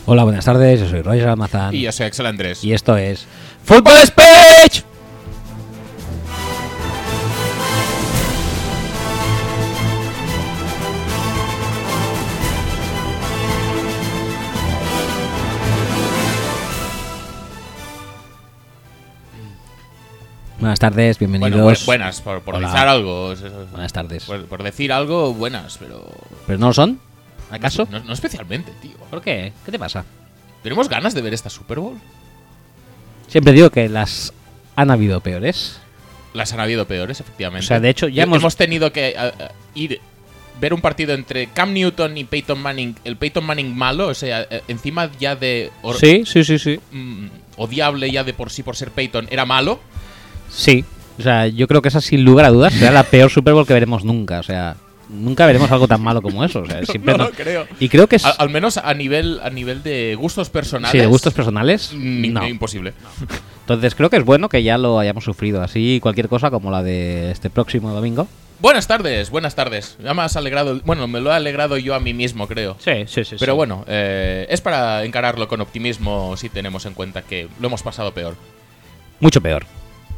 Hola, buenas tardes, yo soy Roger Almazán. Y yo soy Axel Andrés. Y esto es Football Speech. Buenas tardes, bienvenidos. Bueno, buenas, por Hola. decir algo. Buenas tardes. Por decir algo, buenas, pero... ¿Pero no lo son? ¿Acaso? No especialmente, tío. ¿Por qué? ¿Qué te pasa? ¿Tenemos ganas de ver esta Super Bowl? Siempre digo que las han habido peores. Las han habido peores, efectivamente. O sea, de hecho, ya hemos tenido que ver un partido entre Cam Newton y Peyton Manning, el Peyton Manning malo, o sea, encima ya de... Sí. Odiable ya de por sí por ser Peyton, era malo. Sí. O sea, yo creo que esa sin lugar a dudas será la peor Super Bowl que veremos nunca. O sea, nunca veremos algo tan malo como eso. O sea, siempre no creo. Y creo que es... Al menos a nivel de gustos personales. Sí, de gustos personales, no. Imposible. Entonces creo que es bueno que ya lo hayamos sufrido. Así cualquier cosa como la de este próximo domingo. Buenas tardes. Ya me has alegrado. Bueno, me lo he alegrado yo a mí mismo, creo. Sí. Pero bueno, es para encararlo con optimismo si tenemos en cuenta que lo hemos pasado peor. Mucho peor.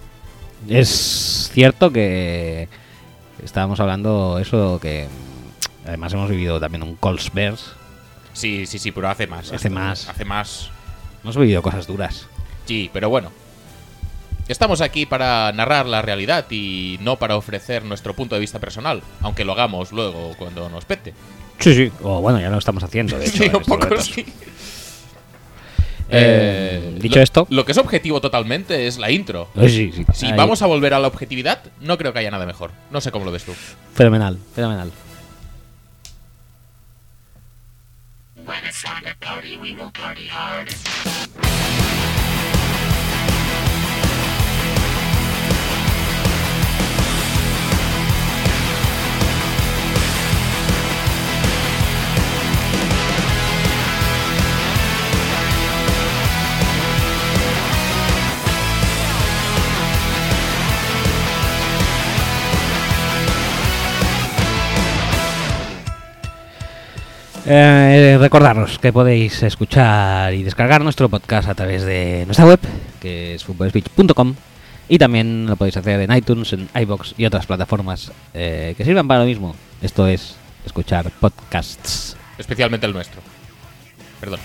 Es cierto que estábamos hablando eso, que además hemos vivido también un Colts Bears. Sí, pero hace más. Hace más. Hemos vivido cosas duras. Sí, pero bueno. Estamos aquí para narrar la realidad y no para ofrecer nuestro punto de vista personal, aunque lo hagamos luego cuando nos pete. Sí. O bueno, ya lo estamos haciendo, de hecho. Sí, un poco sí. Dicho esto, lo que es objetivo totalmente es la intro. Sí. Si Ahí. vamos a volver a la objetividad, no creo que haya nada mejor. No sé cómo lo ves tú. Fenomenal. When it's time to party, we will party hard. Recordaros que podéis escuchar y descargar nuestro podcast a través de nuestra web, que es footballspeech.com, y también lo podéis hacer en iTunes, en iVoox y otras plataformas que sirvan para lo mismo. Esto es escuchar podcasts. Especialmente el nuestro. Perdón.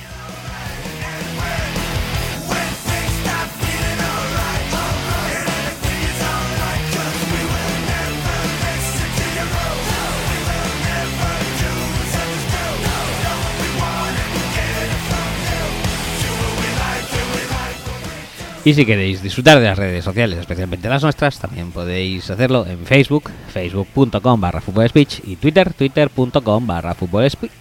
Y si queréis disfrutar de las redes sociales, especialmente las nuestras, también podéis hacerlo en Facebook, facebook.com/footballspeech, y twitter.com/footballspeech.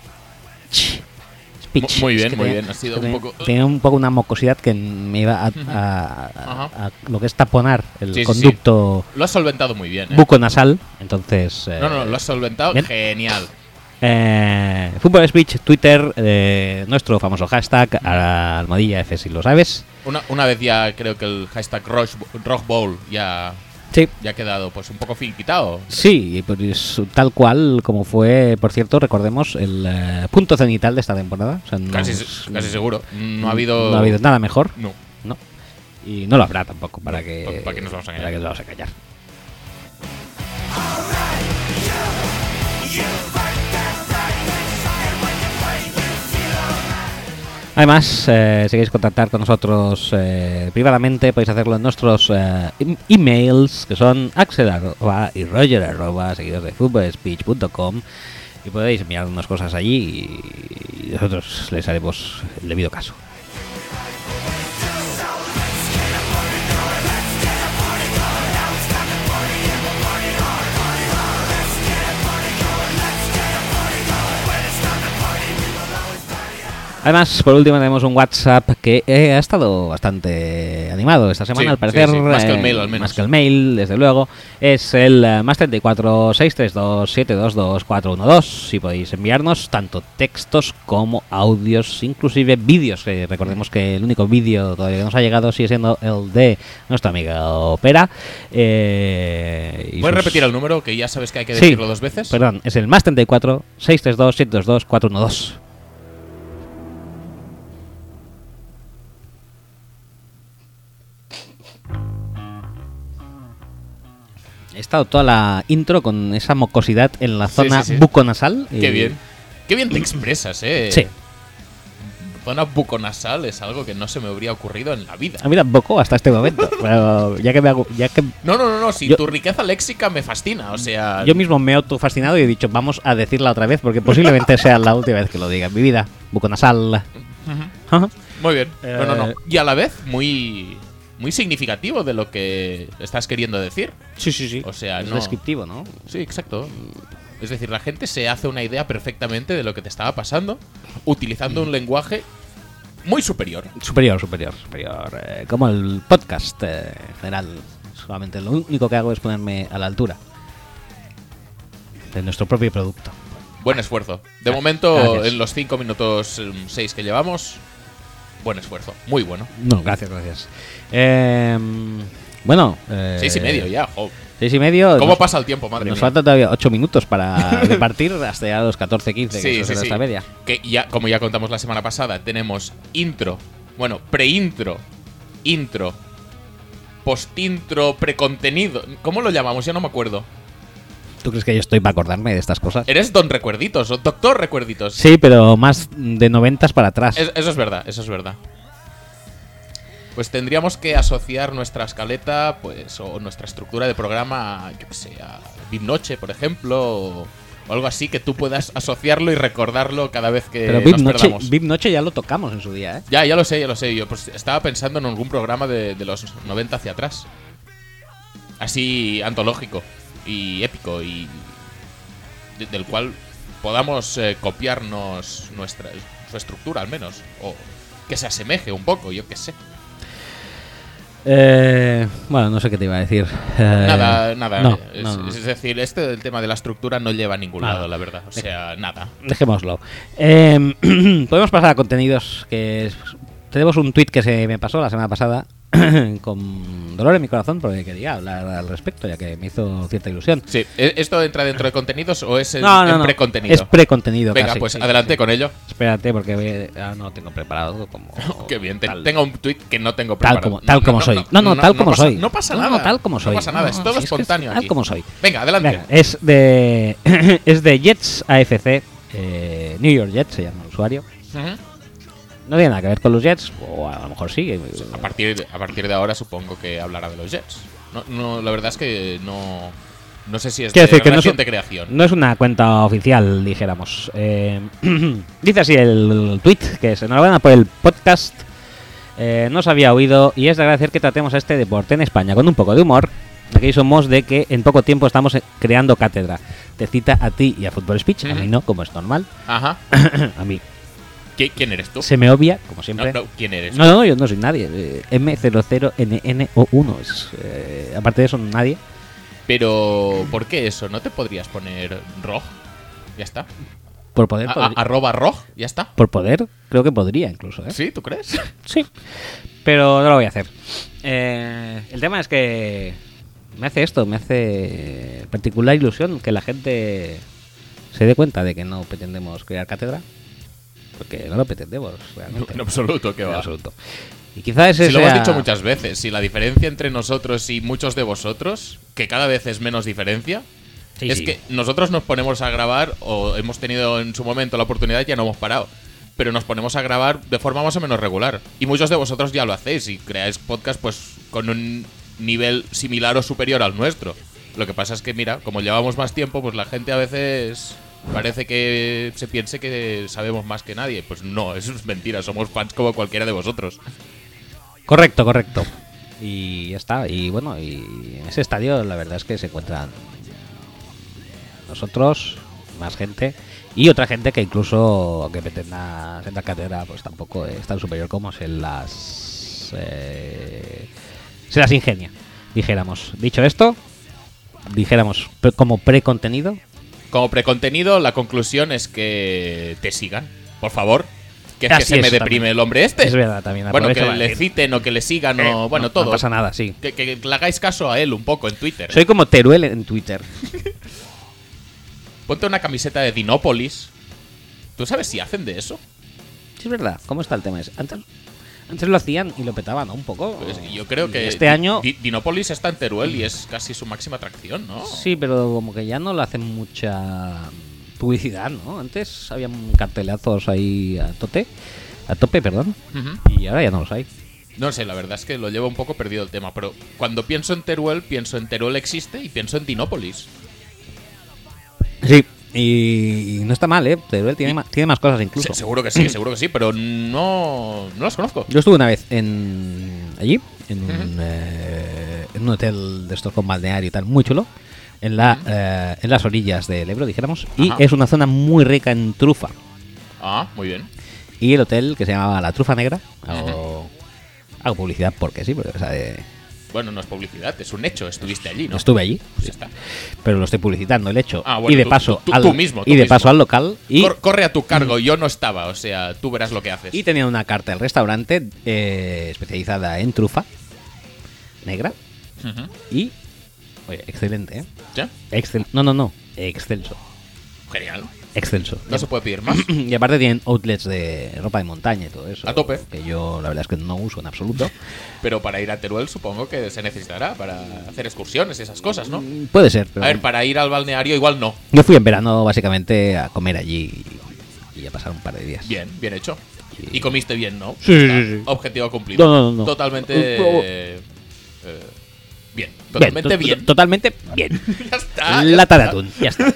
Muy bien. Ha sido un poco... Tenía un poco una mocosidad que me iba a lo que es taponar el Sí. conducto Lo has solventado muy bien, ¿eh? buconasal. Entonces... No, lo has solventado bien. genial. Football Speech, Twitter, nuestro famoso hashtag, @F si lo sabes. Una vez ya creo que el hashtag Rock Bowl ya Sí. ha quedado pues un poco finiquitado. Sí, pues tal cual como fue, por cierto, recordemos, el punto cenital de esta temporada. O sea, Casi seguro. No ha habido nada mejor. No. Y no lo habrá tampoco, para que nos vamos a engañar. para que nos vamos a callar. Además, si queréis contactar con nosotros privadamente, podéis hacerlo en nuestros emails, que son axel@ y roger@, seguidos de footballspeech.com, y podéis enviarnos cosas allí y nosotros les haremos el debido caso. Además, por último, tenemos un WhatsApp que ha estado bastante animado esta semana, Sí, al parecer. sí. Más que el mail, al menos. Más que el mail, desde luego. Es el más 34 632 722 412. Si podéis enviarnos tanto textos como audios, inclusive vídeos. Recordemos que el único vídeo todavía que nos ha llegado sigue siendo el de nuestra amiga Opera. ¿Puedes repetir el número? Que ya sabes que hay que decirlo dos veces. Perdón, es el más 34 632 722 412. He estado toda la intro con esa mocosidad en la Sí, zona sí, sí. buconasal. Qué bien. Qué bien te expresas, Sí. Zona buconasal es algo que no se me habría ocurrido en la vida. A mí tampoco hasta este momento. Pero ya que me hago, ya que No. Si Yo- tu riqueza léxica me fascina. O sea. yo mismo me he autofascinado y he dicho, vamos a decirla otra vez porque posiblemente sea la última vez que lo diga en mi vida. Buconasal. Ujú. Ajá. Muy bien. No. Eh, Y a la vez, muy significativo de lo que estás queriendo decir. Sí. O sea, es no. descriptivo, ¿no? Sí, exacto. Es decir, la gente se hace una idea perfectamente de lo que te estaba pasando utilizando un lenguaje muy superior. Superior. Como el podcast en general. Solamente lo único que hago es ponerme a la altura de nuestro propio producto. Buen esfuerzo. De momento, Gracias. en los 5 minutos 6 que llevamos, buen esfuerzo. Muy bueno. No, gracias. Bueno, 6:30 ya. jo. 6:30. ¿Cómo pasa el tiempo, madre Nos mía? faltan todavía 8 minutos para repartir hasta ya los 14-15, que Sí, eso sí, es sí. nuestra media. Que ya, como ya contamos la semana pasada, tenemos intro, bueno, pre-intro, intro, post-intro, precontenido. ¿Cómo lo llamamos? Ya no me acuerdo. ¿Tú crees que yo estoy para acordarme de estas cosas? Eres Don Recuerditos o Doctor Recuerditos. Sí, pero más de 90 para atrás. Eso es verdad, eso es verdad. Pues tendríamos que asociar nuestra escaleta, pues, o nuestra estructura de programa, yo que sé, a VIP Noche, por ejemplo, o algo así que tú puedas asociarlo y recordarlo cada vez que Pero nos perdamos. VIP Noche ya lo tocamos en su día, ¿eh? Ya lo sé. Yo pues estaba pensando en algún programa de los 90 hacia atrás. Así antológico y épico y del cual podamos copiarnos su estructura al menos. O que se asemeje un poco, yo qué sé. Bueno, no sé qué te iba a decir. Nada. No. Es decir, el tema de la estructura no lleva a ningún Nada. lado, la verdad. O sea, nada. Dejémoslo. Podemos pasar a contenidos tenemos un tweet que se me pasó la semana pasada con dolor en mi corazón porque quería hablar al respecto, ya que me hizo cierta ilusión. Sí, ¿esto entra dentro de contenidos o es en No. precontenido? Es precontenido. Venga, casi, pues sí, adelante sí. con ello. Espérate, porque no lo tengo preparado como. Qué bien, tal. tengo un tweet que no tengo Tal preparado. como soy. No, tal como pasa- soy. No pasa No, nada. tal como soy. No pasa nada, es todo sí, que espontáneo tal aquí. como soy. Venga, adelante. Venga, es de Jets AFC, New York Jets se llama el usuario. Ujú. No tiene nada que ver con los Jets, o a lo mejor sí. A partir de ahora supongo que hablará de los Jets. No, la verdad es que no sé si es Quiero de decir que no es, reciente creación. no es una cuenta oficial, dijéramos. Dice así el tweet, que es: enhorabuena por el podcast. No se había oído y es de agradecer que tratemos a este deporte en España con un poco de humor. Aquí somos de que en poco tiempo estamos creando cátedra. Te cita a ti y a Football Speech, a mí no, como es normal. Ajá. A mí ¿Quién eres tú? se me obvia, como siempre. No, ¿quién eres? No, yo no soy nadie. M00NNO1 es, aparte de eso, nadie. Pero, ¿por qué eso? ¿No te podrías poner ROG? Ya está. Por poder, Arroba ROG, ya está. por poder, creo que podría incluso, ¿eh? ¿Sí? ¿Tú crees? Sí, pero no lo voy a hacer. El tema es que me hace particular ilusión que la gente se dé cuenta de que no pretendemos crear cátedra, porque no lo pretendemos realmente. En absoluto, que En va. absoluto. Y quizás ese Si lo hemos sea- dicho muchas veces, si la diferencia entre nosotros y muchos de vosotros, que cada vez es menos diferencia, Sí, es sí. que nosotros nos ponemos a grabar, o hemos tenido en su momento la oportunidad, ya no hemos parado, pero nos ponemos a grabar de forma más o menos regular. Y muchos de vosotros ya lo hacéis y creáis podcast pues con un nivel similar o superior al nuestro. Lo que pasa es que, mira, como llevamos más tiempo, pues la gente a veces parece que se piense que sabemos más que nadie. Pues no, eso es mentira, somos fans como cualquiera de vosotros. Correcto. Y ya está. Y bueno, y en ese estadio la verdad es que se encuentran nosotros, más gente y otra gente que incluso, aunque pretenda sentar cátedra, pues tampoco es tan superior como se las ingenia, dijéramos. Dicho esto, dijéramos como precontenido. Como precontenido, la conclusión es que te sigan, por favor. Que es que Así se me es, deprime también. el hombre este. Es verdad, también. Bueno, aprovecho que para le decir. citen o que le sigan o... Bueno, no, todo. No pasa nada, sí. Que le hagáis caso a él un poco en Twitter. Soy como Teruel en Twitter. Ponte una camiseta de Dinópolis. ¿Tú sabes si hacen de eso? Sí, es verdad. ¿Cómo está el tema ese? Antes lo hacían y lo petaban, ¿no? Un poco. Pues yo creo Y que este año Dinópolis está en Teruel y es casi su máxima atracción, ¿no? sí, pero como que ya no le hacen mucha publicidad, ¿no? Antes habían cartelazos ahí a tope, perdón, Ujú. y ahora ya no los hay. No sé, la verdad es que lo llevo un poco perdido el tema, pero cuando pienso en Teruel existe y pienso en Dinópolis. Sí, y no está mal, ¿eh? Teruel tiene más cosas incluso. Seguro que sí, pero no las conozco. Yo estuve una vez allí, en un hotel de estos con balneario y tal, muy chulo, en las orillas del Ebro, dijéramos, y Ajá. es una zona muy rica en trufa. Ah, muy bien. Y el hotel, que se llamaba La Trufa Negra, hago publicidad porque sí, porque, o sea, Bueno, no es publicidad, es un hecho. Estuviste allí, ¿no? estuve allí, Pues ya está. pero lo estoy publicitando el hecho. Ah, bueno, y de tú- paso tú- al, tú mismo, y de tú paso mismo. al local y, Corre a tu cargo, yo no estaba, o sea, tú verás lo que haces. y tenía una carta del restaurante especializada en trufa negra Ujú. y oye, excelente, ¿eh? ¿Ya? No, excelso. Genial. Excelso. No se puede pedir más. Y aparte tienen outlets de ropa de montaña y todo eso. A tope. Que yo la verdad es que no uso en absoluto. Pero para ir a Teruel supongo que se necesitará para hacer excursiones y esas cosas, ¿no? Puede ser, pero A ver, para ir al balneario igual no. yo fui en verano básicamente a comer allí y a pasar un par de días. Bien, bien hecho. Sí. Y comiste bien, ¿no? Sí, sí, Ah, sí. Objetivo cumplido. No. Totalmente bien. Bien, Totalmente bien. Totalmente bien. Ya está. Lata de atún, ya está.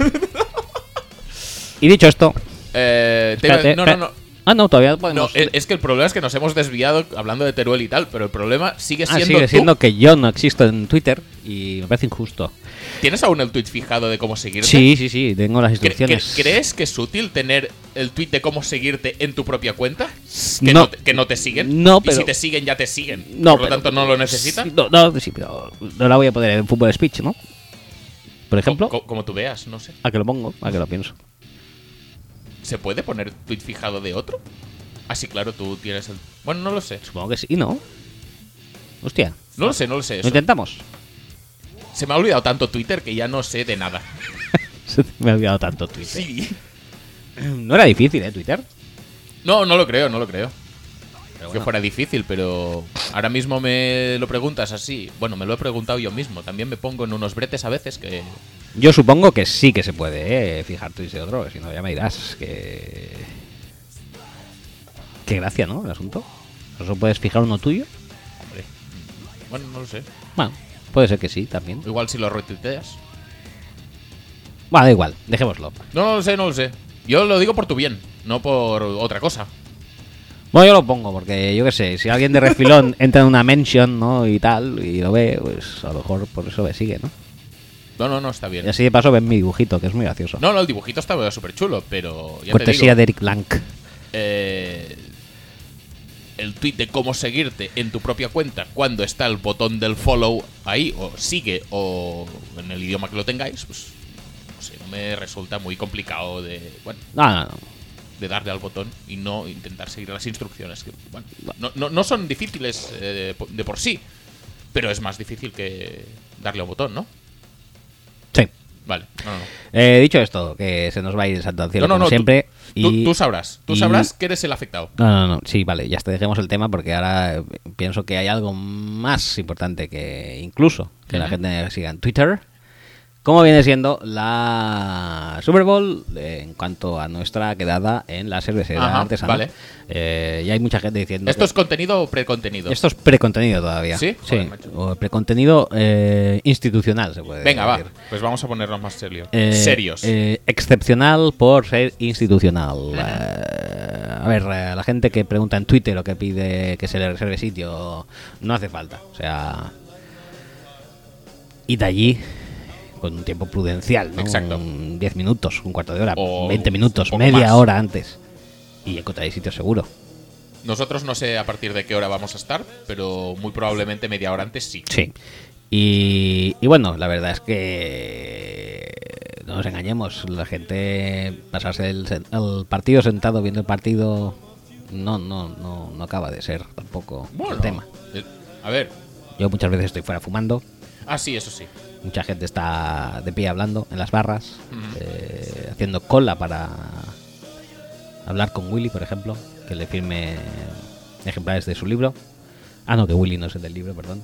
Y dicho esto, espérate, No. Ah, no, todavía No, podemos. es que el problema es que nos hemos desviado hablando de Teruel y tal, pero el problema sigue siendo sigue tú. siendo que yo no existo en Twitter y me parece injusto. ¿Tienes aún el tweet fijado de cómo seguirte? Sí, tengo las instrucciones. ¿Crees que es útil tener el tweet de cómo seguirte en tu propia cuenta? No. Que no te siguen. No, Y pero- si te siguen, ya te siguen. No, Por lo pero- tanto, no lo necesitan. Sí, pero no la voy a poner en Fútbol Speech, ¿no? Por ejemplo, Como tú veas, no sé. a que lo pongo, a que lo pienso. ¿Se puede poner tweet fijado de otro? Ah, sí, claro, tú tienes el. Bueno, no lo sé. Supongo que sí, ¿no? Hostia, No lo sé lo eso. intentamos. Se me ha olvidado tanto Twitter que ya no sé de nada. Me ha olvidado tanto Twitter. Sí. No era difícil, ¿eh? Twitter. No lo creo. Pero Que bueno. fuera difícil, pero ahora mismo me lo preguntas así. Bueno, me lo he preguntado yo mismo. También me pongo en unos bretes a veces que. Yo supongo que sí que se puede, fijar tweets de otro, si no ya me dirás que... Qué gracia, ¿no? El asunto. ¿No puedes fijar uno tuyo? Hombre, bueno, no lo sé. Bueno, puede ser que sí, también. Igual si lo retuiteas. Bueno, da igual, dejémoslo. No lo sé. Yo lo digo por tu bien, no por otra cosa. Bueno, yo lo pongo porque, yo qué sé, si alguien de refilón entra en una mention, ¿no? Y tal, y lo ve, pues a lo mejor por eso me sigue, ¿no? No, está bien. Y así de paso ven mi dibujito, que es muy gracioso. No, el dibujito estaba súper chulo, pero ya Cortesía te digo, de Eric Blanc. el tweet de cómo seguirte en tu propia cuenta cuando está el botón del follow ahí, o sigue, o en el idioma que lo tengáis, pues no sé, no me resulta muy complicado de, bueno, No. de darle al botón y no intentar seguir las instrucciones. Que, bueno, no son difíciles de por sí, pero es más difícil que darle al botón, ¿no? Sí. Vale, no. Dicho esto, que se nos va a ir el santo al cielo No, como siempre. Tú sabrás y- que eres el afectado. No. Sí, vale, ya está, dejemos el tema porque ahora pienso que hay algo más importante que incluso que la gente siga en Twitter. Como viene siendo la Super Bowl en cuanto a nuestra quedada en la cervecería Ajá, artesana. vale. Y hay mucha gente diciendo ¿Esto que es contenido o precontenido? esto es precontenido todavía. ¿Sí? Sí, Joder, macho. o precontenido institucional se puede Venga, va. decir. Pues vamos a ponernos más serios. Serios. Excepcional por ser institucional. A ver, la gente que pregunta en Twitter o que pide que se le reserve sitio, no hace falta. O sea, id allí con un tiempo prudencial, ¿no? Exacto. 10 minutos, un cuarto de hora, O 20 minutos, un poco media más. hora antes. Y encontraréis sitio seguro. Nosotros no sé a partir de qué hora vamos a estar, pero muy probablemente media hora antes sí. Sí. Y bueno, la verdad es que no nos engañemos, la gente pasarse el partido sentado viendo el partido no acaba de ser tampoco el tema. A ver. Yo muchas veces estoy fuera fumando, Ah, sí, eso sí. mucha gente está de pie hablando en las barras, Ujú. haciendo cola para hablar con Willy, por ejemplo, que le firme ejemplares de su libro. Ah, no, que Willy no es el del libro, perdón.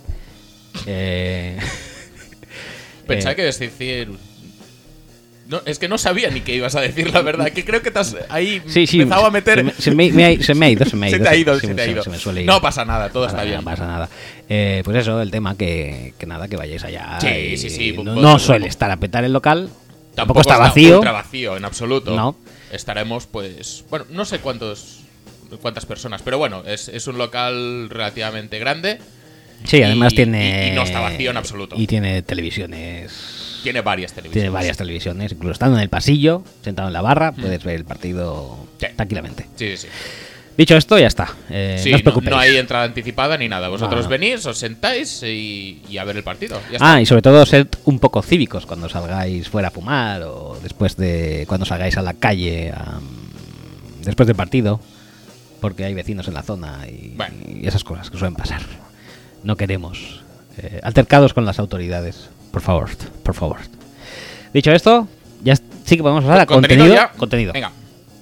Pensaba que ibas a decir. No, es que no sabía ni qué ibas a decir, la verdad. Que creo que te has ahí empezado a meter. Se me ha ido. Se te ha ido, Sí, se te ha ido. se me suele ir. No pasa nada, todo Pasa está nada, bien. No pasa nada. Pues eso, el tema que nada, que vayáis allá. Sí, y sí. No suele estar a petar el local. Tampoco está está vacío. ultra vacío, en absoluto. No. Estaremos, pues. Bueno, no sé cuántas personas, pero bueno, es un local relativamente grande. Sí, además y- tiene. y no está vacío en absoluto. Y tiene televisiones. Tiene varias televisiones. Tiene varias televisiones. Incluso estando en el pasillo, sentado en la barra, puedes ver el partido Sí. tranquilamente. Sí. Dicho esto, ya está. Sí, no os preocupéis. no hay entrada anticipada ni nada. Vosotros No. venís, os sentáis y a ver el partido. Ya está. Ah, y sobre todo sed un poco cívicos cuando salgáis fuera a fumar o después de cuando salgáis a la calle después del partido, porque hay vecinos en la zona Bueno. y esas cosas que suelen pasar. No queremos altercados con las autoridades, por favor, por favor. Dicho esto, ya sí que podemos pasar a contenido. ya. Contenido. Venga.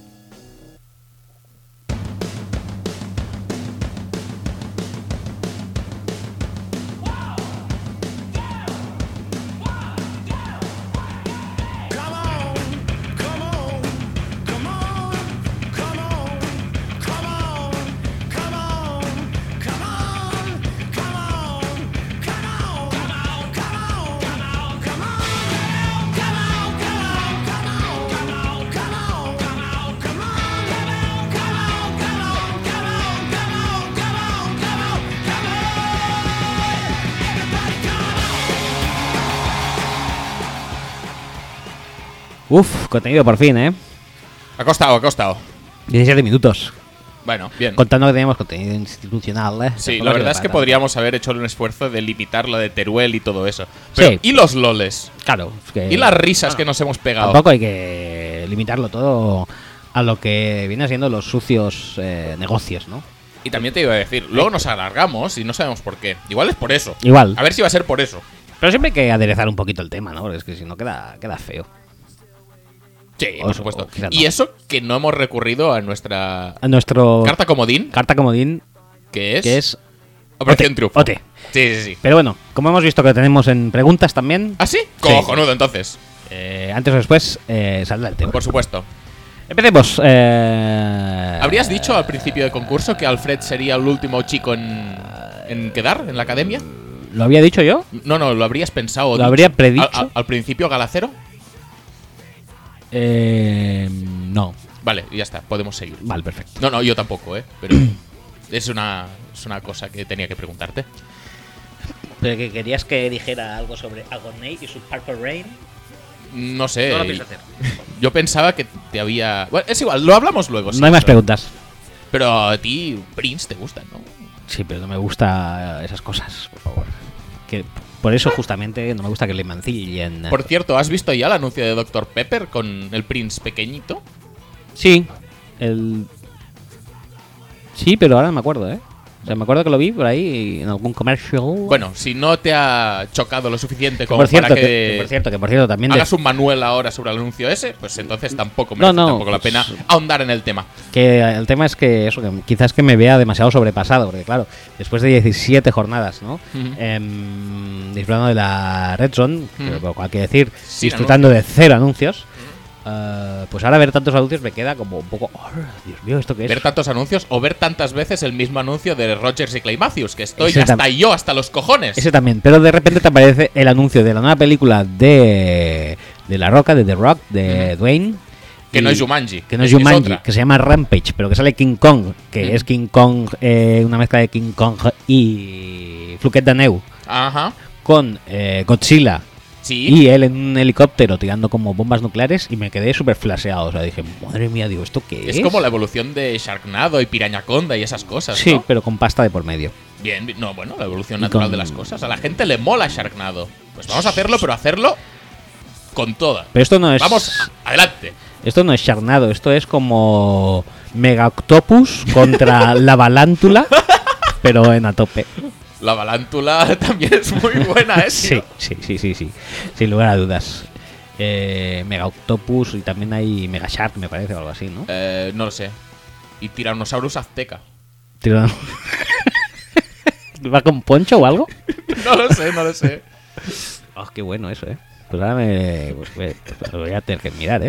Uf, contenido por fin, ¿eh? Ha costado. 17 minutos. Bueno, bien. Contando que teníamos contenido institucional, ¿eh? Sí, Tampoco la ha verdad sido es que para podríamos haber hecho un esfuerzo de limitar lo de Teruel y todo eso. Pero, Sí. ¿y los loles? tanto. Claro. Es que ¿Y las risas que nos hemos pegado? tampoco hay que limitarlo todo a lo que viene siendo los sucios negocios, ¿no? Y también te iba a decir, luego nos alargamos y no sabemos por qué. Igual es por eso. Igual. A ver si va a ser por eso. Pero siempre hay que aderezar un poquito el tema, ¿no? Porque es que si no queda feo. Sí, O por eso, supuesto. o quizás Y no. eso que no hemos recurrido a nuestra A nuestro carta comodín, carta comodín, que que es Operación Triunfo. OT. Sí. Pero bueno, como hemos visto que tenemos en preguntas también, ¿Ah, sí? Cojonudo, entonces. antes o después saldrá el tema. Por supuesto. Empecemos. ¿Habrías dicho al principio del concurso que Alfred sería el último chico en quedar en la academia? ¿Lo había dicho yo? No, lo habrías pensado. o ¿Lo dicho. habría predicho? ¿Al principio Galacero? No. Vale, ya está, podemos seguir. Vale, perfecto. No, yo tampoco, pero es una cosa que tenía que preguntarte. ¿Pero que querías que dijera algo sobre Agoney y su Purple Rain? No sé. No lo pienso hacer. Yo pensaba que te había... Bueno, es igual, lo hablamos luego. sí, No hay más eso. preguntas. Pero a ti Prince te gusta, ¿no? Sí, pero no me gusta esas cosas, por favor. Que por eso justamente no me gusta que le mancillen. Por cierto, ¿has visto ya el anuncio de Dr. Pepper con el Prince pequeñito? Sí, sí, pero ahora no me acuerdo, ¿eh? O sea, me acuerdo que lo vi por ahí en algún comercial. Bueno, si no te ha chocado lo suficiente que como por cierto, para que, que por cierto también hagas un manual ahora sobre el anuncio ese, pues entonces tampoco No, merece tampoco la pues- pena ahondar en el tema. que el tema es que eso, que quizás que me vea demasiado sobrepasado, porque claro, después de 17 jornadas, ¿no? Ujú. Disfrutando de la Red Zone, Ujú. lo cual quiere decir, Sin disfrutando de 0 anuncios, pues ahora ver tantos anuncios me queda como un poco, "Oh, Dios mío, ¿esto qué es?". Ver tantos anuncios o ver tantas veces el mismo anuncio de Rogers y Clay Matthews, que estoy Ese hasta yo, hasta los cojones. Ese también, pero de repente te aparece el anuncio de la nueva película de La Roca, de The Rock, de Dwayne. Que y- no es Jumanji. Que no es es Jumanji, otra. que se llama Rampage, pero que sale King Kong, que es King Kong, una mezcla de King Kong y Fluquet de Neu, Ajá. con Godzilla Sí. y él en un helicóptero tirando como bombas nucleares, y me quedé súper flaseado. O sea, dije, madre mía, digo, ¿esto qué es? Es como la evolución de Sharknado y Pirañaconda y esas cosas, Sí, ¿no? pero con pasta de por medio. Bien, no, bueno, la evolución Y natural con- de las cosas. A la gente le mola Sharknado. Pues vamos a hacerlo, pero hacerlo con toda. Pero esto no es. Vamos, adelante. Esto no es Sharknado, esto es como Mega Octopus contra la Balántula, pero en a tope. La balántula también es muy buena, ¿eh? Sí, sí. Sin lugar a dudas. Mega Octopus y también hay Mega Shark, me parece, o algo así, ¿no? No lo sé. Y Tyrannosaurus azteca. Tirón. ¿Va con poncho o algo? No lo sé. Oh, qué bueno eso, Pues ahora pues lo voy a tener que mirar,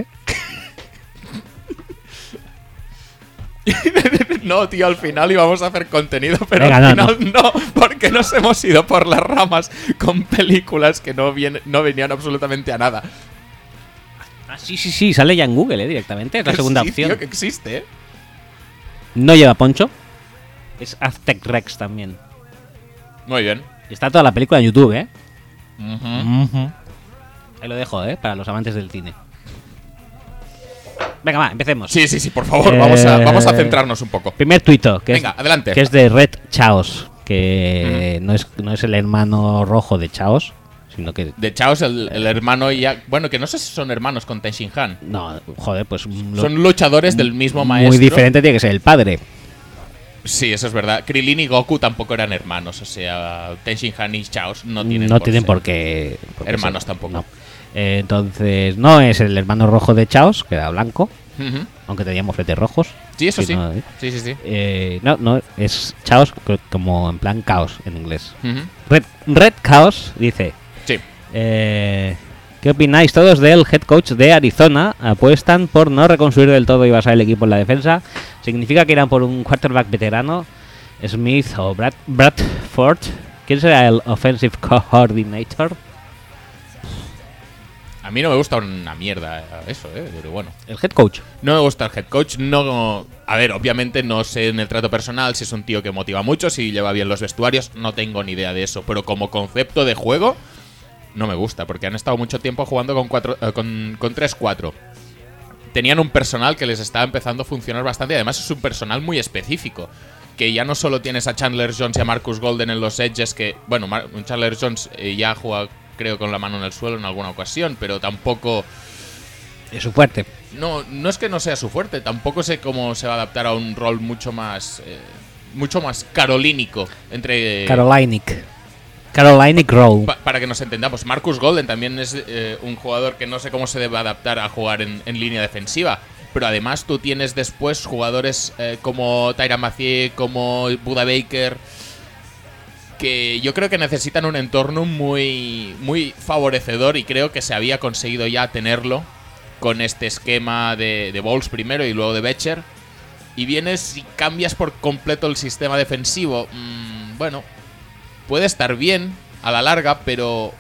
No, tío, al final íbamos a hacer contenido, pero Venga, al no, final no, porque nos hemos ido por las ramas con películas que no venían absolutamente a nada. Ah, sí, sale ya en Google, directamente. Es la segunda Sí, opción. tío, que existe, No lleva poncho. Es Aztec Rex también. Muy bien. Y está toda la película en YouTube, Ujú. Ahí lo dejo, para los amantes del cine. Venga, va, empecemos. Sí, por favor, vamos a centrarnos un poco. Primer tuito, Venga, adelante. que es de Red Chaos, que no es el hermano rojo de Chaos, sino que... De Chaos, el hermano ya... Bueno, que no sé si son hermanos con Ten Shin Han. No, joder, pues... Son luchadores del mismo maestro. Muy diferente tiene que ser el padre. Sí, eso es verdad. Krilin y Goku tampoco eran hermanos. O sea, Ten Shin Han y Chaos no tienen tienen ser por qué... hermanos tampoco. No. Entonces, no es el hermano rojo de Chaos, que era blanco, Ujú. aunque tenía mofletes rojos. Sí, eso sí. No, Sí. no, es Chaos como en plan caos en inglés. Ujú. Red Chaos dice... Sí. ¿Qué opináis todos del head coach de Arizona? Apuestan por no reconstruir del todo y basar el equipo en la defensa. ¿Significa que irán por un quarterback veterano? ¿Smith o Bradford? ¿Quién será el offensive coordinator? A mí no me gusta una mierda eso, pero bueno. El head coach. No me gusta el head coach, no... A ver, obviamente no sé en el trato personal si es un tío que motiva mucho, si lleva bien los vestuarios, no tengo ni idea de eso. Pero como concepto de juego, no me gusta, porque han estado mucho tiempo jugando con 3-4. Tenían un personal que les está empezando a funcionar bastante, y además es un personal muy específico. Que ya no solo tienes a Chandler Jones y a Marcus Golden en los edges, que... Bueno, Chandler Jones ya juega, creo, con la mano en el suelo en alguna ocasión, pero tampoco... Es su fuerte. No es que no sea su fuerte, tampoco sé cómo se va a adaptar a un rol mucho más carolínico entre... Carolinic Roll. Para que nos entendamos, Marcus Golden también es un jugador que no sé cómo se debe adaptar a jugar en línea defensiva. Pero además tú tienes después jugadores como Tyrann Mathieu, como Buda Baker, que yo creo que necesitan un entorno muy, muy favorecedor, y creo que se había conseguido ya tenerlo con este esquema de Bowles primero y luego de Becher. Y vienes y cambias por completo el sistema defensivo. Bueno, puede estar bien a la larga, pero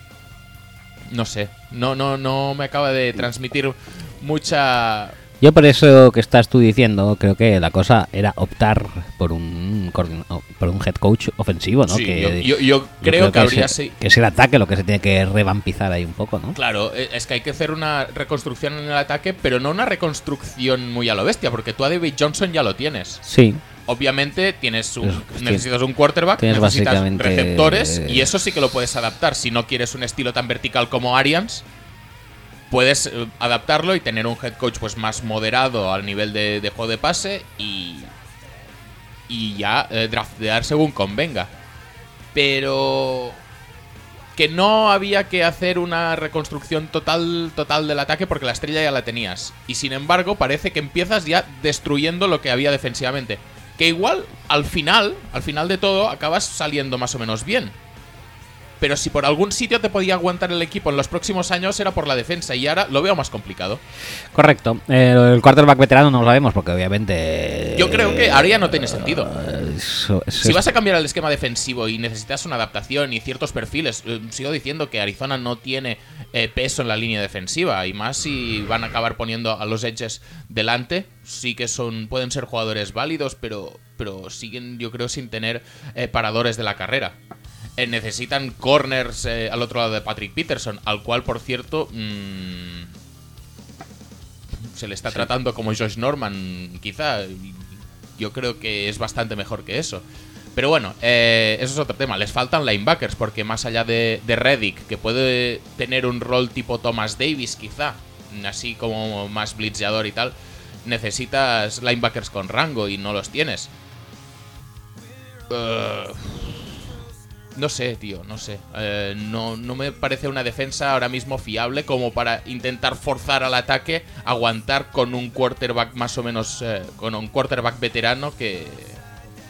no sé, no me acaba de transmitir mucha... Yo por eso que estás tú diciendo, creo que la cosa era optar por un head coach ofensivo, ¿no? Sí, que yo creo que habría... que es el ataque lo que se tiene que revampizar ahí un poco, ¿no? Claro, es que hay que hacer una reconstrucción en el ataque, pero no una reconstrucción muy a lo bestia, porque tú a David Johnson ya lo tienes. Sí. Obviamente necesitas un quarterback, necesitas básicamente receptores, y eso sí que lo puedes adaptar. Si no quieres un estilo tan vertical como Arians, puedes adaptarlo y tener un head coach pues más moderado al nivel de juego de pase y ya draftear según convenga. Pero que no había que hacer una reconstrucción total del ataque porque la estrella ya la tenías. Y sin embargo parece que empiezas ya destruyendo lo que había defensivamente. Que igual al final de todo acabas saliendo más o menos bien. Pero si por algún sitio te podía aguantar el equipo en los próximos años era por la defensa, y ahora lo veo más complicado. Correcto. El quarterback veterano no lo sabemos porque obviamente... Yo creo que ahora ya no tiene sentido. Eso Si vas a cambiar el esquema defensivo y necesitas una adaptación y ciertos perfiles, sigo diciendo que Arizona no tiene peso en la línea defensiva, y más si van a acabar poniendo a los edges delante. Sí que pueden ser jugadores válidos, pero siguen, yo creo, sin tener paradores de la carrera. Necesitan corners al otro lado de Patrick Peterson, al cual, por cierto, se le está tratando como Josh Norman, quizá. Yo creo que es bastante mejor que eso. Pero bueno, eso es otro tema. Les faltan linebackers, porque más allá de Reddick, que puede tener un rol tipo Thomas Davis, quizá, así como más blitzeador y tal, necesitas linebackers con rango y no los tienes. No sé, tío, no sé. No me parece una defensa ahora mismo fiable como para intentar forzar al ataque, aguantar con un quarterback más o menos, con un quarterback veterano que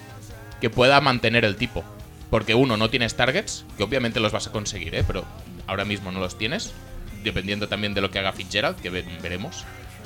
que pueda mantener el tipo. Porque uno, no tienes targets, que obviamente los vas a conseguir, pero ahora mismo no los tienes. Dependiendo también de lo que haga Fitzgerald, que veremos.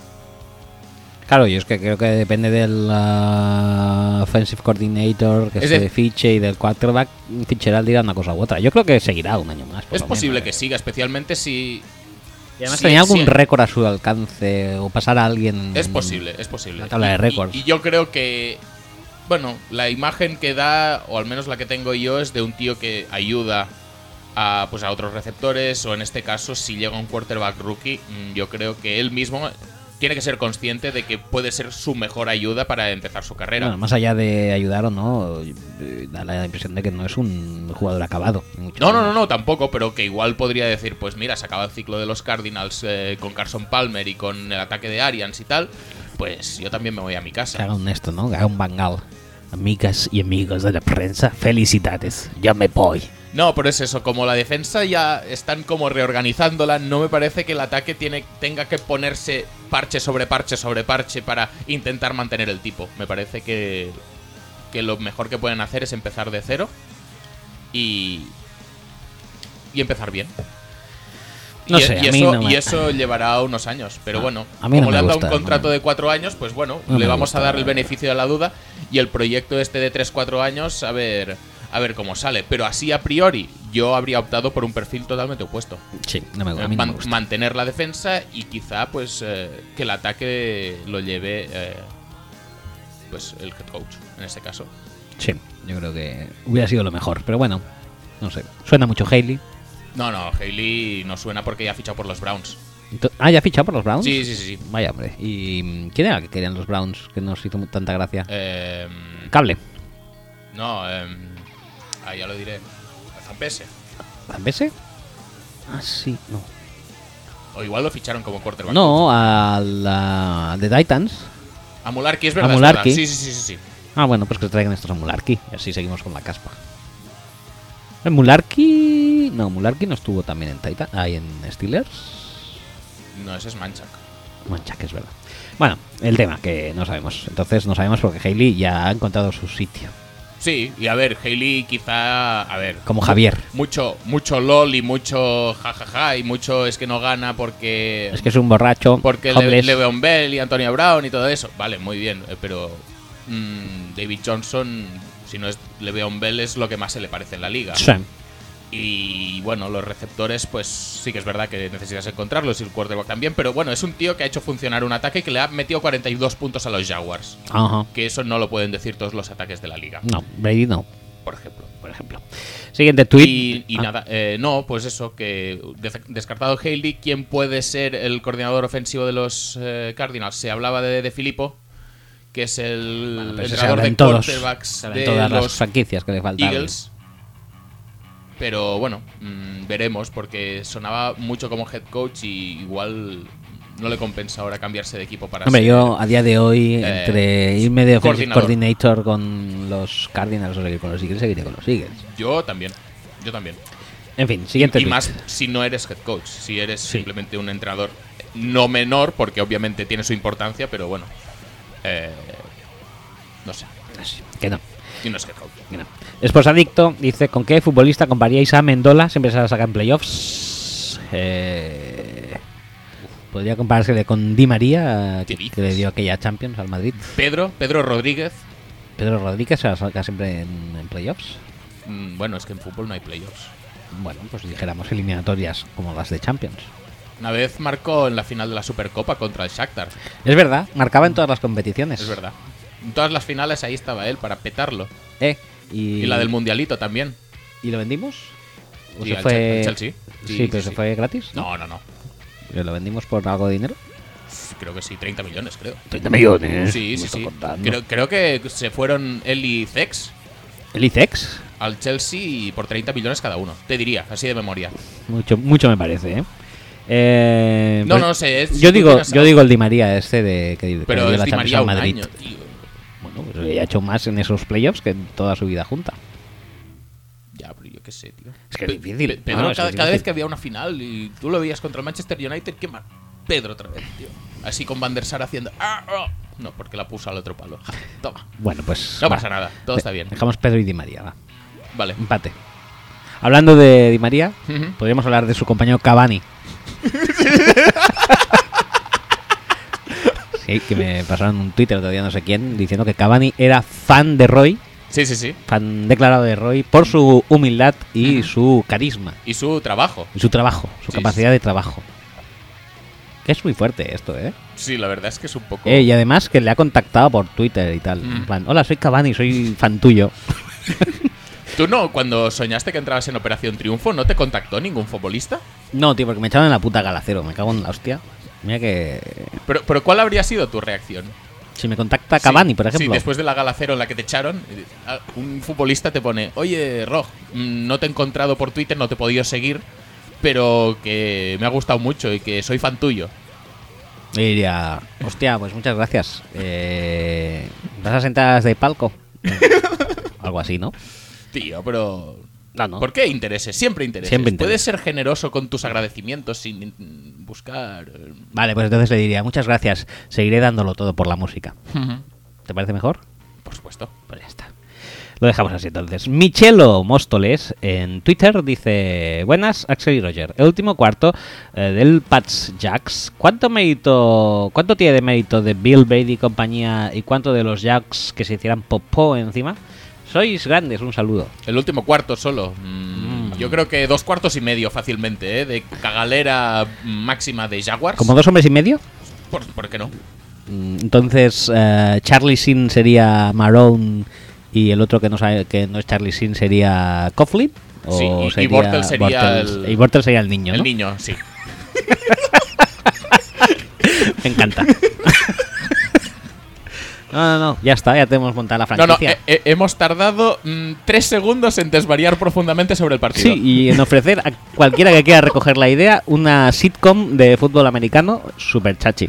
Claro, yo es que creo que depende del offensive coordinator que se fiche y del quarterback. Fitzgerald dirá una cosa u otra. Yo creo que seguirá un año más. Es posible que siga, especialmente si... Y además tenía algún récord a su alcance o pasar a alguien. Es posible, es posible. La tabla de récords. Y yo creo que, bueno, la imagen que da, o al menos la que tengo yo, es de un tío que ayuda a, pues, a otros receptores, o en este caso, si llega un quarterback rookie, yo creo que él mismo tiene que ser consciente de que puede ser su mejor ayuda para empezar su carrera. Bueno, más allá de ayudar o no, da la impresión de que no es un jugador acabado. No, tampoco, pero que igual podría decir, pues mira, se acaba el ciclo de los Cardinals con Carson Palmer y con el ataque de Arians y tal, pues yo también me voy a mi casa. Que haga un esto, ¿no? Que haga un bangal. Amigas y amigos de la prensa, felicidades, ya me voy. No, pero es eso, como la defensa ya están como reorganizándola, no me parece que el ataque tenga que ponerse parche sobre parche sobre parche para intentar mantener el tipo. Me parece que lo mejor que pueden hacer es empezar de cero y empezar bien. No sé, a mí no me... y eso llevará unos años, pero bueno, a mí no como le han dado gusta, un contrato no. de 4 años, pues bueno, No le me vamos gusta. a dar el beneficio de la duda y el proyecto este de 3-4 años, a ver cómo sale. Pero así a priori, yo habría optado por un perfil totalmente opuesto. Sí, a mí no me gusta. Mantener la defensa y quizá pues que el ataque lo lleve pues el head coach, en este caso. Sí, yo creo que hubiera sido lo mejor, pero bueno, no sé. Suena mucho Haley. No, Haley no suena porque ya ha fichado por los Browns. ¿Ya ha fichado por los Browns? Sí. Vaya, hombre. ¿Y quién era el que querían los Browns? Que nos hizo tanta gracia. Eh, Cable. No, ya lo diré. Zampese. ¿Zambese? Ah, sí, no. O igual lo ficharon como quarterback. No, al de Titans. A Mularkey, es verdad. A Mularkey. Es verdad. Sí. Ah, bueno, pues que traigan estos a Mularkey. Y así seguimos con la caspa. ¿El Mularkey? No, Mularkey no estuvo también en Titan. Ahí en Steelers. No, ese es Manchak. Mancha, que es verdad. Bueno, el tema que no sabemos. Entonces no sabemos porque Haley ya ha encontrado su sitio. Sí, y a ver, Haley quizá, a ver... Como Javier. Mucho LOL y mucho jajaja y mucho es que no gana porque... Es que es un borracho. Porque homeless. Le'Veon Bell y Antonio Brown y todo eso. Vale, muy bien, pero David Johnson, si no es Le'Veon Bell, es lo que más se le parece en la liga. Sí. Y bueno, los receptores, pues sí que es verdad que necesitas encontrarlos y el quarterback también, pero bueno, es un tío que ha hecho funcionar un ataque que le ha metido 42 puntos a los Jaguars. Ajá. Que eso no lo pueden decir todos los ataques de la liga. No, Brady no, Por ejemplo. Siguiente tweet. Y nada, no, pues eso, que descartado Haley, ¿quién puede ser el coordinador ofensivo de los Cardinals? Se hablaba de Filippo, que es el entrenador de quarterbacks de todas las los franquicias que le faltan. Eagles. Pero bueno, veremos, porque sonaba mucho como head coach y igual no le compensa ahora cambiarse de equipo para Hombre, ser... yo a día de hoy, entre irme de offensive coordinador. coordinator con los Cardinals o seguir con los Eagles, seguiré con los Eagles. Yo también. En fin, siguiente Y tweet. más si no eres head coach, si eres simplemente un entrenador no menor, porque obviamente tiene su importancia, pero bueno, no sé. Que no. Y no es head coach. que no. Esposadicto dice: ¿con qué futbolista compararíais a Mendola? Siempre se la saca en playoffs. Podría comparársele con Di María, ¿Qué que dices? le dio aquella Champions al Madrid. Pedro Rodríguez. Pedro Rodríguez se la saca siempre en playoffs. Bueno, es que en fútbol no hay playoffs. Bueno, pues dijéramos eliminatorias como las de Champions. Una vez marcó en la final de la Supercopa contra el Shakhtar. Es verdad, marcaba en todas las competiciones. Es verdad. En todas las finales ahí estaba él para petarlo. Y la del Mundialito también. ¿Y lo vendimos? ¿O Sí, se al fue... Chelsea. Sí, pero se fue gratis. No. ¿Lo vendimos por algo de dinero? Creo que sí, 30 millones, creo. 30 millones. Sí. Creo que se fueron él y Zex ¿El ICEX? al Chelsea por 30 millones cada uno. Te diría, así de memoria. Mucho me parece, No, pues no sé. yo digo el Di María que pero dio es la Di Champions María al un Madrid. año, tío. Bueno, pues ha hecho más en esos playoffs que en toda su vida junta. Ya, pero yo qué sé, tío. Es que es difícil. Pedro, No, es cada difícil. vez que había una final y tú lo veías contra el Manchester United, ¿qué más? Pedro otra vez, tío. Así con Van der Sar haciendo... No, porque la puso al otro palo. Ja, toma. Bueno, pues... No va. pasa nada, todo está bien. Dejamos Pedro y Di María, va. Vale. Empate. Hablando de Di María, Ujú. podríamos hablar de su compañero Cavani. Sí, que me pasaron un Twitter todavía no sé quién diciendo que Cavani era fan de Roy, Sí, sí, sí. fan declarado de Roy, por su humildad y su carisma. Y su trabajo. Y su trabajo, su Sí, capacidad de trabajo. Que es muy fuerte esto, ¿eh? Sí, la verdad es que es un poco... Y además que le ha contactado por Twitter y tal. Mm. En plan, hola, soy Cavani, soy fan tuyo. ¿Tú no, cuando soñaste que entrabas en Operación Triunfo, no te contactó ningún futbolista? No, tío, porque me echaron en la puta Galacero, me cago en la hostia. Mira que... Pero ¿cuál habría sido tu reacción? Si me contacta Cavani, Sí, por ejemplo. Sí, después de la gala cero en la que te echaron, un futbolista te pone: oye, Rog, no te he encontrado por Twitter, no te he podido seguir, pero que me ha gustado mucho y que soy fan tuyo. Y diría, hostia, pues muchas gracias. ¿Vas a sentar de palco? Algo así, ¿no? Tío, pero... No. ¿Por qué intereses? Siempre intereses. Siempre intereses. Puedes ser generoso con tus agradecimientos sin buscar... Vale, pues entonces le diría, muchas gracias. Seguiré dándolo todo por la música. ¿Te parece mejor? Por supuesto. Pues ya está. Lo dejamos así entonces. Michelo Móstoles en Twitter dice: buenas, Axel y Roger. El último cuarto del Pats Jacks. ¿Cuánto tiene de mérito de Bill Brady y compañía y cuánto de los Jacks que se hicieran popó encima? Sois grandes, un saludo. El último cuarto solo. Yo creo que 2 cuartos y medio fácilmente, ¿eh? De cagalera máxima de Jaguars. ¿Como 2 hombres y medio? ¿Por qué no? Entonces, Charlie Sin sería Marone y el otro que no es Charlie Sin sería Coughlin. Sí, ¿O y sería Bortles sería Bortles? Y Bortles sería el niño, ¿no? El niño, sí. Me encanta. No, ya está, ya tenemos montada la No, franquicia. hemos tardado 3 segundos en desvariar profundamente sobre el partido. Sí, y en ofrecer a cualquiera que quiera recoger la idea una sitcom de fútbol americano super chachi.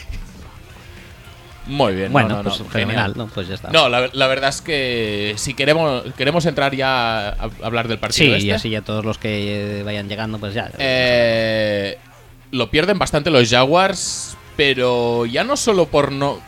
Muy bien. Bueno, no, pues genial. fenomenal, ¿no? Pues ya está. No, la verdad es que si queremos entrar ya a hablar del partido sí, este, y así ya todos los que vayan llegando, pues ya. lo pierden bastante los Jaguars, pero ya no solo por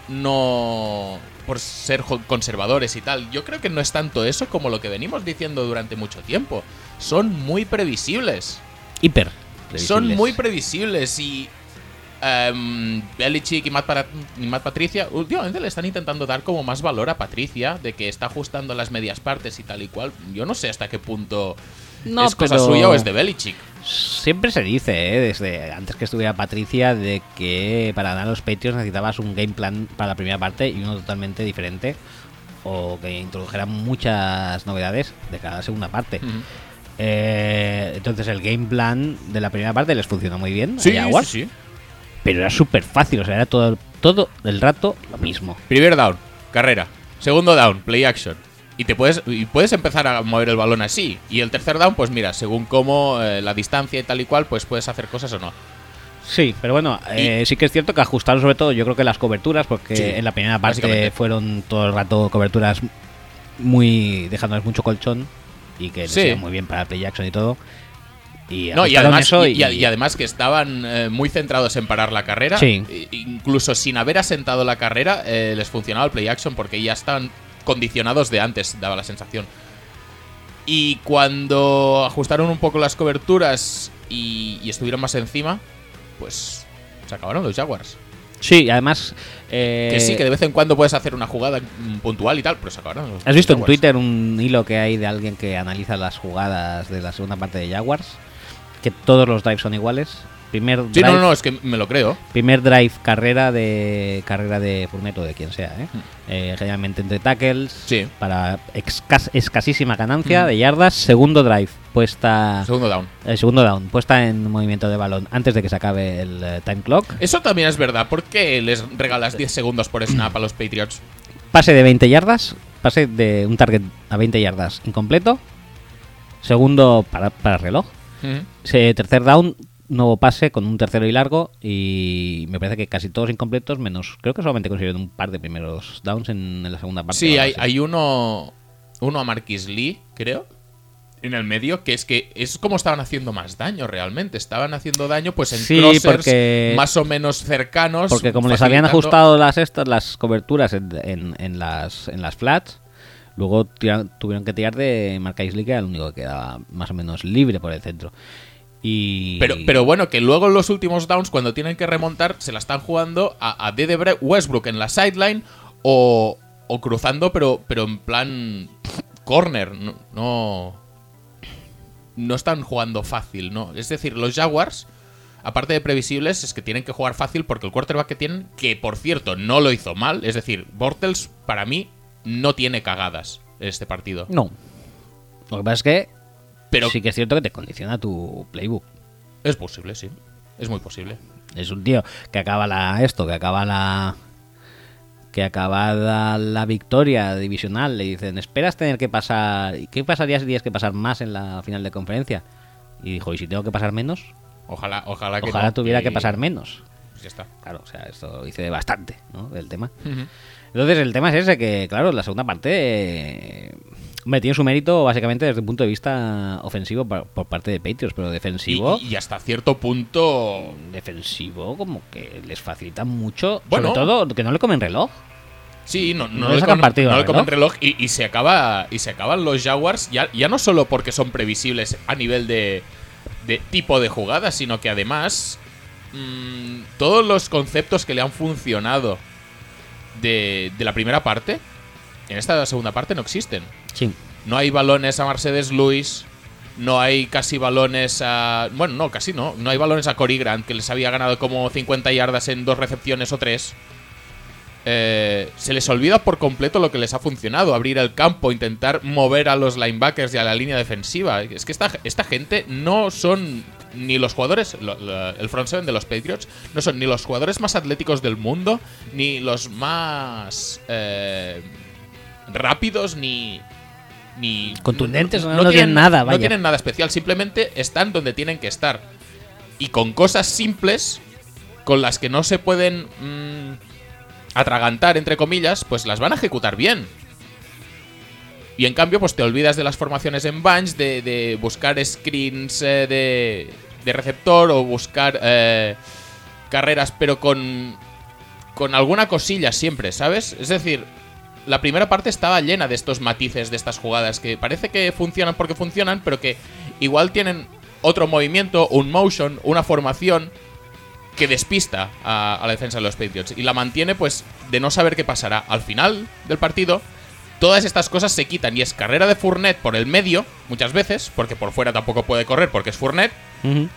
por ser conservadores y tal. Yo creo que no es tanto eso como lo que venimos diciendo durante mucho tiempo. Son muy previsibles. Hiper. Son muy previsibles y Belichick y Matt Patricia últimamente le están intentando dar como más valor a Patricia, de que está ajustando las medias partes y tal y cual. Yo no sé hasta qué punto es cosa pero suya o es de Belichick. Siempre se dice, desde antes que estuviera Patricia, de que para ganar los Patriots necesitabas un game plan para la primera parte y uno totalmente diferente, o que introdujera muchas novedades de cada segunda parte. Ujú. Entonces el game plan de la primera parte les funcionó muy bien a Sí, Jaguars, sí, sí. pero era súper fácil, o sea, era todo el rato lo mismo. Primer down, carrera. Segundo down, play action. Y puedes empezar a mover el balón así. Y el tercer down, pues mira, según cómo la distancia y tal y cual, pues puedes hacer cosas o no. Sí, pero bueno, sí que es cierto que ajustaron sobre todo, yo creo que las coberturas, porque Sí, en la primera parte básicamente. fueron todo el rato coberturas dejándoles mucho colchón y que les Sí. iba muy bien para Play Jackson y todo. Y No, y ajustaron además, eso y además que estaban muy centrados en parar la carrera. Sí. Incluso sin haber asentado la carrera, les funcionaba el play action porque ya estaban condicionados de antes, daba la sensación. Y cuando ajustaron un poco las coberturas y estuvieron más encima, pues se acabaron los Jaguars. Sí, además... Que sí, que de vez en cuando puedes hacer una jugada puntual y tal, pero se acabaron los ¿Has visto en Jaguars. Twitter un hilo que hay de alguien que analiza las jugadas de la segunda parte de Jaguars? Que todos los drives son iguales. Primer Sí, drive, no, es que me lo creo. primer drive carrera de Fournette o de quien sea, generalmente entre tackles Sí. para escasísima ganancia de yardas. Segundo drive puesta Segundo down. segundo down puesta en movimiento de balón antes de que se acabe el time clock. Eso también es verdad. ¿Por qué les regalas 10 segundos por snap a los Patriots? Pase de 20 yardas, pase de un target a 20 yardas incompleto. Segundo para reloj. Tercer down, nuevo pase con un tercero y largo. Y me parece que casi todos incompletos, menos creo que solamente consiguieron un par de primeros downs en la segunda parte. Sí, o algo así. hay uno a Marquis Lee, creo. en el medio, que es como estaban haciendo más daño realmente. Estaban haciendo daño pues en Sí, crossers porque- más o menos cercanos. Porque como les habían facilitando- ajustado las coberturas en las flats, luego tuvieron que tirar de Mark Aisley, que era el único que quedaba más o menos libre por el centro. Y... Pero bueno, que luego en los últimos downs, cuando tienen que remontar, se la están jugando a Dede Westbrook en la sideline o cruzando, pero en plan corner. No están jugando fácil, ¿no? Es decir, los Jaguars, aparte de previsibles, es que tienen que jugar fácil porque el quarterback que tienen, que por cierto no lo hizo mal, es decir, Bortles para mí no tiene cagadas en este partido. No. Lo que pasa es que Pero sí que es cierto que te condiciona tu playbook. es posible, sí. Es muy posible. Es un tío que acaba la victoria divisional, le dicen, ¿esperas tener que pasar? ¿Qué pasaría si tienes que pasar más en la final de conferencia? Y dijo, ¿y si tengo que pasar menos? Ojalá que Ojalá no, tuviera que pasar menos. Pues ya está. Claro, o sea, esto dice bastante, ¿no? Del tema. Entonces, el tema es ese, que claro, la segunda parte hombre, tiene su mérito básicamente desde el punto de vista ofensivo por parte de Patriots, pero defensivo... Y hasta cierto punto. Defensivo como que les facilita mucho, Bueno. sobre todo que no le comen reloj. Sí, no No le sacan partido no al le comen reloj. reloj y se acaban los Jaguars ya no solo porque son previsibles a nivel de tipo de jugada, sino que además todos los conceptos que le han funcionado de la primera parte, en esta segunda parte no existen. Sí. No hay balones a Mercedes Lewis, no hay casi balones a... Bueno, no, casi no. No hay balones a Corey Grant, que les había ganado como 50 yardas en 2 recepciones o 3. Se les olvida por completo lo que les ha funcionado. Abrir el campo, intentar mover a los linebackers y a la línea defensiva. Es que esta gente no son ni los jugadores... el front seven de los Patriots no son ni los jugadores más atléticos del mundo, ni los más rápidos, ni Contundentes, no tienen nada, vaya. No tienen nada especial, simplemente están donde tienen que estar. Y con cosas simples, con las que no se pueden atragantar, entre comillas, pues las van a ejecutar bien. Y en cambio, pues te olvidas de las formaciones en bunch, de buscar screens de receptor o buscar carreras, pero con alguna cosilla siempre, ¿sabes? Es decir, la primera parte estaba llena de estos matices, de estas jugadas que parece que funcionan porque funcionan, pero que igual tienen otro movimiento, un motion, una formación que despista a la defensa de los Patriots y la mantiene pues de no saber qué pasará. Al final del partido, todas estas cosas se quitan y es carrera de Fournette por el medio, muchas veces, porque por fuera tampoco puede correr porque es Fournette. Ujú.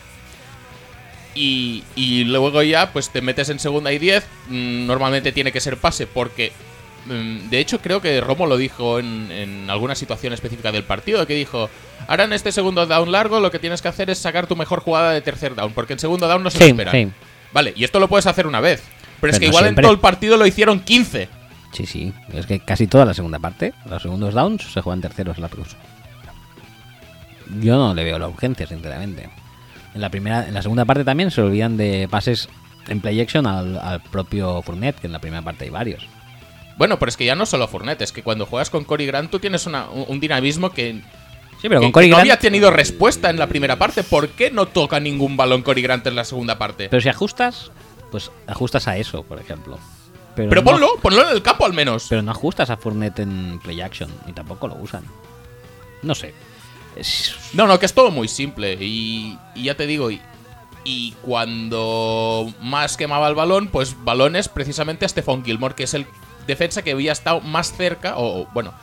Y luego ya pues te metes en segunda y 10. Normalmente tiene que ser pase porque... De hecho, creo que Romo lo dijo en alguna situación específica del partido, que dijo, ahora en este segundo down largo lo que tienes que hacer es sacar tu mejor jugada de tercer down, porque en segundo down no se lo esperan. Sí. Vale, y esto lo puedes hacer una vez, pero es que no igual siempre. en todo el partido lo hicieron 15. Sí, es que casi toda la segunda parte, los segundos downs, se juegan terceros largos. Yo no le veo la urgencia, sinceramente. En la segunda parte también se olvidan de pases en play action al propio Fournette, que en la primera parte hay varios. Bueno, pero es que ya no solo Fournette, es que cuando juegas con Corey Grant tú tienes un dinamismo que... Sí, pero que- con Corey que no Grant... había tenido respuesta en la primera parte. ¿Por qué no toca ningún balón Corey Grant en la segunda parte? Pero si ajustas, pues ajustas a eso, por ejemplo. Pero no- ponlo en el campo al menos. Pero no ajustas a Fournette en play action, y tampoco lo usan. No sé. No, que es todo muy simple. Y ya te digo, y cuando más quemaba el balón, pues balones precisamente a Stephon Gilmore, que es el defensa que había estado más cerca, bueno,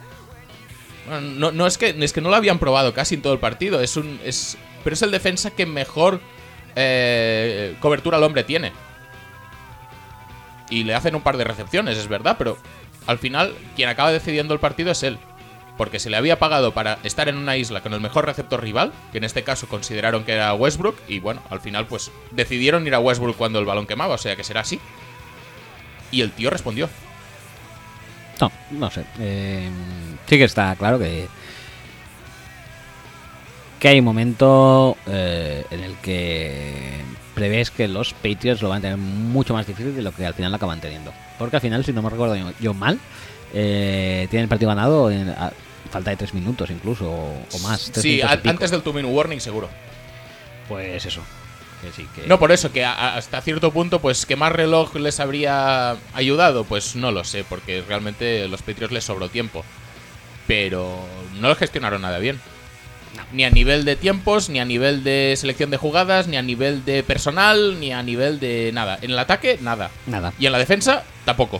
no es que no lo habían probado casi en todo el partido, pero es el defensa que mejor cobertura al hombre tiene. Y le hacen un par de recepciones, es verdad, pero al final quien acaba decidiendo el partido es él. Porque se le había pagado para estar en una isla con el mejor receptor rival, que en este caso consideraron que era Westbrook, y bueno, al final pues decidieron ir a Westbrook cuando el balón quemaba, o sea que será así. Y el tío respondió. No sé. Sí que está claro que hay un momento en el que prevés que los Patriots lo van a tener mucho más difícil de lo que al final lo acaban teniendo. Porque al final, si no me recuerdo yo mal, tienen el partido ganado falta de 3 minutos incluso, o más. 3 Sí, minutos y pico. antes del 2-minute warning seguro. Pues eso. Que sí, que... No, por eso, que hasta cierto punto, pues que más reloj les habría ayudado, pues no lo sé, porque realmente los Patriots les sobró tiempo. Pero no lo gestionaron nada bien. Ni a nivel de tiempos, ni a nivel de selección de jugadas, ni a nivel de personal, ni a nivel de nada. En el ataque, nada. Nada. Y en la defensa, tampoco.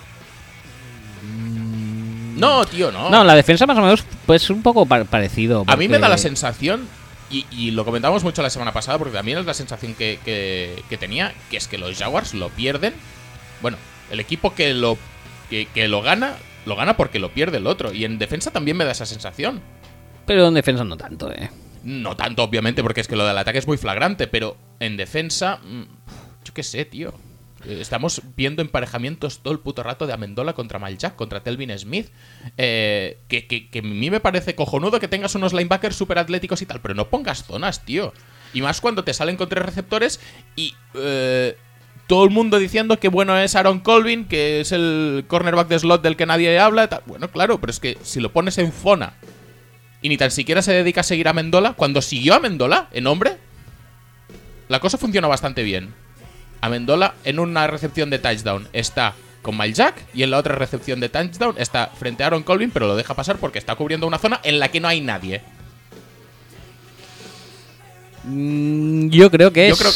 No, tío, no. No, la defensa más o menos, pues un poco parecido. A mí me porque- da la sensación, y lo comentamos mucho la semana pasada, porque también es la sensación que tenía, que es que los Jaguars lo pierden. Bueno, el equipo que lo gana porque lo pierde el otro. Y en defensa también me da esa sensación. Pero en defensa no tanto, No tanto, obviamente, porque es que lo del ataque es muy flagrante, pero en defensa, yo qué sé, tío. Estamos viendo emparejamientos todo el puto rato de Amendola contra Maljack, contra Telvin Smith. Que a mí me parece cojonudo que tengas unos linebackers súper atléticos y tal, pero no pongas zonas, tío. Y más cuando te salen con 3 receptores y todo el mundo diciendo que bueno es Aaron Colvin, que es el cornerback de slot del que nadie habla. Tal. Bueno, claro, pero es que si lo pones en zona y ni tan siquiera se dedica a seguir a Amendola, cuando siguió a Amendola en hombre, la cosa funciona bastante bien. Amendola en una recepción de touchdown está con Maljack y en la otra recepción de touchdown está frente a Aaron Colvin, pero lo deja pasar porque está cubriendo una zona en la que no hay nadie. Yo creo que Yo creo-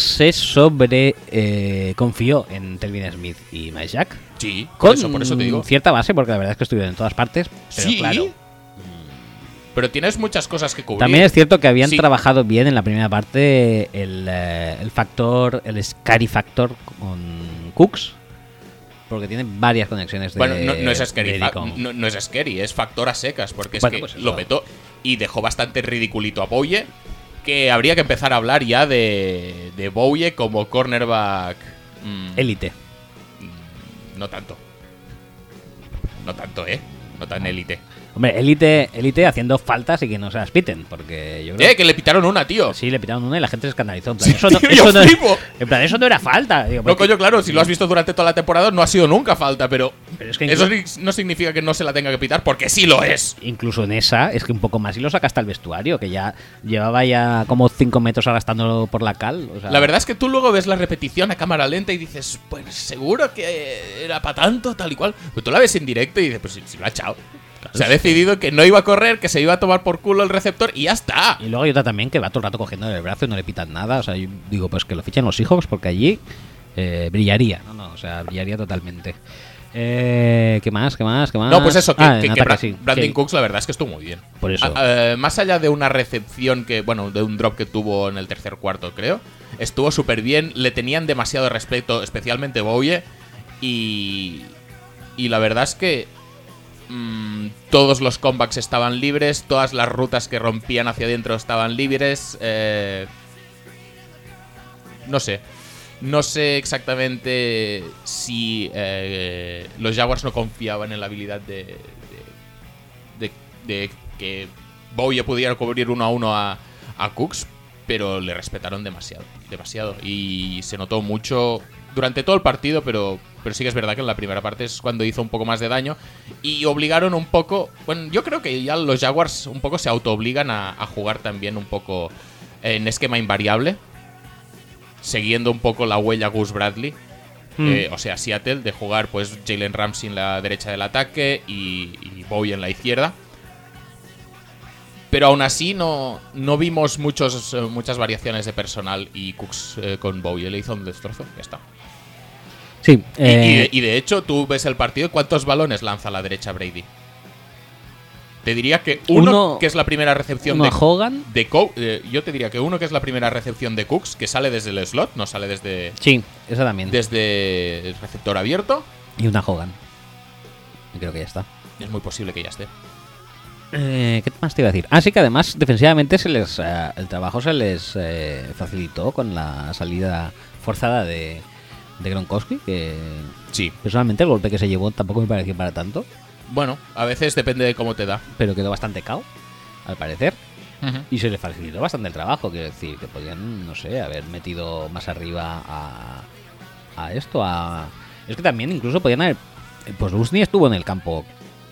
se confió en Telvin Smith y Maljack. Sí, Con por eso te digo. cierta base, porque la verdad es que estuvieron en todas partes. Pero Sí, claro, pero tienes muchas cosas que cubrir. también es cierto que habían Sí. trabajado bien en la primera parte el scary factor con Cooks, porque tienen varias conexiones de Bueno, no es scary, de Deacon. no es scary, es factor a secas, porque es Bueno, que pues eso. lo petó y dejó bastante ridiculito a Bowie, que habría que empezar a hablar ya de Bowie como cornerback. Élite. No tanto. No tanto, No tan élite. Hombre, élite haciendo faltas y que no se las piten, porque yo creo Que le pitaron una, tío. sí le pitaron una y la gente se escandalizó. En plan, Sí, eso, no, tío, eso yo no- flipo. en plan, eso no era falta. Digo, No, pues, coño, claro, si lo has visto durante toda la temporada no ha sido nunca falta, pero Pero es que eso no significa que no se la tenga que pitar, porque sí lo es. incluso en esa, es que un poco más y lo saca hasta el vestuario, que ya llevaba ya como 5 metros arrastrándolo por la cal. O sea, La verdad es que tú luego ves la repetición a cámara lenta y dices, pues seguro que era para tanto, tal y cual. Pero tú la ves en directo y dices, pues si lo ha echado. Se ha decidido que no iba a correr, que se iba a tomar por culo el receptor y ya está. Y luego hay otra también que va todo el rato cogiendo el brazo y no le pitan nada. O sea, yo digo, pues que lo fichen los Seahawks porque allí brillaría. O sea, brillaría totalmente. ¿Qué más? No, pues eso, que en ataque, sí, Brandon sí. Cooks la verdad es que estuvo muy bien. Por eso. Más allá de una recepción de un drop que tuvo en el tercer cuarto, creo, estuvo súper bien, le tenían demasiado respeto, especialmente Bowie, y la verdad es que todos los comebacks estaban libres, todas las rutas que rompían hacia adentro estaban libres. No sé exactamente si los Jaguars no confiaban en la habilidad de que Bowie pudiera cubrir 1 a 1 a Cooks, pero le respetaron demasiado. Y se notó mucho durante todo el partido, pero sí que es verdad que en la primera parte es cuando hizo un poco más de daño y obligaron un poco. Bueno, yo creo que ya los Jaguars un poco se autoobligan a jugar también un poco en esquema invariable, siguiendo un poco la huella Gus Bradley. O sea, Seattle, de jugar pues Jalen Ramsey en la derecha del ataque y Bowie en la izquierda. Pero aún así no vimos muchas variaciones de personal y Cooks con Bowie le hizo un destrozo. Ya está. Sí. Y de hecho, tú ves el partido, ¿cuántos balones lanza a la derecha Brady? Te diría que uno que es la primera recepción uno de a Hogan. yo te diría que uno que es la primera recepción de Cooks, que sale desde el slot, no sale desde Sí, esa también. el receptor abierto. Y una Hogan. Y creo que ya está. Es muy posible que ya esté. ¿Qué más te iba a decir? Ah, sí, que además defensivamente el trabajo se les facilitó con la salida forzada de Gronkowski, que Sí. personalmente el golpe que se llevó tampoco me pareció para tanto, Bueno, a veces depende de cómo te da. pero quedó bastante cao, al parecer, y se le facilitó bastante el trabajo. Quiero decir, que podían, no sé, haber metido más arriba a esto, Es que también incluso podían haber... Pues Usni estuvo en el campo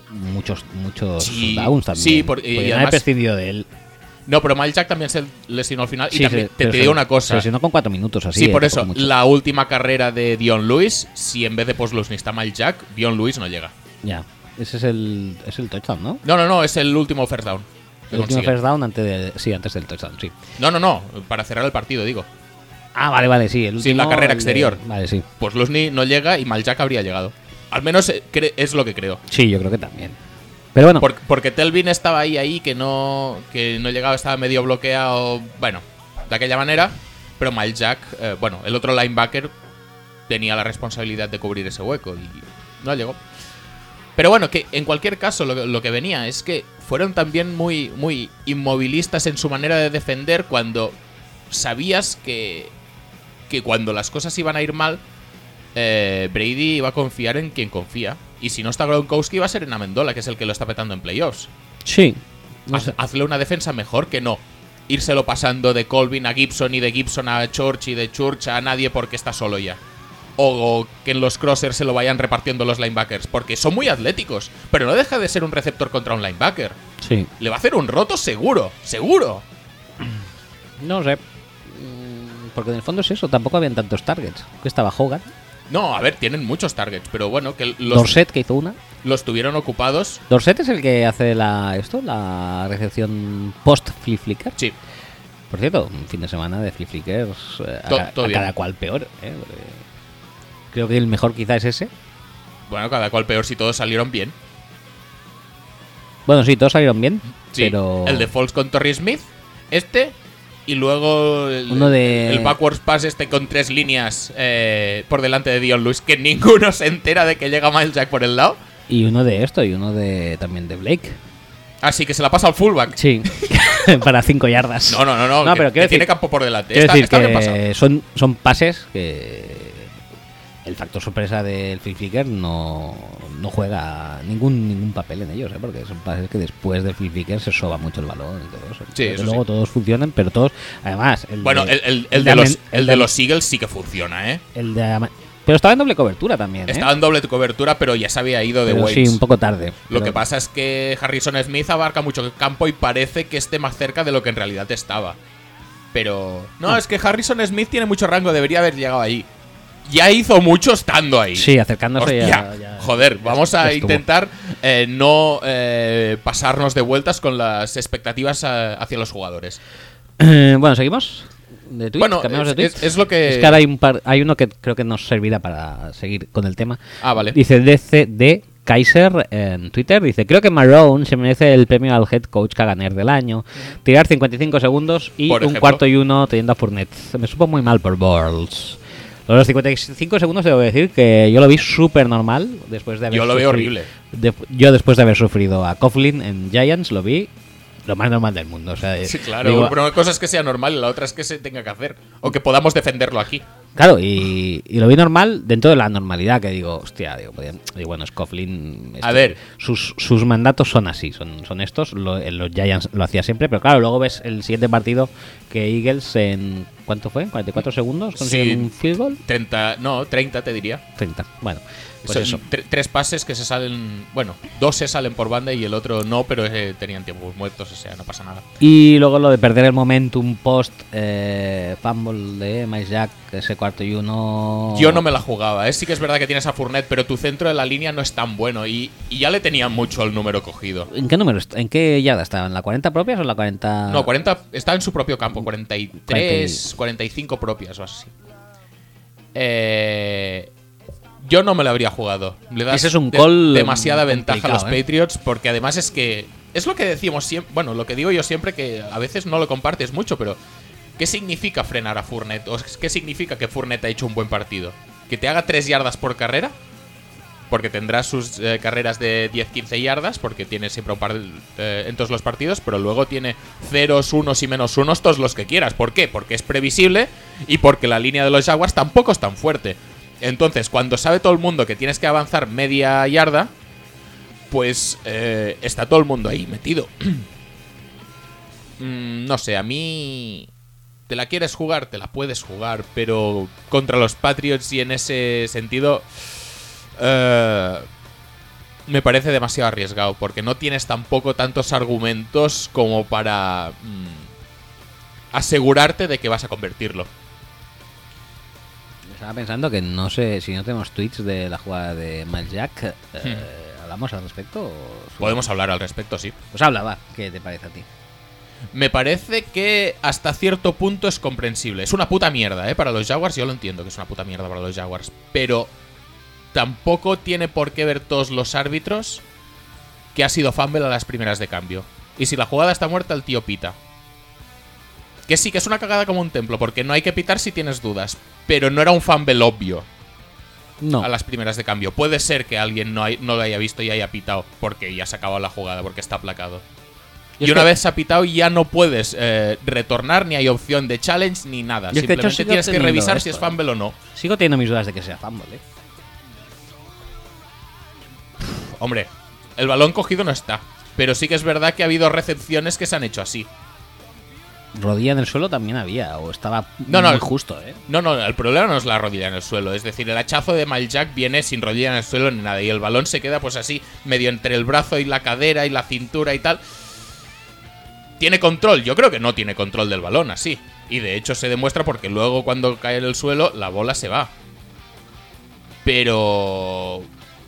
muchos Sí, downs también. sí, y Podrían haber además- prescindido de él. No, pero Miles Jack también se lesionó al final. Y Sí, también, sí, te pero digo una cosa. Se lesionó con 4 minutos así. Sí, por tampoco eso, mucho. la última carrera de Dion Lewis, si en vez de Postlus ni está Miles Jack, Dion Lewis no llega. Ya. Ese es el touchdown, ¿no? No, es el último first down. que El último consigue. first down antes del touchdown, sí. No, para cerrar el partido, digo. Ah, vale, sí. El Sí, último, la carrera el de- exterior. Vale, sí. Postlus no llega y Miles Jack habría llegado. Al menos es lo que creo. Sí, yo creo que también. Pero bueno, Porque Telvin estaba ahí que no llegaba, estaba medio bloqueado, bueno, de aquella manera. Pero Miles Jack, el otro linebacker tenía la responsabilidad de cubrir ese hueco y no llegó. Pero bueno, que en cualquier caso lo que venía es que fueron también muy, muy inmovilistas en su manera de defender cuando sabías que cuando las cosas iban a ir mal, Brady iba a confiar en quien confía. Y si no está Gronkowski, va a ser en Amendola, que es el que lo está petando en playoffs. sí. No sé. Hazle una defensa mejor que no írselo pasando de Colvin a Gibson y de Gibson a Church y de Church a nadie porque está solo ya. O que en los crossers se lo vayan repartiendo los linebackers, porque son muy atléticos, pero no deja de ser un receptor contra un linebacker. Sí. Le va a hacer un roto seguro. No sé. Porque en el fondo es eso. Tampoco habían tantos targets. Que estaba Hogan. No, a ver, tienen muchos targets, pero bueno, que Dorset, que hizo una. los tuvieron ocupados. Dorset es el que hace la recepción post flip flicker. Sí, Por cierto, un fin de semana de flip flickers Todo a bien. cada cual peor. Porque creo que el mejor quizá es ese. bueno, cada cual peor si todos salieron bien. Bueno, sí, todos salieron bien. Sí, pero el de Falls con Torrey Smith, y luego Uno de- el backwards pass con 3 líneas por delante de Dion Lewis, que ninguno se entera de que llega Miles Jack por el lado. Y uno de esto y uno de también de Blake. Así que se la pasa al fullback. Sí. Para 5 yardas. No, No, que, pero que quiero tiene decir- campo por delante. Quiero decir Está bien pasado. que son pases que el factor sorpresa del flip flicker no juega ningún papel en ellos, porque son pases que después del flip flicker se soba mucho el balón y todo eso. Sí, Desde eso luego sí. todos funcionan, pero todos, además, Bueno, el de los Eagles sí que funciona, ¿eh? pero estaba en doble cobertura también, ¿eh? Estaba en doble cobertura, pero ya se había ido de Pero Waits. sí, un poco tarde. Lo Pero- que pasa es que Harrison Smith abarca mucho campo y parece que esté más cerca de lo que en realidad estaba. Pero... No, es que Harrison Smith tiene mucho rango, debería haber llegado ahí. Ya hizo mucho estando ahí. Sí, acercándose Hostia, ya. joder, vamos a ya estuvo. intentar no pasarnos de vueltas con las expectativas hacia los jugadores. Bueno, seguimos. De tweets, Bueno, cambiamos de tweets. es lo que... Es que ahora hay uno que creo que nos servirá para seguir con el tema. Ah, vale. Dice DCD Kaiser en Twitter, dice: creo que Marrone se merece el premio al head coach caganer del año. Tirar 55 segundos y Por un ejemplo. cuarto y uno teniendo a Fournette. Me supo muy mal por Balls. Los 55 segundos debo decir que yo lo vi súper normal después de haber Yo lo veo sufri- horrible. yo después de haber sufrido a Coughlin en Giants lo vi lo más normal del mundo. O sea, Sí, claro. digo, pero una cosa es que sea normal y la otra es que se tenga que hacer. O que podamos defenderlo aquí. claro, y lo vi normal dentro de la normalidad, que digo, hostia, digo, bueno, es Coughlin. A ver. Sus mandatos son así, son estos. En los Giants lo hacía siempre, pero claro, luego ves el siguiente partido que Eagles en. ¿Cuánto fue? ¿44 segundos? ¿Consiguen Sí. un field goal? 30 te diría. 30. Bueno, pues Son eso. 3 pases que se salen. Bueno, 2 se salen por banda y el otro no, pero tenían tiempos muertos, o sea, no pasa nada. Y luego lo de perder el momentum post fumble de Miles Jack, ese cuarto y uno. Yo no me la jugaba, ¿eh? Sí que es verdad que tienes a Fournette, pero tu centro de la línea no es tan bueno y ya le tenían mucho el número cogido. ¿En qué número en qué yarda estaba? ¿En la 40 propias o en la 40? No, 40 está en su propio campo, 43, 45 propias o así. Yo no me lo habría jugado. Le das Ese es un call demasiada ventaja a los complicado, ¿eh? Patriots porque además es que es lo que decimos siempre, bueno, lo que digo yo siempre, que a veces no lo compartes mucho, pero ¿qué significa frenar a Fournette? ¿O qué significa que Fournette ha hecho un buen partido? ¿Que te haga 3 yardas por carrera? Porque tendrás sus carreras de 10-15 yardas, porque tiene siempre un par en todos los partidos, pero luego tiene ceros, unos y menos unos, todos los que quieras. ¿Por qué? Porque es previsible y porque la línea de los Jaguars tampoco es tan fuerte. Entonces, cuando sabe todo el mundo que tienes que avanzar media yarda, pues está todo el mundo ahí metido. No sé, a mí... ¿Te la quieres jugar? Te la puedes jugar, pero contra los Patriots y en ese sentido... me parece demasiado arriesgado, porque no tienes tampoco tantos argumentos como para asegurarte de que vas a convertirlo. Estaba pensando que no sé si no tenemos tweets de la jugada de Miles Jack. ¿Hablamos al respecto? Podemos hablar al respecto, sí. Pues habla, va. ¿Qué te parece a ti? Me parece que hasta cierto punto es comprensible. Es una puta mierda, para los Jaguars. Yo lo entiendo que es una puta mierda para los Jaguars. Pero tampoco tiene por qué ver todos los árbitros que ha sido fumble a las primeras de cambio. Y si la jugada está muerta, el tío pita. Que sí, que es una cagada como un templo, porque no hay que pitar si tienes dudas. Pero no era un fumble obvio No. a las primeras de cambio. Puede ser que alguien no lo haya visto y haya pitado porque ya se ha acabado la jugada, porque está aplacado. Y una vez se ha pitado ya no puedes retornar, ni hay opción de challenge, ni nada. Yo es que, de hecho, Simplemente sigo tienes que teniendo revisar si esto, es fumble o no. Sigo teniendo mis dudas de que sea fumble, Hombre, el balón cogido no está. Pero sí que es verdad que ha habido recepciones que se han hecho así. Rodilla en el suelo también había, o estaba No, muy justo, No, el problema no es la rodilla en el suelo. Es decir, el hachazo de Miles Jack viene sin rodilla en el suelo ni nada. Y el balón se queda pues así, medio entre el brazo y la cadera y la cintura y tal. ¿Tiene control? Yo creo que no tiene control del balón así. Y de hecho se demuestra porque luego cuando cae en el suelo la bola se va. Pero...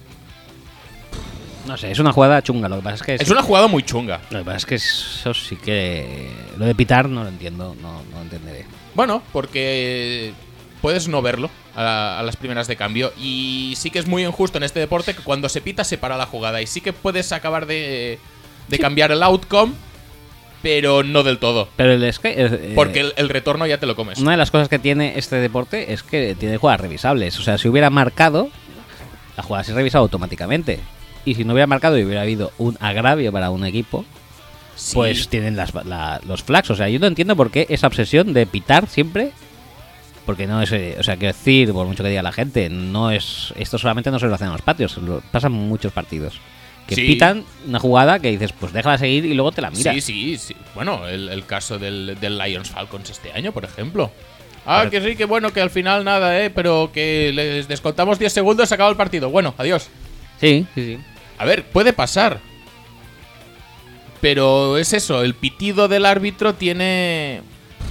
No sé, es una jugada chunga. Lo que pasa es que es una jugada muy chunga. Lo que pasa es que eso sí que... Lo de pitar no lo entiendo, no lo entenderé. Bueno, porque puedes no verlo a las primeras de cambio. Y sí que es muy injusto en este deporte que cuando se pita se para la jugada. Y sí que puedes acabar de cambiar el outcome, pero no del todo. Pero es que... Porque el retorno ya te lo comes. Una de las cosas que tiene este deporte es que tiene jugadas revisables. O sea, si hubiera marcado, la jugada se revisa automáticamente. Y si no hubiera marcado y hubiera habido un agravio para un equipo, Sí. pues tienen los flags. O sea, yo no entiendo por qué esa obsesión de pitar siempre. Porque no es... O sea, quiero decir, por mucho que diga la gente, no es... Esto solamente no se lo hacen en los patios, lo pasan muchos partidos. Que Sí. pitan una jugada que dices, pues déjala seguir y luego te la miras. Sí. Bueno, el caso del Lions Falcons este año, por ejemplo. Ah, que sí, que bueno, que al final nada, pero que les descontamos 10 segundos, se acaba el partido. Bueno, adiós. Sí. A ver, puede pasar. Pero es eso, el pitido del árbitro tiene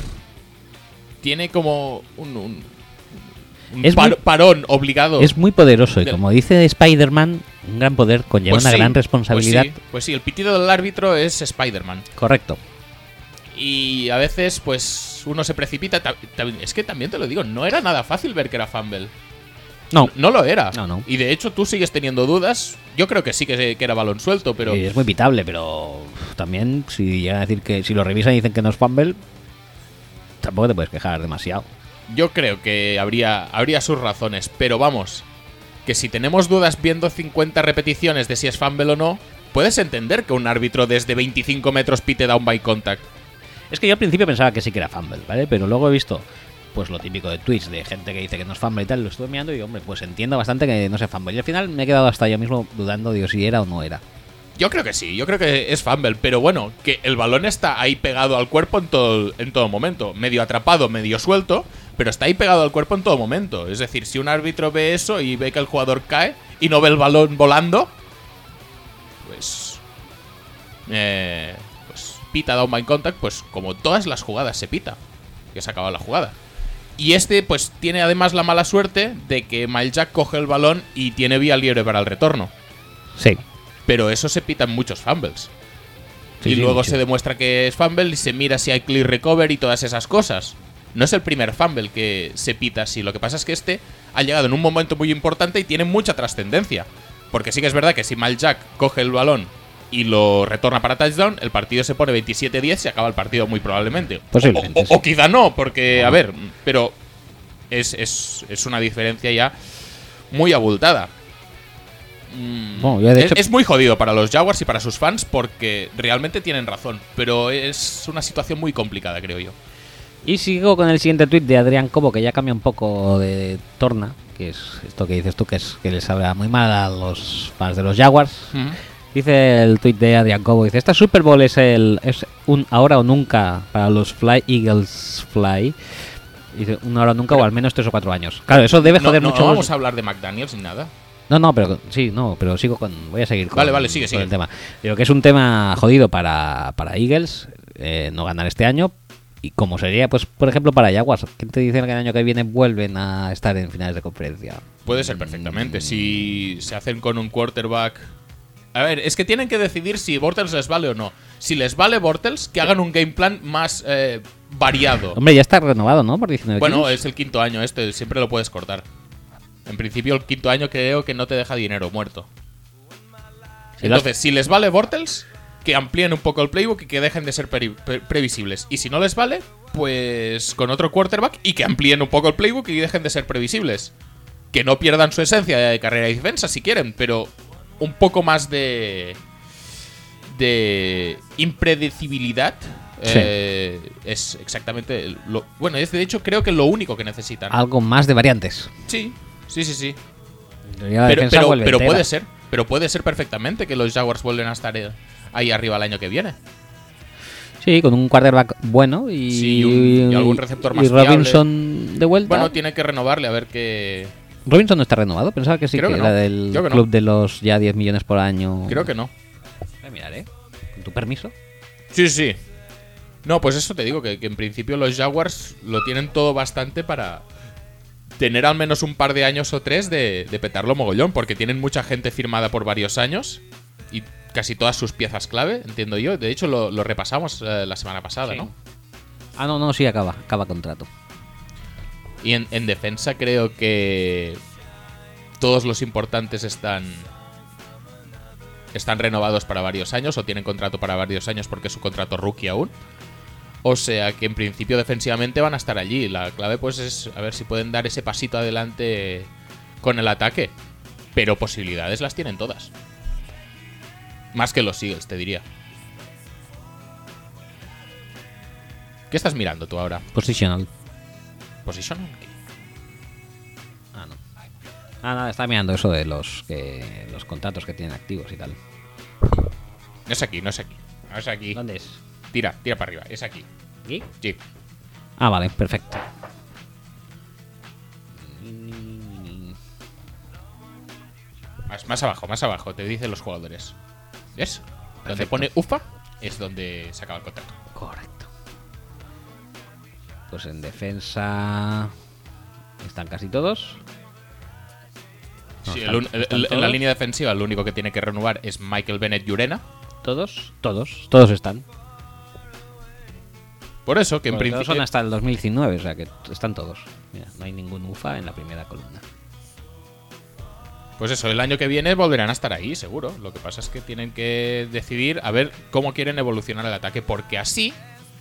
como un Es muy- parón obligado. Es muy poderoso y Del- como dice Spider-Man, un gran poder conlleva Pues una sí, gran responsabilidad. Pues sí, el pitido del árbitro es Spider-Man. Correcto. Y a veces, pues, uno se precipita. Es que también te lo digo, no era nada fácil ver que era fumble. No, No lo era. No. Y de hecho, tú sigues teniendo dudas. Yo creo que sí que era balón suelto, pero es muy pitable, pero también si llegan a decir que si lo revisan y dicen que no es fumble, tampoco te puedes quejar demasiado. yo creo que habría sus razones. Pero vamos, que si tenemos dudas viendo 50 repeticiones de si es fumble o no, puedes entender que un árbitro desde 25 metros pite down by contact. Es que yo al principio pensaba que sí que era fumble, ¿vale? Pero luego he visto pues lo típico de tweets de gente que dice que no es fumble y tal, lo estuve mirando y hombre, pues entiendo bastante que no sea fumble. Y al final me he quedado hasta yo mismo dudando, digo, si era o no era. Yo creo que sí, yo creo que es fumble, pero bueno, que el balón está ahí pegado al cuerpo en todo momento. Medio atrapado, medio suelto, pero está ahí pegado al cuerpo en todo momento. Es decir, si un árbitro ve eso y ve que el jugador cae y no ve el balón volando, pues pita down by contact, pues como todas las jugadas se pita, que se acaba la jugada. Y este pues tiene además la mala suerte de que Miles Jack coge el balón y tiene vía libre para el retorno. Sí. Pero eso se pita en muchos fumbles. Sí, y sí, luego mucho. se demuestra que es fumble y se mira si hay clear recover y todas esas cosas. No es el primer fumble que se pita así. Lo que pasa es que este ha llegado en un momento muy importante y tiene mucha trascendencia. Porque sí que es verdad que si Miles Jack coge el balón y lo retorna para touchdown, el partido se pone 27-10, se acaba el partido muy probablemente. Posiblemente, sí. O quizá no, porque, a ver, pero es una diferencia ya muy abultada. Bueno, yo de hecho- Es muy jodido para los Jaguars y para sus fans porque realmente tienen razón, pero es una situación muy complicada, creo yo. Y sigo con el siguiente tweet de Adrián Cobo, que ya cambia un poco de torna, que es esto que dices tú, que es que les habla muy mal a los fans de los Jaguars. Dice el tweet de Adrián Cobo, dice, esta Super Bowl es un ahora o nunca para los Fly Eagles Fly. Dice, un ahora o nunca o al menos 3 o 4 años. Claro, eso debe joder no mucho. vamos a hablar de McDaniels ni nada. No, pero sí, no, pero sigo con. Voy a seguir con, Vale, sigue, con sigue. el tema. Digo que es un tema jodido para Eagles no ganar este año. Y como sería, pues, por ejemplo, para Jaguars. ¿Quién te dice que el año que viene vuelven a estar en finales de conferencia? Puede ser perfectamente. Si se hacen con un quarterback. A ver, es que tienen que decidir si Bortles les vale o no. Si les vale Bortles, que hagan un game plan más variado. Hombre, ya está renovado, ¿no? Por 19 Bueno, kilos. es el quinto año siempre lo puedes cortar. En principio, el quinto año creo que no te deja dinero muerto. Si lo has- Entonces, si les vale Bortles, que amplíen un poco el playbook y que dejen de ser previsibles. Y si no les vale, pues con otro quarterback y que amplíen un poco el playbook y dejen de ser previsibles. Que no pierdan su esencia de carrera y defensa si quieren, pero un poco más de impredecibilidad. Sí. Es exactamente lo. Bueno, es de hecho creo que lo único que necesitan. Algo más de variantes. Sí. La Pero, defensa vuelve pero entera. puede ser. Pero puede ser perfectamente que los Jaguars vuelvan a estar ahí arriba el año que viene. Sí, con un quarterback bueno y, Sí, y algún receptor más y Robinson de vuelta. Bueno, tiene que renovarle a ver qué. Robinson no está renovado. Pensaba que sí, Creo que que era no. del Creo que no. club de los ya 10 millones por año. Creo que no. Voy a mirar, con tu permiso. Sí. No, pues eso te digo, que en principio los Jaguars lo tienen todo bastante para tener al menos un par de años o 3 de petarlo mogollón, porque tienen mucha gente firmada por varios años y casi todas sus piezas clave, entiendo yo. De hecho, lo repasamos la semana pasada, Sí. ¿no? Ah, no, sí, acaba contrato. Y en defensa creo que todos los importantes están renovados para varios años o tienen contrato para varios años porque es su contrato rookie aún. O sea que en principio defensivamente van a estar allí. La clave pues es a ver si pueden dar ese pasito adelante con el ataque. Pero posibilidades las tienen todas. Más que los Eagles, te diría. ¿Qué estás mirando tú ahora? Positional. ¿Position? Ah, no. Ah, nada, está mirando eso de los contratos que tienen activos y tal. No es aquí, no es aquí. No es aquí. ¿Dónde es? Tira para arriba. Es aquí. ¿Aquí? Sí. Ah, vale, perfecto. Más abajo. Te dicen los jugadores. ¿Ves? Donde Perfecto. pone UFA es donde se acaba el contrato. Correcto. Pues en defensa están casi todos. No, Sí, están en la todos. línea defensiva lo único que tiene que renovar es Michael Bennett Llurena. Todos están. Por eso que en Bueno, todos principio son hasta el 2019, o sea que están todos. Mira, no hay ningún UFA en la primera columna. pues eso, el año que viene volverán a estar ahí, seguro. Lo que pasa es que tienen que decidir a ver cómo quieren evolucionar el ataque, porque así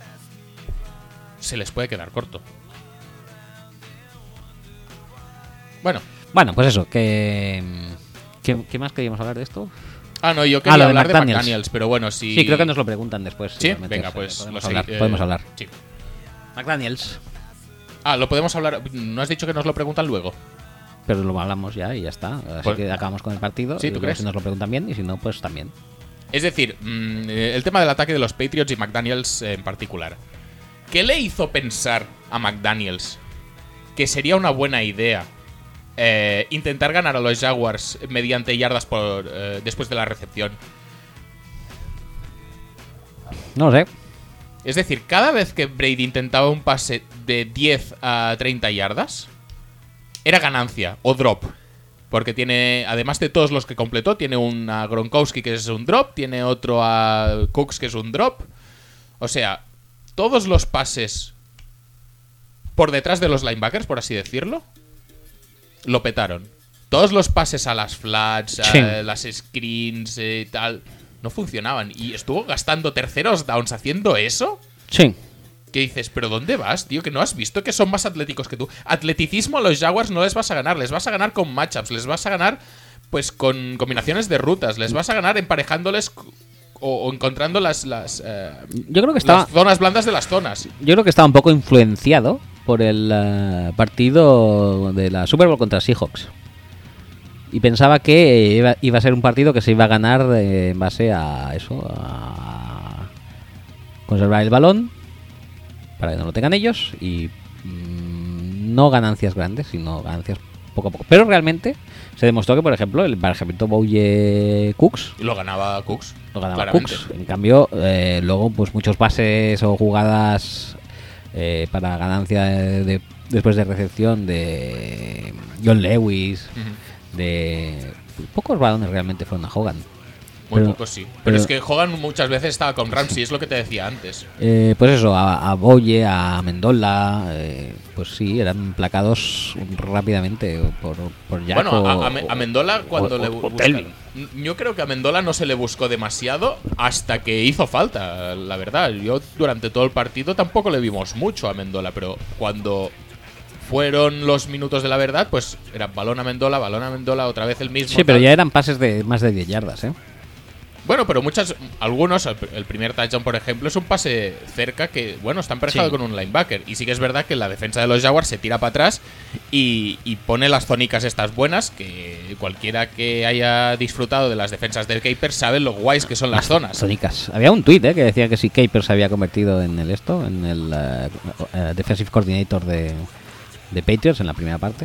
se les puede quedar corto. Bueno, Bueno, pues eso, ¿qué más queríamos hablar de esto? no, yo lo quería de hablar de McDaniels. McDaniels, pero bueno, si Sí, creo que nos lo preguntan después. Sí, igualmente, venga, o sea, pues podemos lo hablar. segui- Podemos hablar. Sí. McDaniels, Lo podemos hablar. ¿No has dicho que nos lo preguntan luego? pero lo hablamos ya y ya está. Así Pues- que acabamos con el partido. Sí, y ¿tú luego crees? si nos lo preguntan bien y si no, pues también. Es decir, el tema del ataque de los Patriots y McDaniels en particular. ¿Qué le hizo pensar a McDaniels que sería una buena idea intentar ganar a los Jaguars mediante yardas después de la recepción? No lo sé. Es decir, cada vez que Brady intentaba un pase de 10 a 30 yardas, era ganancia o drop. Porque tiene, además de todos los que completó, tiene un a Gronkowski que es un drop, tiene otro a Cooks que es un drop. O sea, todos los pases por detrás de los linebackers, por así decirlo, lo petaron. Todos los pases a las flats, a Sí. las screens y tal, no funcionaban. Y estuvo gastando terceros downs haciendo eso. Sí. ¿Qué dices? ¿Pero dónde vas, tío? ¿Que no has visto que son más atléticos que tú? Atleticismo a los Jaguars no les vas a ganar. Les vas a ganar con matchups. Les vas a ganar, pues, con combinaciones de rutas. Les vas a ganar emparejándoles o encontrando las Yo creo que estaba. las zonas blandas de las zonas. Yo creo que estaba un poco influenciado por el partido de la Super Bowl contra Seahawks. Y pensaba que iba a ser un partido que se iba a ganar en base a eso, a conservar el balón para que no lo tengan ellos y no ganancias grandes, sino ganancias poco a poco. Pero realmente, Se demostró que, por ejemplo, el emparejamiento Bouye-Cooks Y lo ganaba Cooks. lo ganaba claramente. Cooks. En cambio, luego, pues muchos pases o jugadas para ganancia después de recepción de John Lewis, Ujú. de pocos balones realmente fueron a Hogan. Muy Pero- pocos sí. Pero, pero- es que Hogan muchas veces estaba con Ramsey, es lo que te decía antes. Pues eso, a Boye, a Mendola, pues sí, eran placados rápidamente por Jack Bueno, o- a Mendola cuando o- le o buscan- Telvin. Yo creo que a Mendola no se le buscó demasiado hasta que hizo falta, la verdad. Yo durante todo el partido tampoco le vimos mucho a Mendola, pero cuando fueron los minutos de la verdad, pues era balón a Mendola, otra vez el mismo. Sí, pero tal. ya eran pases de más de 10 yardas, ¿eh? Bueno, pero algunos, el primer touchdown, por ejemplo, es un pase cerca que, bueno, está emparejado Sí. con un linebacker. Y sí que es verdad que la defensa de los Jaguars se tira para atrás y pone las zónicas estas buenas, que cualquiera que haya disfrutado de las defensas del Capers sabe lo guays que son las zonas. Sónicas. Había un tuit que decía que si Capers se había convertido en el Defensive Coordinator de Patriots en la primera parte.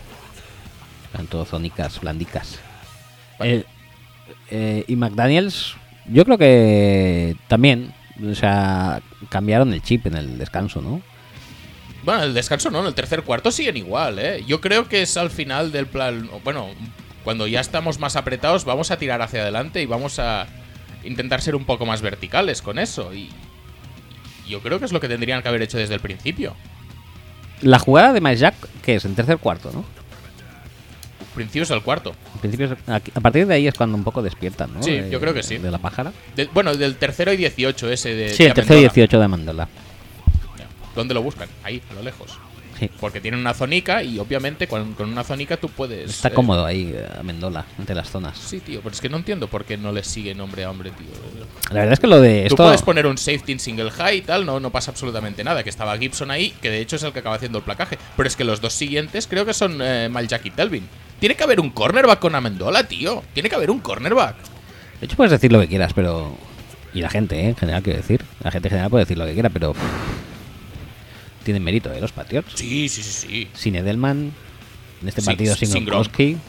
Eran todo zónicas blandicas. Vale. Y McDaniels, yo creo que también, o sea, cambiaron el chip en el descanso, ¿no? Bueno, el descanso no, en el tercer cuarto siguen igual, ¿eh? Yo creo que es al final del plan. Bueno, cuando ya estamos más apretados, vamos a tirar hacia adelante y vamos a intentar ser un poco más verticales con eso. Y yo creo que es lo que tendrían que haber hecho desde el principio. La jugada de Miles Jack, que es en tercer cuarto, ¿no? Principios del cuarto. En principio, a partir de ahí es cuando un poco despiertan, ¿no? Sí, yo creo que sí. De la pájara. Bueno, del tercero y 18 ese de. Sí, de el tercero y Amendola. 18 de Mandola. Ya. ¿Dónde lo buscan? Ahí, a lo lejos. Sí. Porque tienen una zonica y obviamente con una zonica tú puedes. Está cómodo ahí, Amendola, entre las zonas. Sí, tío, pero es que no entiendo por qué no les sigue nombre a hombre, tío. La verdad es que lo de Tú esto. puedes poner un safety en single high y tal, no pasa absolutamente nada. Que estaba Gibson ahí, que de hecho es el que acaba haciendo el placaje. Pero es que los dos siguientes creo que son Miles Jack y Telvin. Tiene que haber un cornerback con Amendola, tío. Tiene que haber un cornerback. De hecho, puedes decir lo que quieras, pero. Y la gente, en general, quiero decir. La gente en general puede decir lo que quiera, pero. Tienen mérito, los Patriots. Sí, sí, sí, sí. Sin Edelman, en este Sí, partido sin sin Gronkowski.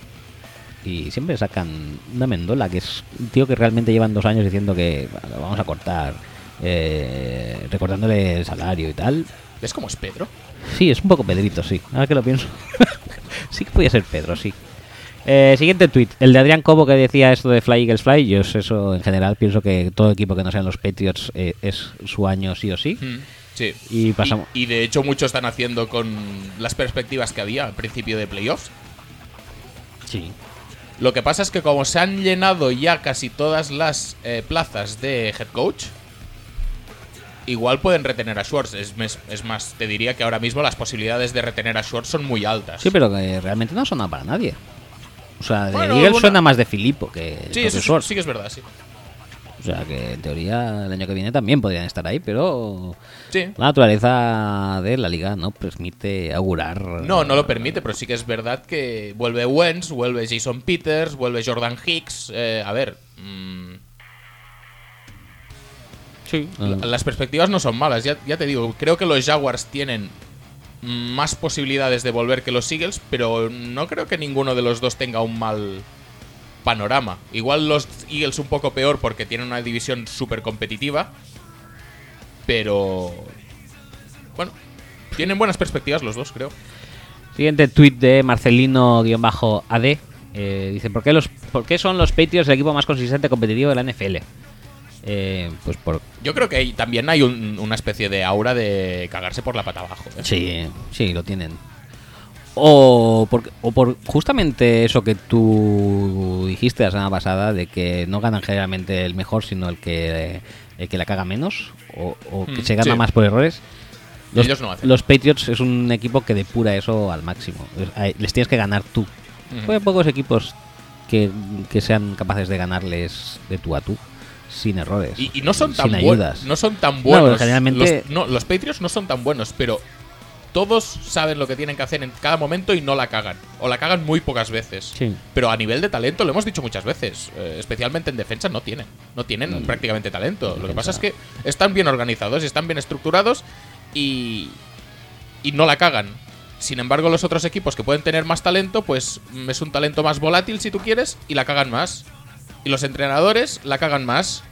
Y siempre sacan una Mendola, que es un tío que realmente llevan 2 años diciendo que lo vamos a cortar, recortándole el salario y tal. ¿Ves cómo es Pedro? Sí, es un poco Pedrito, sí. Ahora que lo pienso. Sí que podía ser Pedro, sí. Siguiente tweet, el de Adrián Cobo, que decía esto de Fly Eagles Fly. Yo eso en general pienso que todo equipo que no sean los Patriots es su año sí o sí. Sí. Y pasamos. Y de hecho muchos están haciendo con las perspectivas que había al principio de playoffs. Sí. Lo que pasa es que como se han llenado ya casi todas las plazas de head coach, igual pueden retener a Schwartz. Es más, te diría que ahora mismo las posibilidades de retener a Schwartz son muy altas. Sí, pero que realmente no suena para nadie. O sea, de Bueno, Eagles alguna- suena más de Filippo que Sí, propio eso Schwartz. sí que es verdad, sí. O sea, que en teoría el año que viene también podrían estar ahí, pero Sí. la naturaleza de la liga no permite augurar. No lo permite, pero sí que es verdad que vuelve Wentz, vuelve Jason Peters, vuelve Jordan Hicks. A ver, Sí. las perspectivas no son malas. Ya te digo, creo que los Jaguars tienen más posibilidades de volver que los Eagles, pero no creo que ninguno de los dos tenga un mal panorama. Igual los Eagles un poco peor porque tienen una división súper competitiva, pero bueno, tienen buenas perspectivas los dos, creo. Siguiente tweet de Marcelino-AD. Dice, ¿por qué son los Patriots el equipo más consistente y competitivo de la NFL? Pues por... Yo creo que también hay una especie de aura de cagarse por la pata abajo, ¿eh? Sí, lo tienen. O por justamente eso que tú dijiste la semana pasada, de que no ganan generalmente el mejor, sino el que la caga menos, o que se gana sí. más por errores. Ellos no hacen. Los Patriots es un equipo que depura eso al máximo. Les tienes que ganar tú. Ujú. Hay pocos equipos que sean capaces de ganarles de tú a tú, sin errores. Y no son tan sin ayudas. buenos. No son tan buenos. generalmente- Los Patriots no son tan buenos, pero todos saben lo que tienen que hacer en cada momento y no la cagan. O la cagan muy pocas veces. Sí. Pero a nivel de talento, lo hemos dicho muchas veces, especialmente en defensa, no tienen. No tienen prácticamente talento. Lo que pasa es que están bien organizados, están bien estructurados y no la cagan. Sin embargo, los otros equipos que pueden tener más talento, pues es un talento más volátil si tú quieres y la cagan más. Y los entrenadores la cagan más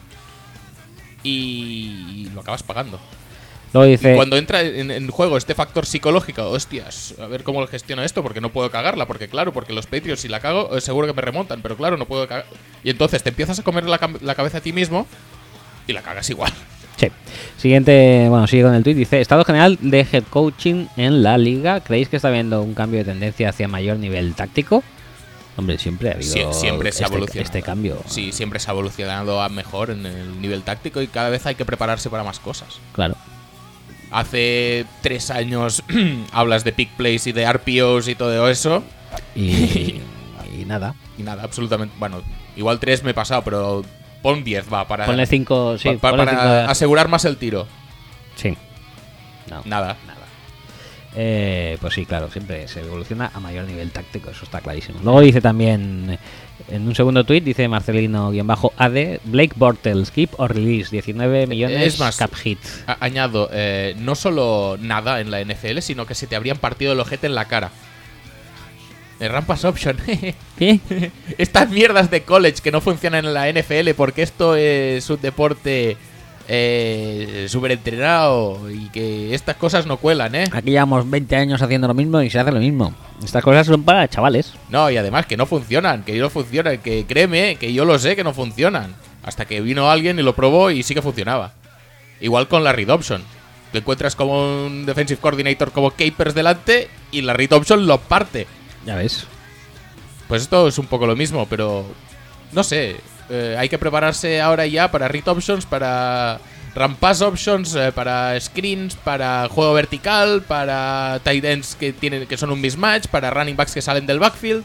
y lo acabas pagando. Luego dice... Y cuando entra en juego este factor psicológico, hostias, a ver cómo lo gestiono esto, porque no puedo cagarla, porque claro, porque los Patriots si la cago, seguro que me remontan, pero claro, no puedo cagar. Y entonces te empiezas a comer la cabeza a ti mismo y la cagas igual. Sí. Siguiente, bueno, sigue con el tweet. Dice: estado general de head coaching en la liga. ¿Creéis que está habiendo un cambio de tendencia hacia mayor nivel táctico? Hombre, siempre ha habido Siempre se ha evolucionado. este cambio. Sí, siempre se ha evolucionado a mejor en el nivel táctico y cada vez hay que prepararse para más cosas. Claro. Hace 3 años hablas de pick plays y de RPOs y todo eso. Y nada. Y nada, absolutamente. Bueno, igual 3 me he pasado, pero pon 10, va, para. Ponle 5, sí. Para ponle 5 asegurar más el tiro. Sí. No. Nada. Pues sí, claro, siempre se evoluciona a mayor nivel táctico, eso está clarísimo. Luego dice también, en un segundo tuit, dice Marcelino-AD, Blake Bortles, keep or release, 19 millones Es más, cap hit. Añado, no solo nada en la NFL, sino que se te habrían partido el ojete en la cara. Rampas option. ¿Qué? Estas mierdas de college que no funcionan en la NFL porque esto es un deporte súper entrenado y que estas cosas no cuelan, ¿eh? Aquí llevamos 20 años haciendo lo mismo y se hace lo mismo. Estas cosas son para chavales. No, y además que no funcionan, que créeme, que yo lo sé que no funcionan. Hasta que vino alguien y lo probó y sí que funcionaba. Igual con la read option. Te encuentras como un defensive coordinator como Capers delante y la read option lo parte. Ya ves. Pues esto es un poco lo mismo, pero no sé. Hay que prepararse ahora ya para read options, para run pass options, para screens, para juego vertical, para tight ends que son un mismatch, para running backs que salen del backfield.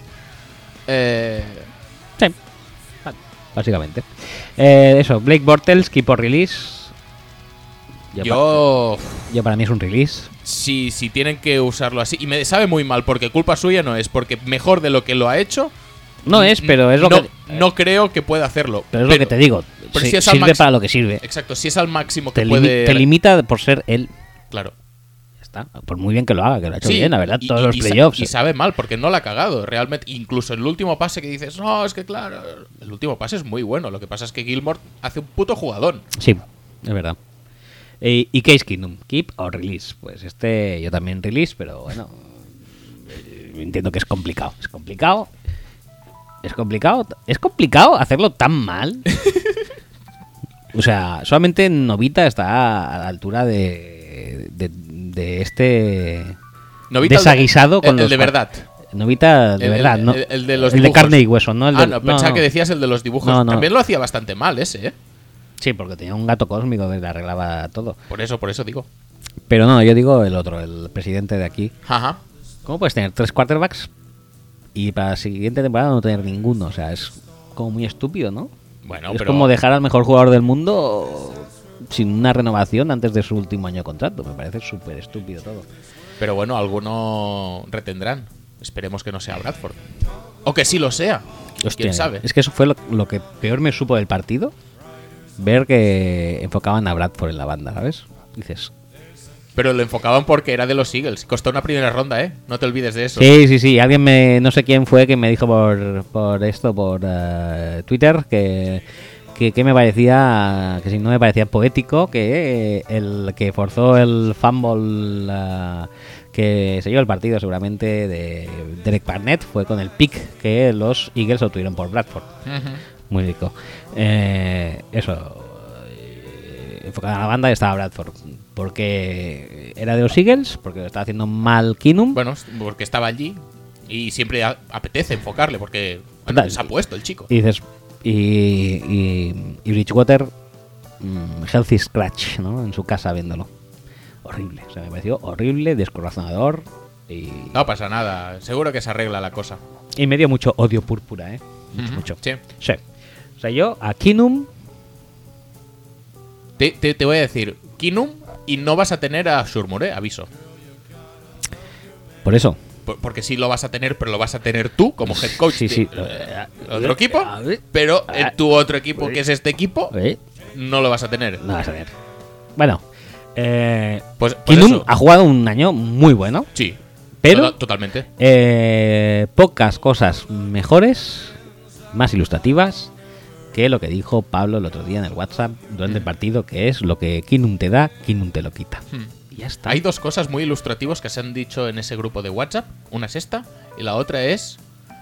Sí. Básicamente. Eso, Blake Bortles, keep or release. Yo para mí es un release. Si tienen que usarlo así. Y me sabe muy mal, porque culpa suya no es, porque mejor de lo que lo ha hecho. No es, pero es lo que... No creo que pueda hacerlo. Pero es lo que te digo. Pero Si si es al sirve para lo que sirve. Exacto, si es al máximo que Te limita por ser él. Claro. Ya está. Por muy bien que lo haga, que lo ha hecho Sí, bien, la verdad, y- todos y- los y playoffs. Y sabe mal, porque no la ha cagado. Realmente, incluso el último pase que dices, no, es que claro. El último pase es muy bueno. Lo que pasa es que Gilmore hace un puto jugadón. Sí, es verdad. Y Case Keenum, keep or release. Pues yo también release, pero bueno. Entiendo que es complicado. Es complicado. Es complicado hacerlo tan mal. O sea, solamente Novita está a la altura de este Novita, desaguisado con el los de verdad. Novita de verdad, ¿no? El de los el de dibujos. carne y hueso, ¿no? No, pensaba que decías el de los dibujos. No, no. También lo hacía bastante mal ese, ¿eh? Sí, porque tenía un gato cósmico que le arreglaba todo. Por eso digo. Pero no, yo digo el otro, el presidente de aquí. Ajá. ¿Cómo puedes tener 3 quarterbacks y para la siguiente temporada no tener ninguno? O sea, es como muy estúpido, ¿no? Bueno, Es pero como dejar al mejor jugador del mundo sin una renovación antes de su último año de contrato. Me parece súper estúpido todo. Pero bueno, alguno retendrán. Esperemos que no sea Bradford. O que sí lo sea. Hostia, ¿Quién sabe? Es que eso fue lo que peor me supo del partido. Ver que enfocaban a Bradford en la banda, ¿sabes? Dices... Pero lo enfocaban porque era de los Eagles. Costó una primera ronda, ¿eh? No te olvides de eso. Sí. Alguien no sé quién fue que me dijo por Twitter que me parecía, que si no me parecía poético, que el que forzó el fumble que se llevó el partido seguramente de Derek Barnett fue con el pick que los Eagles obtuvieron por Bradford. Ujú. Muy rico. Enfocada a la banda estaba Bradford. Porque era de los Eagles, porque lo estaba haciendo mal Keenum. Bueno, porque estaba allí y siempre apetece enfocarle porque Total. se ha puesto el chico. Y dices, y Bridgewater, healthy scratch, ¿no? En su casa viéndolo. Horrible, o sea, me pareció horrible, descorazonador y No pasa nada, seguro que se arregla la cosa. me dio mucho odio púrpura, ¿eh? Mucho. Sí. Sí. O sea, yo a Keenum, Te voy a decir, Keenum, y no vas a tener a Shurmur, aviso. por eso. Porque sí lo vas a tener, pero lo vas a tener tú como head coach Sí. de otro equipo. Pero en tu otro equipo, que es este equipo, no lo vas a tener. No vas a ver. Bueno, Pues Keenum eso. ha jugado un año muy bueno, Sí. Pero Totalmente. pocas cosas mejores, más ilustrativas, que lo que dijo Pablo el otro día en el WhatsApp durante el partido, que es lo que Kinum te da, Kinum te lo quita. Y ya está. Hay dos cosas muy ilustrativas que se han dicho en ese grupo de WhatsApp. Una es esta y la otra es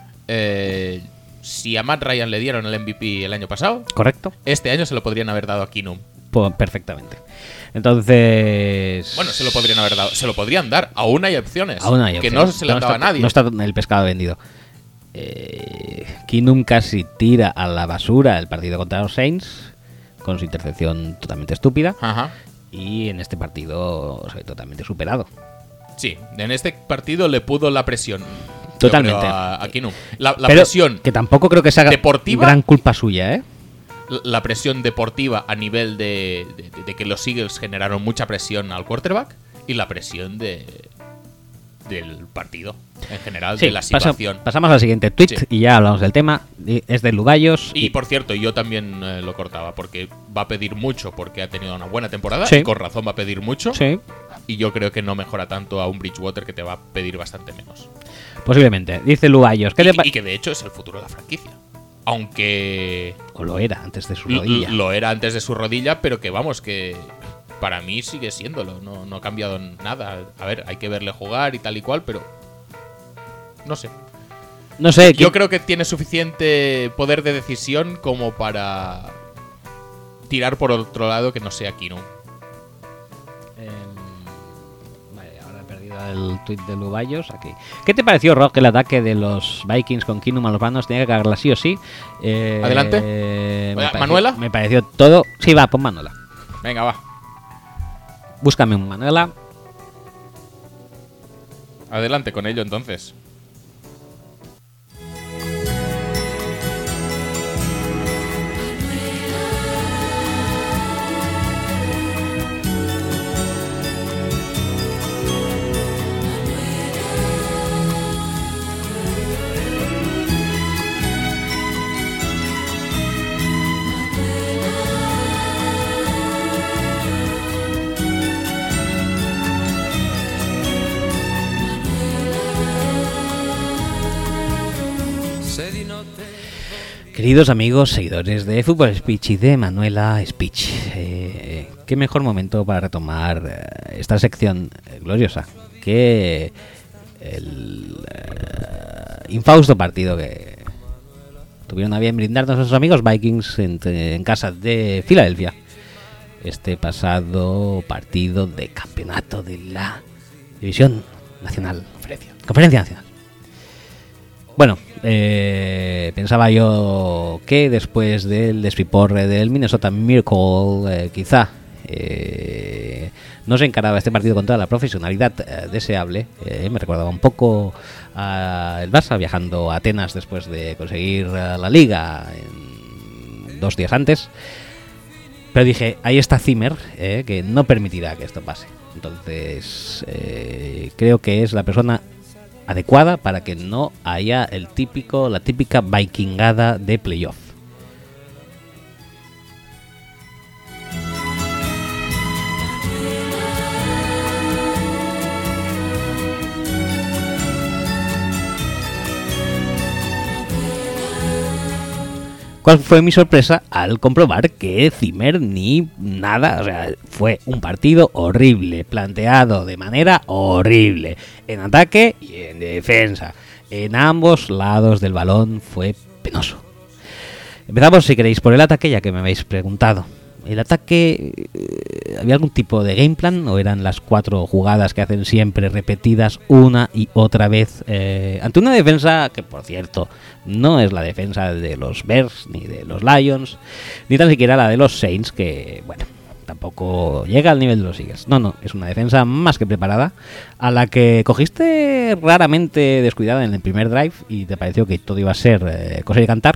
si a Matt Ryan le dieron el MVP el año pasado, ¿Correcto? este año se lo podrían haber dado a Kinum. Perfectamente. Entonces... Bueno, se lo podrían haber dado. Se lo podrían dar. Aún hay opciones. Aún hay que opciones. no se le han dado a nadie. No está el pescado vendido. Kinum casi tira a la basura el partido contra los Saints con su intercepción totalmente estúpida. Ajá. Y en este partido se ve totalmente superado. Sí, en este partido le pudo la presión. Totalmente. Yo creo, a Kinum. La Pero presión que tampoco creo que sea deportiva. gran culpa suya, ¿eh? La presión deportiva a nivel de que los Eagles generaron mucha presión al quarterback y la presión del partido en general, Sí, de la situación. pasamos al siguiente tweet Sí. y ya hablamos del tema. Es de Lubayos. Y por cierto, yo también lo cortaba porque va a pedir mucho porque ha tenido una buena temporada Sí. y con razón va a pedir mucho. Sí, Y yo creo que no mejora tanto a un Bridgewater que te va a pedir bastante menos. posiblemente. Dice Lubayos. Y que de hecho es el futuro de la franquicia. Aunque O lo era antes de su rodilla. lo era antes de su rodilla, pero que vamos, que para mí sigue siéndolo. No ha cambiado nada. A ver, hay que verle jugar y tal y cual, pero no sé. No sé. Yo creo que tiene suficiente poder de decisión como para tirar por otro lado que no sea Kinum. Vale, ahora he perdido el tweet de Lubayos aquí. ¿Qué te pareció, Rock, el ataque de los Vikings con Kinum a los vanos? Tenía que cagarla sí o sí. Adelante. ¿Manuela? Me pareció todo. Sí, va, pon Manuela. Venga, va. Búscame un Manuela. Adelante con ello entonces. Queridos amigos, seguidores de Fútbol Speech y de Manuela Speech, qué mejor momento para retomar esta sección gloriosa que el infausto partido que tuvieron a bien brindarnos nuestros amigos Vikings en casa de Filadelfia. Este pasado partido de campeonato de la División Nacional. Conferencia Nacional. Bueno, pensaba yo que después del despiporre del Minnesota Miracle, quizá no se encaraba este partido con toda la profesionalidad deseable. Me recordaba un poco el Barça viajando a Atenas después de conseguir la Liga 2 días antes. Pero dije, ahí está Zimmer, que no permitirá que esto pase. Entonces, creo que es la persona adecuada para que no haya la típica vikingada de playoff. ¿Cuál fue mi sorpresa al comprobar que Zimmer ni nada? O sea, fue un partido horrible, planteado de manera horrible, en ataque y en defensa. En ambos lados del balón fue penoso. Empezamos, si queréis, por el ataque, ya que me habéis preguntado. ¿El ataque había algún tipo de game plan o eran las 4 jugadas que hacen siempre repetidas una y otra vez ante una defensa que, por cierto, no es la defensa de los Bears ni de los Lions ni tan siquiera la de los Saints, que, bueno, tampoco llega al nivel de los Eagles? No, es una defensa más que preparada, a la que cogiste raramente descuidada en el primer drive y te pareció que todo iba a ser cosa de cantar.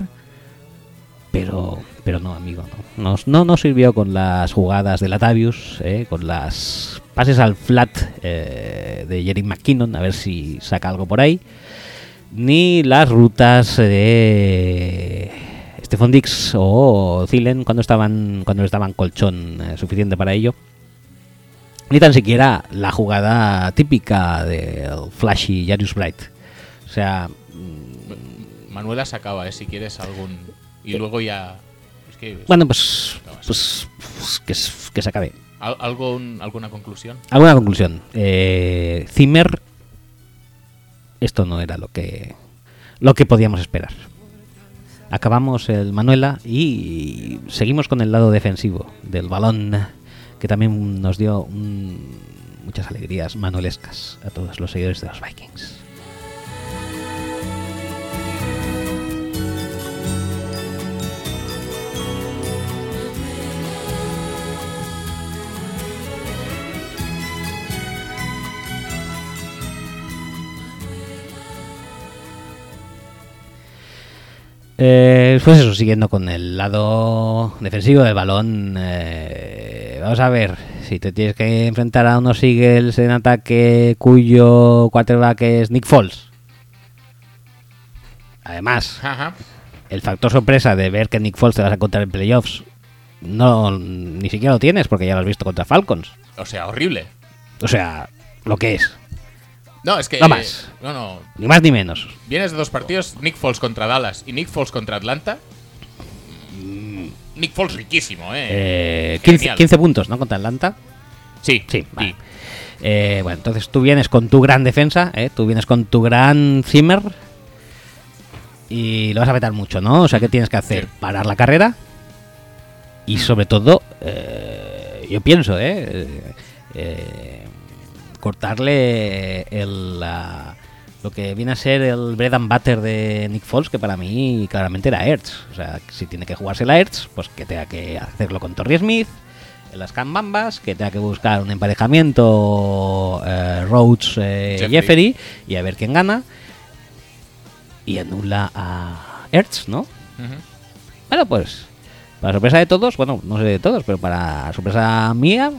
Pero no, amigo, no sirvió con las jugadas de Latavius, con las pases al flat de Jerry McKinnon, a ver si saca algo por ahí, ni las rutas de Stephon Diggs o Thielen cuando estaban colchón suficiente para ello. ni tan siquiera la jugada típica del flashy Jarius Bright. O sea, Manuela se acaba, si quieres algún... Y luego ya... Es que... bueno, pues que se acabe. ¿Alguna conclusión? ¿Alguna conclusión? Zimmer, esto no era lo que podíamos esperar. Acabamos el Manuela y seguimos con el lado defensivo del balón, que también nos dio muchas alegrías manuelescas a todos los seguidores de los Vikings. Pues eso, siguiendo con el lado defensivo del balón, vamos a ver, si te tienes que enfrentar a unos Eagles en ataque cuyo quarterback es Nick Foles. Además, Ajá. el factor sorpresa de ver que Nick Foles te vas a encontrar en playoffs, ni siquiera lo tienes porque ya lo has visto contra Falcons. O sea, horrible. O sea, lo que es. No, es que... No más. No. Ni más ni menos. Vienes de 2 partidos, Nick Foles contra Dallas y Nick Foles contra Atlanta. Nick Foles riquísimo, 15 puntos, ¿no? Contra Atlanta. Sí, Sí, vale. Bueno, entonces tú vienes con tu gran defensa, tú vienes con tu gran Zimmer y lo vas a petar mucho, ¿no? O sea, ¿qué tienes que hacer? Sí. Parar la carrera y sobre todo, yo pienso, cortarle lo que viene a ser el bread and butter de Nick Foles, que para mí claramente era Ertz. O sea, si tiene que jugársela Ertz, pues que tenga que hacerlo con Torrey Smith en las Cambambas, que tenga que buscar un emparejamiento Rhodes Jeffery y a ver quién gana, y anula a Ertz, ¿no? Ujú. Bueno, pues para sorpresa de todos, bueno, no sé de todos, pero para sorpresa mía,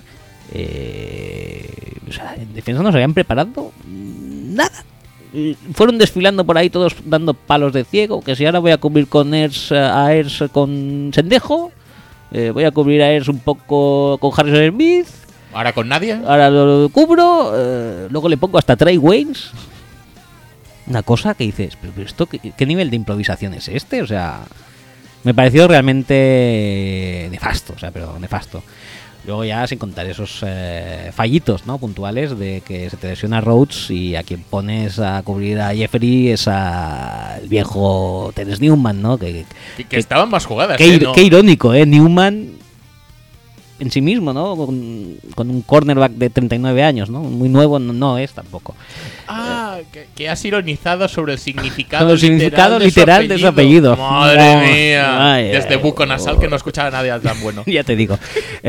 o sea, en defensa no se habían preparado nada. Fueron desfilando por ahí todos dando palos de ciego, que si ahora voy a cubrir con a Ers con Sendejo, voy a cubrir a Ers un poco con Harrison Smith, Ahora con nadie. ahora lo cubro, luego le pongo hasta Trey Waynes. Una cosa que dices, pero esto ¿qué nivel de improvisación es este? O sea, me pareció realmente nefasto, o sea, pero nefasto. Luego ya sin contar esos fallitos, ¿no? Puntuales de que se te lesiona Rhodes y a quien pones a cubrir a Jeffery es el viejo Terence Newman, ¿no? Que estaban más jugadas. qué irónico, Newman en sí mismo, ¿no? Con un cornerback de 39 años, ¿no? Muy nuevo no es tampoco. Que has ironizado sobre el significado, Sobre el significado literal de su apellido. Madre No, mía. ay, Desde Buco Nasal, que no escuchaba a nadie tan bueno. Ya te digo.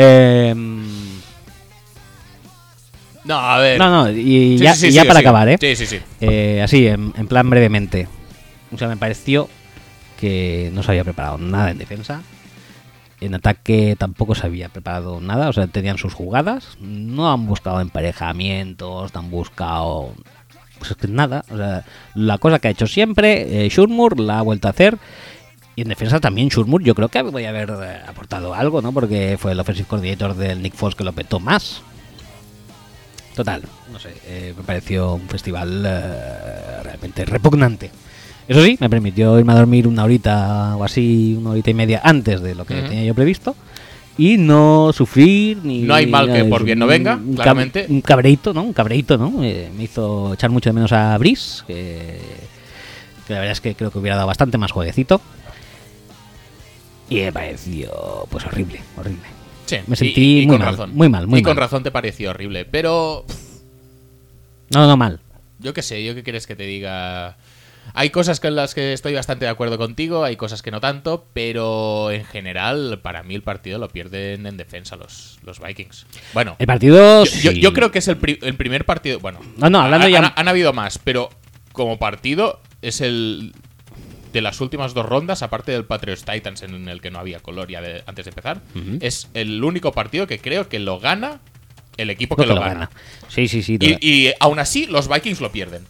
No, a ver. No, y Sí, ya, sí, y sí, ya sigue, para sigue. acabar, Sí. Así, en plan brevemente. O sea, me pareció que no se había preparado nada en defensa. En ataque tampoco se había preparado nada. O sea, tenían sus jugadas. No han buscado emparejamientos, no han buscado... Pues es que nada. O sea, la cosa que ha hecho siempre, Shurmur la ha vuelto a hacer. Y en defensa también Shurmur, yo creo que voy a haber aportado algo, ¿no? Porque fue el offensive coordinator del Nick Foles que lo petó más. Total, no sé, me pareció un festival realmente repugnante. Eso sí, me permitió irme a dormir una horita o así, una horita y media antes de lo que tenía yo previsto. Y no sufrir ni... No hay mal que por bien no venga, claramente. Un cabreito, ¿no? Me hizo echar mucho de menos a Brice, que la verdad es que creo que hubiera dado bastante más jueguecito. Y me pareció, pues, horrible. Sí, Me sentí muy con mal, razón. muy mal. Y con razón te pareció horrible. Pero No, mal. yo qué sé, yo qué quieres que te diga. Hay cosas con las que estoy bastante de acuerdo contigo, hay cosas que no tanto, pero en general, para mí el partido lo pierden en defensa los Vikings. Bueno, El partido... sí. yo creo que es el primer partido. Bueno, No, hablando ya... han habido más, pero como partido es el de las últimas 2 rondas, aparte del Patriots Titans en el que no había color ya antes de empezar, es el único partido que creo que lo gana el equipo que lo gana. Sí. Y aún así los Vikings lo pierden.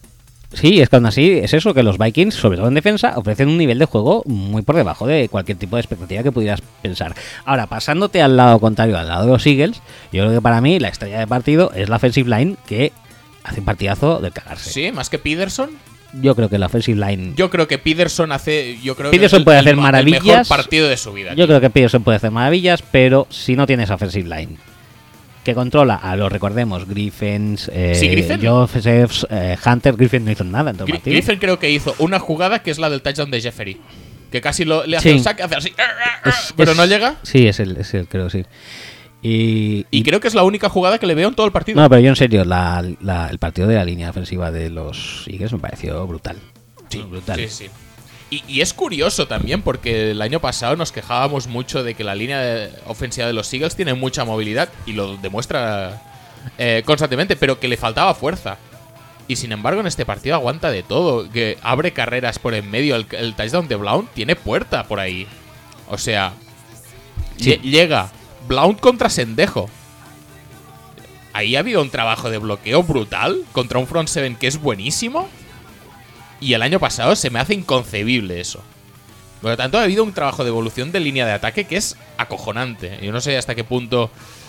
Sí, es que aún así es eso, que los Vikings, sobre todo en defensa, ofrecen un nivel de juego muy por debajo de cualquier tipo de expectativa que pudieras pensar. Ahora, pasándote al lado contrario, al lado de los Eagles, yo creo que para mí la estrella de partido es la offensive line, que hace un partidazo del cagarse. Sí, más que Peterson. Yo creo que la offensive line... Yo creo que Peterson hace. Yo creo Peterson que puede hacer el maravillas. mejor partido de su vida. Yo tío. creo que Peterson puede hacer maravillas, pero si no tienes offensive line que controla a los, recordemos, Griffins, Sí, Griffin. Josephs, Hunter. Griffin no hizo nada en todo el partido. Griffin creo que hizo una jugada que es la del touchdown de Jeffery. Que casi le hace Sí. el saque, hace así. Pero no llega. Sí, es el creo, sí. Y creo que es la única jugada que le veo en todo el partido. No, pero yo en serio, el partido de la línea ofensiva de los Eagles me pareció brutal. Sí, brutal. sí. Y es curioso también porque el año pasado nos quejábamos mucho de que la línea ofensiva de los Eagles tiene mucha movilidad y lo demuestra constantemente, pero que le faltaba fuerza. Y sin embargo en este partido aguanta de todo, que abre carreras por en medio, el touchdown de Blount tiene puerta por ahí. O sea, Sí. llega Blount contra Sendejo. Ahí ha habido un trabajo de bloqueo brutal contra un front seven que es buenísimo. Y el año pasado se me hace inconcebible eso. Por lo tanto, ha habido un trabajo de evolución de línea de ataque que es acojonante. Yo no sé hasta qué punto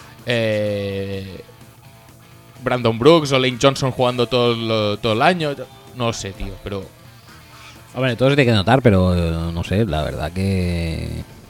Brandon Brooks o Lane Johnson jugando todo el año. No lo sé, tío, pero... Hombre, todo se tiene que notar, pero no sé, la verdad que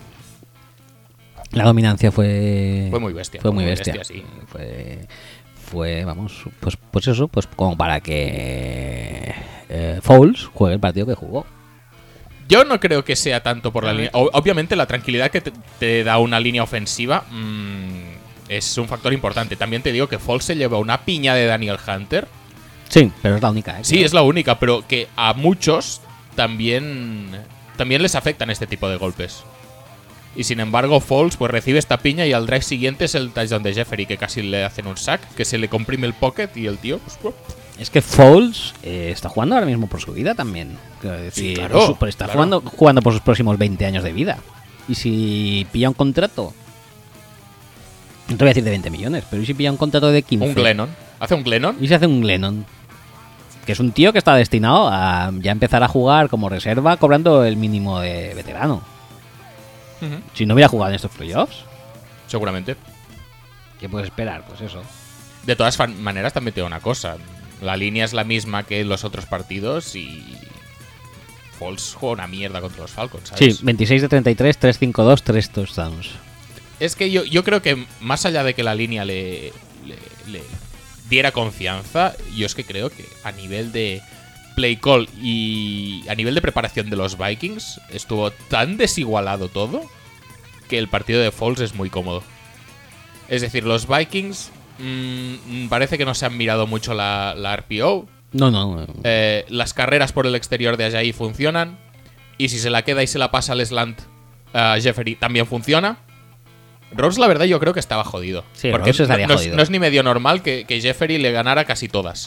la dominancia fue muy bestia. Fue muy bestia, sí. Fue, vamos, pues eso, pues como para que Foles juegue el partido que jugó. Yo no creo que sea tanto por la línea. Obviamente la tranquilidad que te da una línea ofensiva es un factor importante. También te digo que Foles se lleva una piña de Daniel Hunter. Sí, pero es la única. Sí, es la única, pero que a muchos también les afectan este tipo de golpes. Y sin embargo, Foles pues recibe esta piña y al drive siguiente es el touchdown de Jeffery, que casi le hacen un sack, que se le comprime el pocket y el tío... Pues, Es que Foles está jugando ahora mismo por su vida también. Quiero decir, Sí, claro, está claro. jugando por sus próximos 20 años de vida. Y si pilla un contrato, no te voy a decir de 20 millones, pero ¿y si pilla un contrato de 15? un Glennon. ¿Hace un Glennon? Y se hace un Glennon. Que es un tío que está destinado a ya empezar a jugar como reserva cobrando el mínimo de veterano. Ujú. Si no hubiera jugado en estos playoffs, Seguramente. ¿qué puedes esperar? Pues eso. De todas maneras, también te digo una cosa. La línea es la misma que en los otros partidos y... Foles juega una mierda contra los Falcons, ¿sabes? Sí, 26 de 33, 3-5-2, 3 touchdowns. Es que yo creo que más allá de que la línea le diera confianza, yo es que creo que a nivel de play call y a nivel de preparación de los Vikings estuvo tan desigualado todo que el partido de Foles es muy cómodo. Es decir, los Vikings parece que no se han mirado mucho la RPO. No. Las carreras por el exterior de Ajayi funcionan. Y si se la queda y se la pasa al slant a Jeffery, también funciona. Rhodes, la verdad, yo creo que estaba jodido. Sí, porque Rhodes estaría no, jodido. no es ni medio normal que Jeffery le ganara casi todas.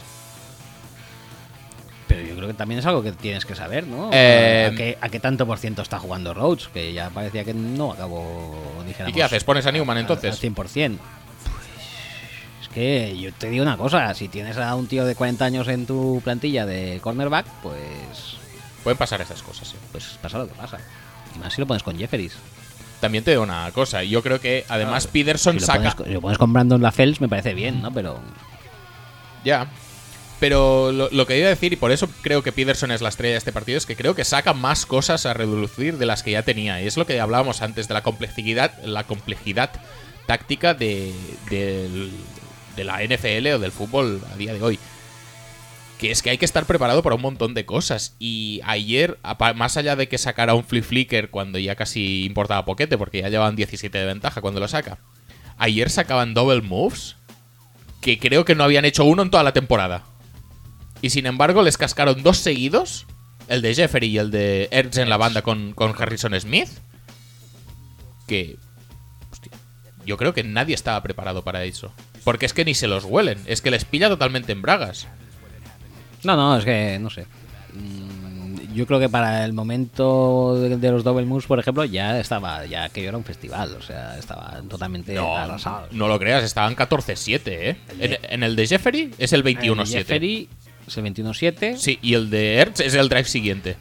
Pero yo creo que también es algo que tienes que saber, ¿no? ¿A qué tanto por ciento está jugando Rhodes? Que ya parecía que no acabó, dijéramos, ¿Y qué haces? ¿Pones a Newman entonces? Al 100%. Pues es que yo te digo una cosa, si tienes a un tío de 40 años en tu plantilla de cornerback, pues Pueden pasar esas cosas, sí. pasa lo que pasa. Y más si lo pones con Jefferys. También te digo una cosa. Yo creo que además Peterson Si saca... lo pones con Brandon LaFels me parece bien, ¿no? Pero Ya. Pero lo que iba a decir, y por eso creo que Peterson es la estrella de este partido, es que creo que saca más cosas a reducir de las que ya tenía. Y es lo que hablábamos antes de la complejidad táctica de la NFL o del fútbol a día de hoy. Que es que hay que estar preparado para un montón de cosas. Y ayer, más allá de que sacara un flip flicker cuando ya casi importaba poquete, porque ya llevaban 17 de ventaja cuando lo saca, ayer sacaban double moves que creo que no habían hecho uno en toda la temporada. Y sin embargo les cascaron dos seguidos, el de Jeffery y el de Ertz en la banda con Harrison Smith, que... hostia, yo creo que nadie estaba preparado para eso. Porque es que ni se los huelen, es que les pilla totalmente en bragas. No, es que no sé. Yo creo que para el momento de los double moves, por ejemplo, ya aquello era un festival, o sea, estaban totalmente arrasados. No lo creas, estaban 14-7, ¿eh? En el de Jeffery es el 21-7. Jeffery Es el 21-7. Sí, y el de Ertz es el drive siguiente.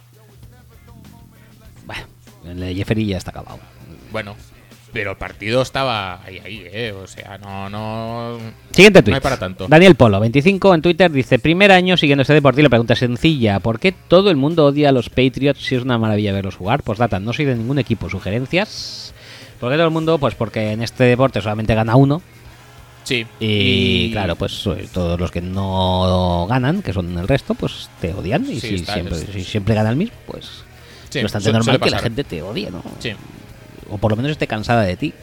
Bueno, el de Jeffery ya está acabado. Bueno, pero el partido estaba ahí, o sea, no... Siguiente tweet. No hay para tanto. Daniel Polo, 25, en Twitter, dice: primer año siguiendo este deporte y la pregunta es sencilla. ¿Por qué todo el mundo odia a los Patriots si es una maravilla verlos jugar? Pues data, no soy de ningún equipo. ¿Sugerencias? ¿Por qué todo el mundo? Pues porque en este deporte solamente gana uno. Sí. Y claro, pues todos los que no ganan, que son el resto, pues te odian. Y Sí, si siempre gana el mismo, pues Sí, es bastante suele normal que la pasar. gente te odie, ¿no? Sí. O por lo menos esté cansada de ti.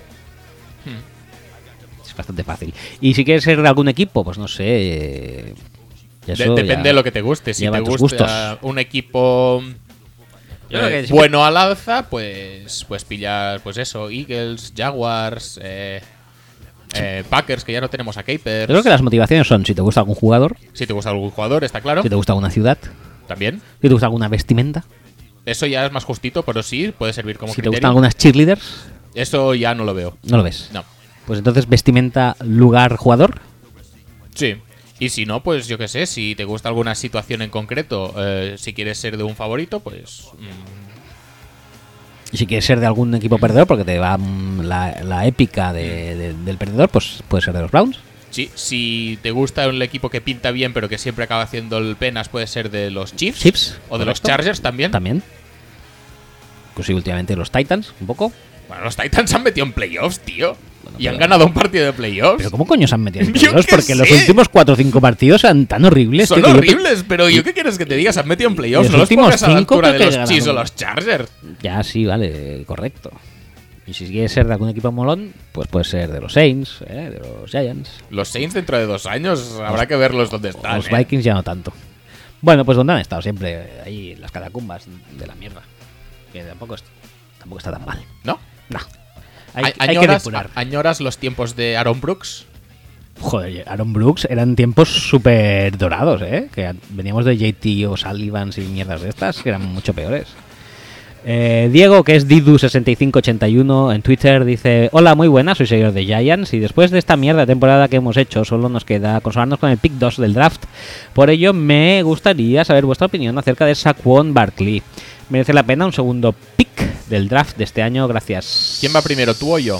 Hmm. Es bastante fácil. Y si quieres ser de algún equipo, pues no sé. Depende de lo que te guste. Si lleva te tus gusta gustos. un equipo Yo creo que sí bueno al alza, pues pillar, pues eso, Eagles, Jaguars, Packers, que ya no tenemos a Capers. Yo creo que las motivaciones son si te gusta algún jugador, Si te gusta algún jugador, está claro. si te gusta alguna ciudad, También. si te gusta alguna vestimenta, Eso ya es más justito, pero sí, puede servir como si te criterio. gustan algunas cheerleaders. Eso ya no lo veo. No lo ves. No. Pues entonces vestimenta, lugar, jugador. Sí. Y si no, pues yo qué sé, si te gusta alguna situación en concreto, si quieres ser de un favorito, pues... Y si quieres ser de algún equipo perdedor, porque te va la épica del perdedor, pues puede ser de los Browns. sí, si te gusta un equipo que pinta bien pero que siempre acaba haciendo el penas, puede ser de los Chiefs. Chiefs, O de los correcto. Chargers también. También. Inclusive últimamente los Titans, un poco. Bueno, los Titans se han metido en playoffs, tío. Bueno, Y han pero- ganado un partido de playoffs. Pero ¿cómo coño se han metido en Yo playoffs? qué Porque los sé. últimos 4 o 5 partidos son tan horribles. Son tío, que yo pe- horribles, pero ¿yo qué quieres que te diga? Se han metido en playoffs. Los No los últimos pongas a la 5 altura de creo que los Chiefs o ganaron. los Chargers. Ya, sí, vale, correcto. Y si quieres ser de algún equipo molón, pues puede ser de los Saints, de los Giants. Los Saints dentro de 2 años habrá que verlos donde están. Los Vikings ya no tanto. Bueno, pues donde han estado siempre, ahí en las catacumbas de la mierda. Que tampoco está tan mal. ¿No? No. Hay que ¿Añoras, depurar. añoras los tiempos de Aaron Brooks? Joder, Aaron Brooks eran tiempos súper dorados, ¿eh? Que veníamos de JT o Sullivan y mierdas de estas, que eran mucho peores. Diego, que es Didu6581 en Twitter, dice: hola, muy buenas, soy seguidor de Giants y después de esta mierda de temporada que hemos hecho solo nos queda consolarnos con el pick 2 del draft. Por ello me gustaría saber vuestra opinión acerca de Saquon Barkley. ¿Merece la pena un segundo pick del draft de este año? Gracias. ¿Quién va primero, tú o yo?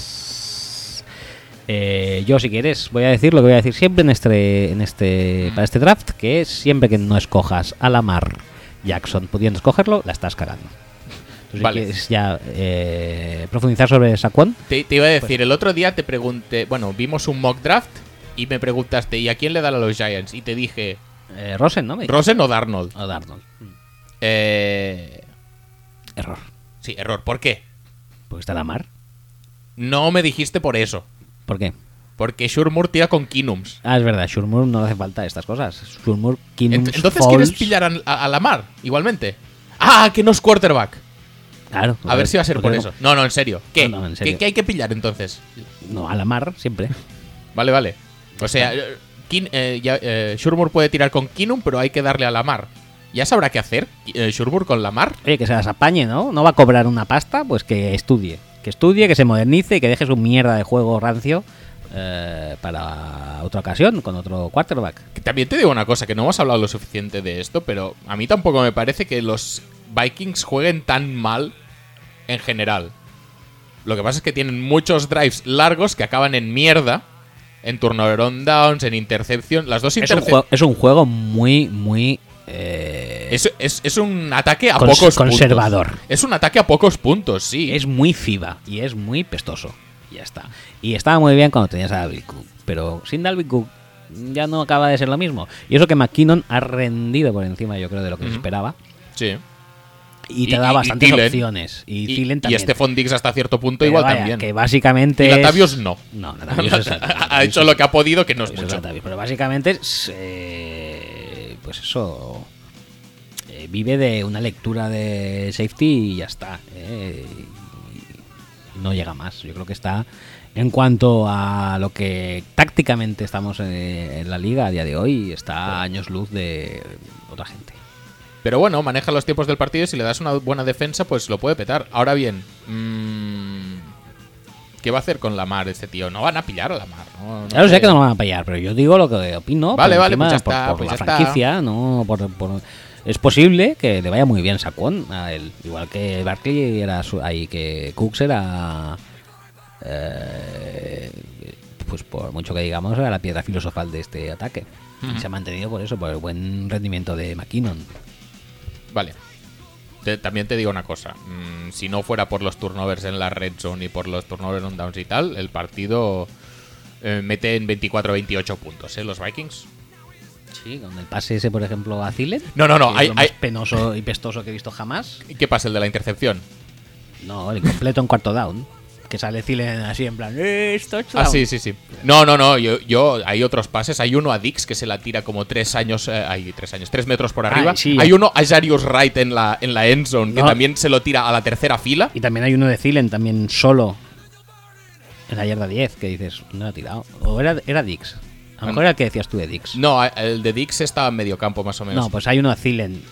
Yo, si quieres, voy a decir lo que voy a decir siempre para este draft, que es siempre que no escojas a Lamar Jackson pudiendo escogerlo, la estás cagando. Entonces, Vale. si quieres ya profundizar sobre Saquon, Te iba a decir, el otro día te pregunté, bueno, vimos un mock draft y me preguntaste, ¿y a quién le dan a los Giants? Y te dije, Rosen, ¿no? ¿Rosen o Darnold? O Darnold. Error. Sí, error. ¿Por qué? Porque está Lamar. No me dijiste por eso. ¿Por qué? Porque Shurmur tira con Kinums. Ah, es verdad, Shurmur no le hace falta estas cosas. Shurmur, Keenum, Entonces, Foles. ¿quieres pillar a Lamar? Igualmente. Ah, que no es quarterback. Claro. A ver si va a ser por qué eso. No, en serio. ¿Qué? No, en serio. ¿Qué hay que pillar entonces? No, a Lamar, siempre. Vale. O sea, Shurmur puede tirar con Kinum, pero hay que darle a Lamar. ¿Ya sabrá qué hacer Shurmur con Lamar? Oye, que se las apañe, ¿no? No va a cobrar una pasta, pues que estudie. Que estudie, que se modernice y que deje su mierda de juego rancio para otra ocasión, con otro quarterback. Que también te digo una cosa, que no hemos hablado lo suficiente de esto, pero a mí tampoco me parece que los Vikings jueguen tan mal en general. Lo que pasa es que tienen muchos drives largos que acaban en mierda, en turnover on downs, en intercepción. Las dos intercepciones. Es un juego muy Es un ataque a Cons- pocos conservador. puntos. Es un ataque a pocos puntos, sí. es muy FIBA y es muy pestoso. Y ya está. Y estaba muy bien cuando tenías a Dalvin Cook, pero sin Dalvin Cook ya no acaba de ser lo mismo. Y eso que McKinnon ha rendido por encima, yo creo, de lo que se esperaba. Sí. Y te Y- da y bastantes Thielen. opciones. Y Y, Thielen y también. Stephon Diggs hasta cierto punto Pero igual vaya, también. Que básicamente Y es- Latavius no. No, Latavius es- Ha hecho lo que ha podido, que no es Eso es mucho. Latavius, pero básicamente es, pues eso, vive de una lectura de safety y ya está. Y no llega más. Yo creo que está, en cuanto a lo que tácticamente estamos en la liga a día de hoy, está a años luz de otra gente. Pero bueno, maneja los tiempos del partido y si le das una buena defensa, pues lo puede petar. Ahora bien, ¿Qué va a hacer con Lamar este tío? No van a pillar a Lamar, ¿no? Ya lo sé que no lo van a pillar, pero yo digo lo que opino. Vale, por vale, encima, pues ya está, por pues la ya está. franquicia, no es posible que le vaya muy bien Saquon a él. Igual que Barkley era ahí, que Cooks era... pues por mucho que digamos, era la piedra filosofal de este ataque. Y se ha mantenido por eso, por el buen rendimiento de McKinnon. Vale. También te digo una cosa. Si no fuera por los turnovers en la red zone y por los turnovers on downs y tal, el partido mete en 24-28 puntos, los Vikings. Sí, con el pase ese, por ejemplo, a Thielen. No. Que es lo más penoso y pestoso que he visto jamás. ¿Y qué pasa, el de la intercepción? No, el completo en cuarto down. Que sale Thielen así en plan, touchdown. Ah, sí. No. Yo hay otros pases. Hay uno a Dix que se la tira como 3 metros por arriba. Sí. Hay uno a Jarius Wright en la end zone que No. también se lo tira a la tercera fila. Y también hay uno de Thielen, también solo, en la yarda 10, que dices, ¿dónde lo ha tirado? O era Dix. A lo mejor era el que decías tú de Dix. No, el de Dix estaba en medio campo más o menos. No, pues hay uno de Thielen,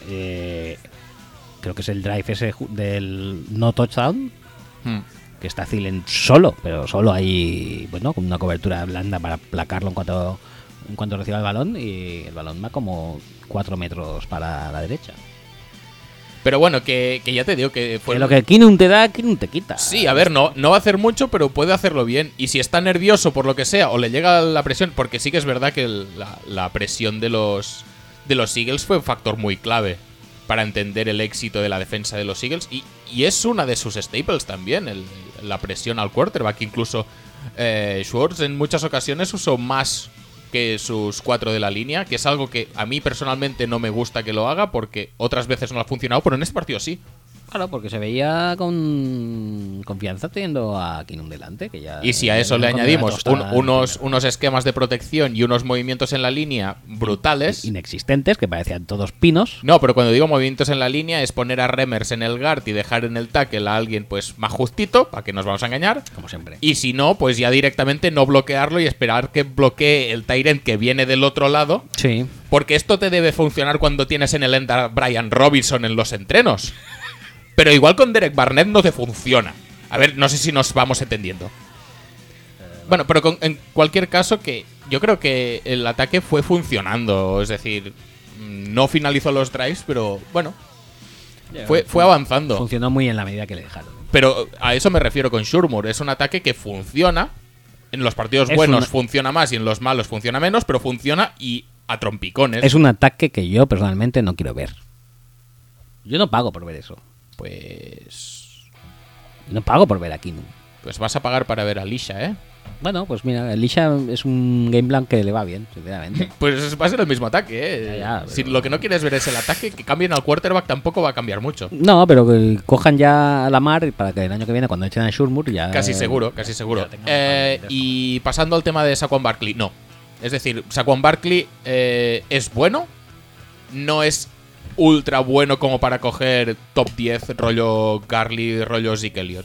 creo que es el drive ese del no touchdown, que está Thielen solo, pero solo ahí, bueno, con una cobertura blanda para placarlo en cuanto reciba el balón, y el balón va como 4 metros para la derecha. Pero bueno, que ya te digo que fue... Que lo que Kinum te da, Kinum te quita. Sí, a ver, no va a hacer mucho, pero puede hacerlo bien. Y si está nervioso por lo que sea, o le llega la presión, porque sí que es verdad que la presión de los Eagles fue un factor muy clave para entender el éxito de la defensa de los Eagles. Y es una de sus staples también, la presión al quarterback. Incluso Schwartz en muchas ocasiones usó más que sus 4 de la línea, que es algo que a mí personalmente no me gusta que lo haga, porque otras veces no ha funcionado, pero en este partido sí. Claro, porque se veía con confianza teniendo a Kinum delante. Que ya, Y si a eso le añadimos unos esquemas de protección y unos movimientos en la línea brutales... inexistentes, que parecían todos pinos. No, pero cuando digo movimientos en la línea es poner a Remers en el guard y dejar en el tackle a alguien pues más justito, para que nos vamos a engañar. Como siempre. Y si no, pues ya directamente no bloquearlo y esperar que bloquee el tight end que viene del otro lado. Sí. Porque esto te debe funcionar cuando tienes en el end a Brian Robinson en los entrenos. Pero igual con Derek Barnett no te funciona. A ver, no sé si nos vamos entendiendo. Bueno, pero en cualquier caso, que yo creo que el ataque fue funcionando. Es decir, no finalizó los drives, pero bueno, fue avanzando. Funcionó muy en la medida que le dejaron. Pero a eso me refiero con Shurmur. Es un ataque que funciona. En los partidos buenos funciona más y en los malos funciona menos, pero funciona y a trompicones. Es un ataque que yo personalmente no quiero ver. Yo no pago por ver eso. Pues No pago por ver a Kinum. Pues vas a pagar para ver a Lisha, ¿eh? Bueno, pues mira, Elisha es un game plan que le va bien, sinceramente. Pues va a ser el mismo ataque, ¿eh? Ya, Si pero- lo que no quieres ver es el ataque, que cambien al quarterback tampoco va a cambiar mucho. No, pero que cojan ya a Lamar para que el año que viene, cuando echen a Shurmur, ya... Casi seguro, casi seguro. ya tengamos algo de Y pasando al tema de Saquon Barkley, no. Es decir, Saquon Barkley es bueno, no es ultra bueno como para coger top 10 rollo Garley, rollo Zeke Elliott.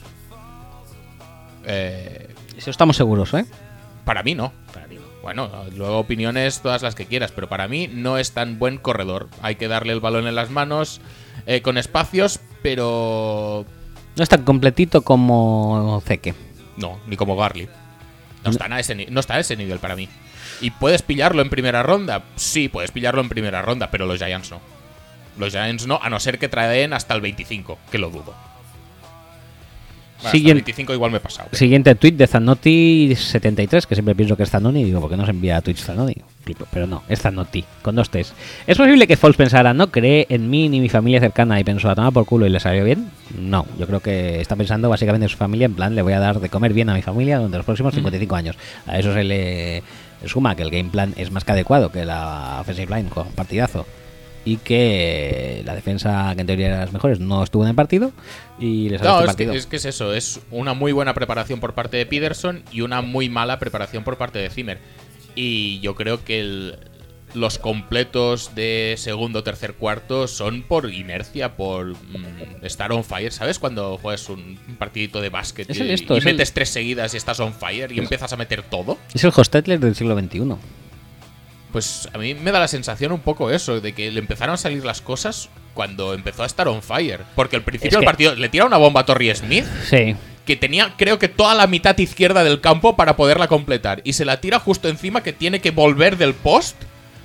Eso estamos seguros, ¿eh? Para mí no. Para ti no. Bueno, luego opiniones todas las que quieras, pero para mí no es tan buen corredor. Hay que darle el balón en las manos, con espacios, pero No es tan completito como Zeke. no, ni como Garley. No está a ese nivel para mí. ¿Y puedes pillarlo en primera ronda? Sí, puedes pillarlo en primera ronda, pero los Giants no. Los Giants no, a no ser que traen hasta el 25, que lo dudo. Bueno, hasta el 25 igual me he pasado. Siguiente tweet de Zanoti73, que siempre pienso que es Zanoni, y digo, ¿por qué no se envía a Twitch Zanoni? Flipo, pero no, es Zanoti, con 2 T's. ¿Es posible que Foles pensara, no cree en mí ni mi familia cercana y pensó a tomar por culo y le salió bien? No, yo creo que está pensando básicamente en su familia, en plan, le voy a dar de comer bien a mi familia durante los próximos 55 años. A eso se le suma que el game plan es más que adecuado que la offensive line, con partidazo. Y que la defensa, que en teoría era las mejores, no estuvo en el partido y les salió No, este es que, partido. es que es eso, es una muy buena preparación por parte de Peterson y una muy mala preparación por parte de Zimmer. Y yo creo que los completos de segundo, tercer, cuarto son por inercia, por estar on fire. ¿Sabes? Cuando juegas un partidito de básquet Es y, el esto, y es metes 3 seguidas y estás on fire y empiezas a meter todo. Es el Hostetler del siglo XXI. Pues a mí me da la sensación un poco eso, de que le empezaron a salir las cosas cuando empezó a estar on fire. Porque al principio Es del que- partido le tira una bomba a Torrey Smith Sí. que tenía, creo que toda la mitad izquierda del campo para poderla completar. Y se la tira justo encima, que tiene que volver del post.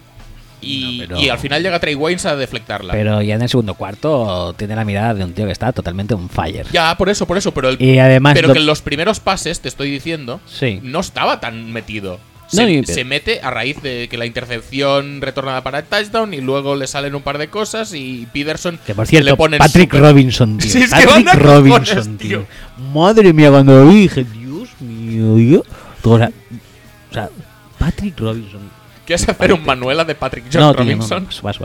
Y, No, pero- y al final llega Trey Waynes a deflectarla. Pero ya en el segundo cuarto tiene la mirada de un tío que está totalmente on fire. Ya, por eso, pero Y además pero lo- que en los primeros pases, te estoy diciendo, Sí. no estaba tan metido. No, Se mete a raíz de que la intercepción retornada para el touchdown y luego le salen un par de cosas y Peterson Que por cierto, le ponen Patrick súper- Robinson, tío. Sí, es que Patrick banda cojones, Robinson, tío. tío. Madre mía, cuando lo vi dije, Dios mío, yo. O sea, Patrick Robinson. ¿Quieres hacer un Manuela de Patrick John No, tío, Robinson? no, vas.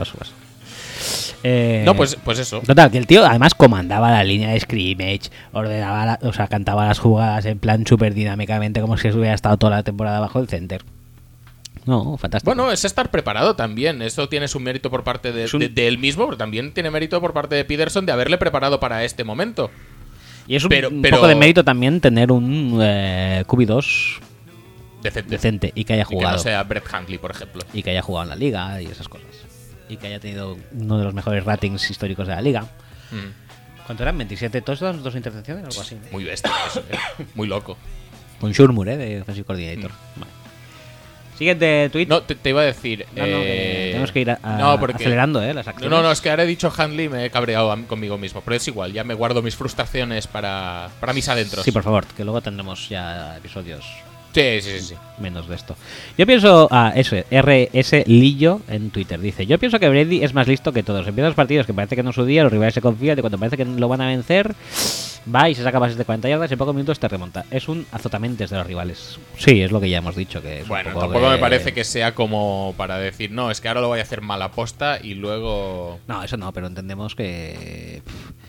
No, pues eso. Total, que el tío además comandaba la línea de scrimmage, ordenaba, o sea, cantaba las jugadas en plan súper dinámicamente, como si hubiera estado toda la temporada bajo el center. No, fantástico. Bueno, es estar preparado también. Esto tiene su mérito por parte de, Es un- de él mismo, pero también tiene mérito por parte de Peterson de haberle preparado para este momento. y es un pero- poco de mérito también tener un QB2 Decente. decente y que haya Y que jugado. no sea Brett Hundley, por ejemplo. Y que haya jugado en la liga y esas cosas. Y que haya tenido uno de los mejores ratings históricos de la liga. Mm, ¿Cuánto eran? ¿27 touchdowns, 2 intercepciones? Algo así. ¿no? muy bestia eso, muy loco. Con Shurmur, de Offensive Coordinator. Vale. Siguiente tweet. No, te iba a decir. No, que tenemos que ir no, porque- acelerando, las acciones. No, es que ahora he dicho Handley y me he cabreado conmigo mismo. Pero es igual, ya me guardo mis frustraciones para mis adentros. Sí, por favor, que luego tendremos ya episodios Sí. menos de esto. Yo pienso, eso, RS Lillo en Twitter dice: Yo pienso que Brady es más listo que todos. Empieza los partidos que parece que no es su día, los rivales se confían, de cuando parece que lo van a vencer, va y se saca bases de 40 yardas y en pocos minutos te remonta. Es un azotamentes de los rivales. Sí, es lo que ya hemos dicho. Que es Bueno, un poco tampoco de- me parece que sea como para decir, no, es que ahora lo voy a hacer mal aposta y luego. No, eso no, pero entendemos que.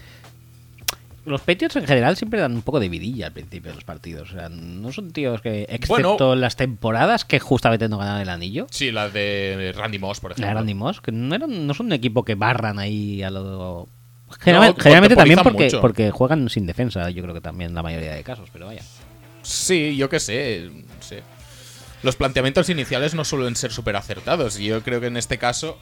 Los Patriots en general siempre dan un poco de vidilla al principio de los partidos. O sea, no son tíos que, excepto Bueno. las temporadas que justamente no ganan el anillo, Sí, la de Randy Moss, por la ejemplo. Randy Moss, que no son un equipo que barran ahí a lo. No, Generalmente también contemporizan mucho. porque juegan sin defensa, yo creo que también la mayoría de casos, pero vaya. Sí, yo qué sé. Sí. Los planteamientos iniciales no suelen ser súper acertados. Y yo creo que en este caso,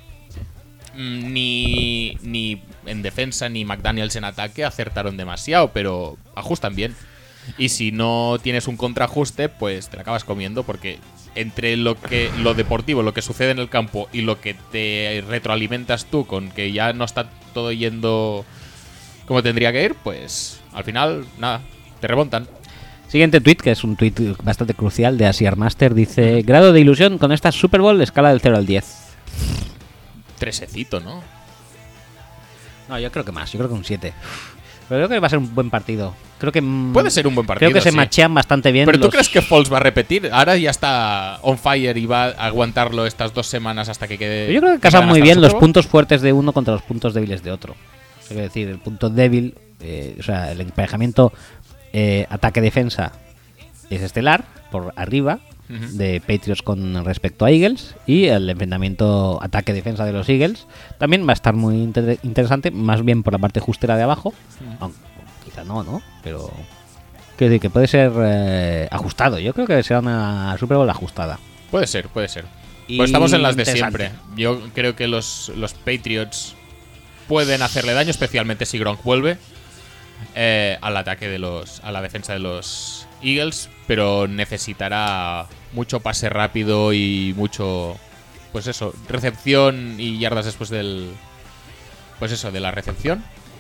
ni en defensa ni McDaniels en ataque acertaron demasiado, pero ajustan bien. Y si no tienes un contraajuste, pues te la acabas comiendo, porque entre lo deportivo, lo que sucede en el campo y lo que te retroalimentas tú con que ya no está todo yendo como tendría que ir, pues al final, nada, te remontan. Siguiente tweet, que es un tweet bastante crucial de Asiar Master, dice: Grado de ilusión con esta Super Bowl, escala del 0 al 10. Tresecito, ¿no? No, yo creo que más, yo creo que un 7. Pero creo que va a ser un buen partido. Creo que Puede ser un buen partido. Creo que se sí. machean bastante bien. ¿Pero tú los- crees que Foles va a repetir? Ahora ya está on fire y va a aguantarlo estas 2 semanas hasta que quede. Yo creo que casan llegan muy hasta bien el los Super Bowl. puntos fuertes de uno contra los puntos débiles de otro. Es decir, el punto débil, o sea, el emparejamiento ataque-defensa es estelar, por arriba, Ujú. de Patriots con respecto a Eagles. Y el enfrentamiento ataque-defensa de los Eagles también va a estar muy interesante, más bien por la parte justera de abajo. Aunque quizá no, pero. Quiero decir que puede ser ajustado. Yo creo que será una Super Bowl ajustada. Puede ser. Y Pues estamos en las de interesante. siempre. Yo creo que los Patriots pueden hacerle daño, especialmente si Gronk vuelve al ataque a la defensa de los Eagles, pero necesitará mucho pase rápido y mucho, pues eso, recepción y yardas después del, pues eso, de la recepción.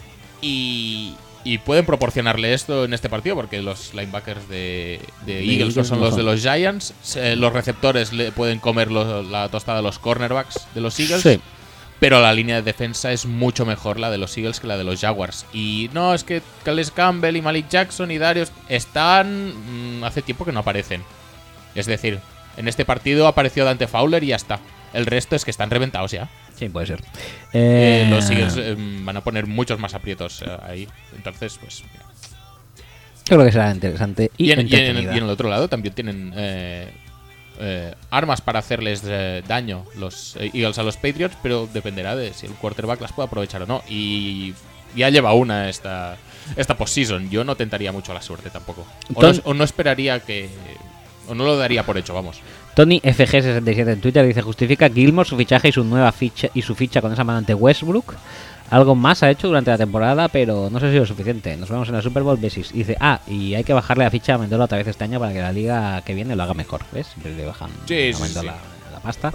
Y pueden proporcionarle esto en este partido porque los linebackers de Eagles no son los de los Giants. Los receptores le pueden comer la tostada a los cornerbacks de los Eagles. Sí. Pero la línea de defensa es mucho mejor la de los Eagles que la de los Jaguars. Y no, es que Calais Campbell y Malik Jackson y Darius están... hace tiempo que no aparecen. Es decir, en este partido apareció Dante Fowler y ya está. El resto es que están reventados ya. Sí, puede ser. Los Eagles van a poner muchos más aprietos ahí. Entonces, pues... mira. Yo creo que será interesante y, Y en entretenida. el otro lado también tienen armas para hacerles daño los Eagles a los Patriots, pero dependerá de si el quarterback las puede aprovechar o no. Y ya lleva una esta postseason. Yo no tentaría mucho la suerte tampoco. Entonces- O no esperaría que... O no lo daría por hecho, vamos. Tony FG67 en Twitter dice: justifica Gilmore su fichaje y su nueva ficha y su ficha con esa mano ante Westbrook. Algo más ha hecho durante la temporada, pero no sé si es suficiente. Nos vemos en la Super Bowl, besis. Y dice: y hay que bajarle la ficha a Mendola otra vez este año para que la liga que viene lo haga mejor. ¿Ves? Siempre le bajan a Mendola la pasta.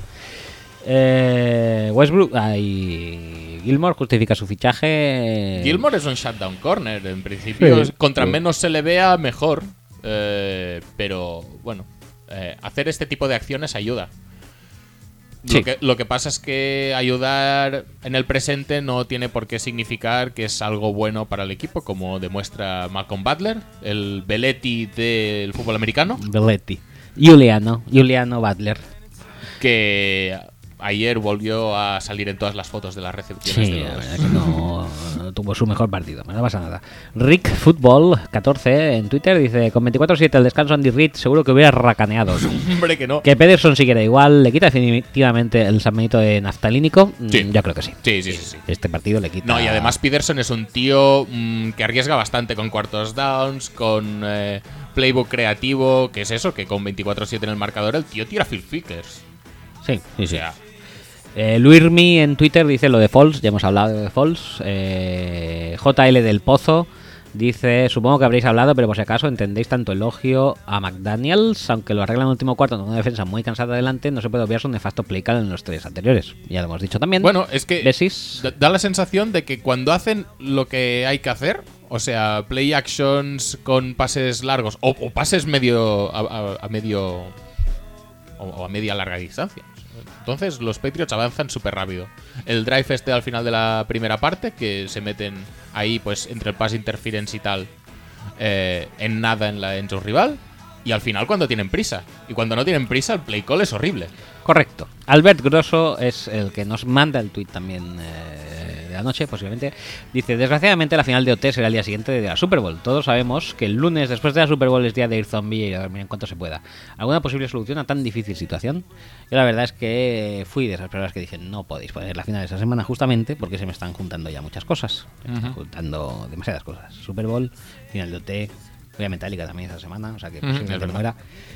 Westbrook y Gilmore justifica su fichaje. Gilmore es un shutdown corner, en principio. Sí, Contra sí. menos se le vea, mejor. Pero bueno, hacer este tipo de acciones ayuda. Sí. Lo que pasa es que ayudar en el presente no tiene por qué significar que es algo bueno para el equipo, como demuestra Malcolm Butler, el Belletti del fútbol americano, Belletti. Giuliano Butler. que ayer volvió a salir en todas las fotos de las recepciones Sí, de la los... verdad que no tuvo su mejor partido, pero no pasa nada. Rick Football 14 en Twitter dice: con 24-7 el descanso Andy Reid seguro que hubiera racaneado. Hombre, que no. Que Pederson siguiera igual, ¿le quita definitivamente el San Benito de naftalínico? Sí. Yo creo que sí. Sí. Este partido le quita. No, y además Peterson es un tío que arriesga bastante con cuartos downs, con playbook creativo, que es eso, que con 24-7 en el marcador el tío tira field pickers. Sí. O sea, Luirmi en Twitter dice lo de Falls, ya hemos hablado de Falls. JL del Pozo dice: supongo que habréis hablado, pero por si acaso entendéis tanto elogio a McDaniels, aunque lo arregla en el último cuarto con una defensa muy cansada adelante, no se puede obviar su nefasto play call en los 3 anteriores. Ya lo hemos dicho también. bueno, es que Besis. da la sensación de que cuando hacen lo que hay que hacer, o sea, play actions con pases largos o pases medio a medio o a media larga distancia. Entonces los Patriots avanzan súper rápido. El drive este al final de la primera parte, que se meten ahí pues entre el pass interference y tal, en nada en su rival. Y al final cuando tienen prisa. Y cuando no tienen prisa el play call es horrible. Correcto. Albert Grosso es el que nos manda el tweet también de la noche, posiblemente. Dice: desgraciadamente la final de OT será el día siguiente de la Super Bowl. Todos sabemos que el lunes después de la Super Bowl es día de ir zombie y a dormir en cuanto se pueda. ¿Alguna posible solución a tan difícil situación? Yo la verdad es que fui de esas personas que dije: no podéis poner la final de esa semana justamente porque se me están juntando ya muchas cosas. Se me están juntando demasiadas cosas. Super Bowl, final de OT, voy a Metallica también esa semana, o sea que Es posiblemente verdad. no era.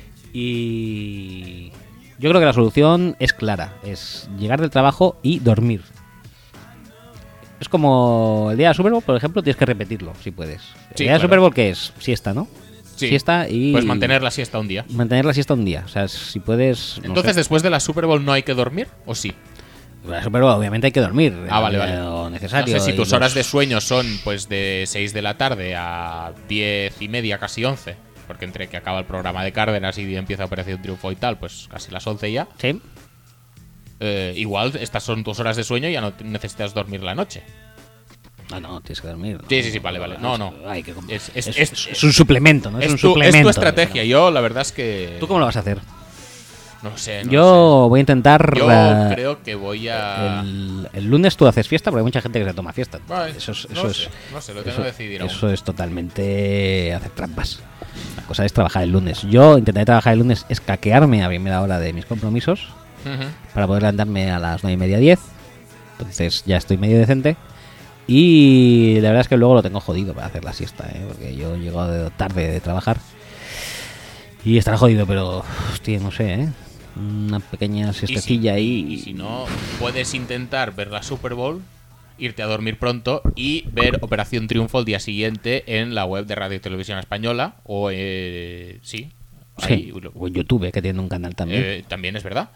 Y yo creo que la solución es clara, es llegar del trabajo y dormir. Es como el día de Super Bowl, por ejemplo, tienes que repetirlo si puedes. El Sí, día de claro. Super Bowl, ¿qué es? Siesta, ¿no? Sí. Siesta y... Pues mantener la siesta un día. Mantener la siesta un día. O sea, si puedes... no Entonces sé. después de la Super Bowl no hay que dormir, ¿o sí? La Super Bowl obviamente hay que dormir. Vale. Lo No necesario. sé si y tus los- horas de sueño son pues de 6 de la tarde a 10 y media, casi 11. Porque entre que acaba el programa de Cárdenas y empieza Operación Triunfo y tal, pues casi las 11 ya. Sí. Igual estas son tus horas de sueño y ya no necesitas dormir la noche. No, tienes que dormir. ¿no? Sí, vale. No. Hay que Es- es un suplemento, ¿no? Es un Es tu suplemento. estrategia. ¿no? Yo la verdad es que... ¿Tú cómo lo vas a hacer? No sé. Yo voy a intentar... Yo creo que voy a... el lunes tú haces fiesta porque hay mucha gente que se toma fiesta. Vale, Eso es, no sé, lo tengo que decidir aún. Eso es totalmente hacer trampas. La cosa es trabajar el lunes. Yo intentaré trabajar el lunes, escaquearme a primera hora de mis compromisos Ujú. para poder levantarme a las 9:30, 10. Entonces ya estoy medio decente. Y la verdad es que luego lo tengo jodido para hacer la siesta, porque yo llego tarde de trabajar. Y estará jodido, pero hostia, no sé, una pequeña siestecilla ahí. Y si no, puedes intentar ver la Super Bowl, irte a dormir pronto y ver Operación Triunfo el día siguiente en la web de Radio y Televisión Española o sí, Sí, ahí, o en YouTube, que tiene un canal también. también es verdad.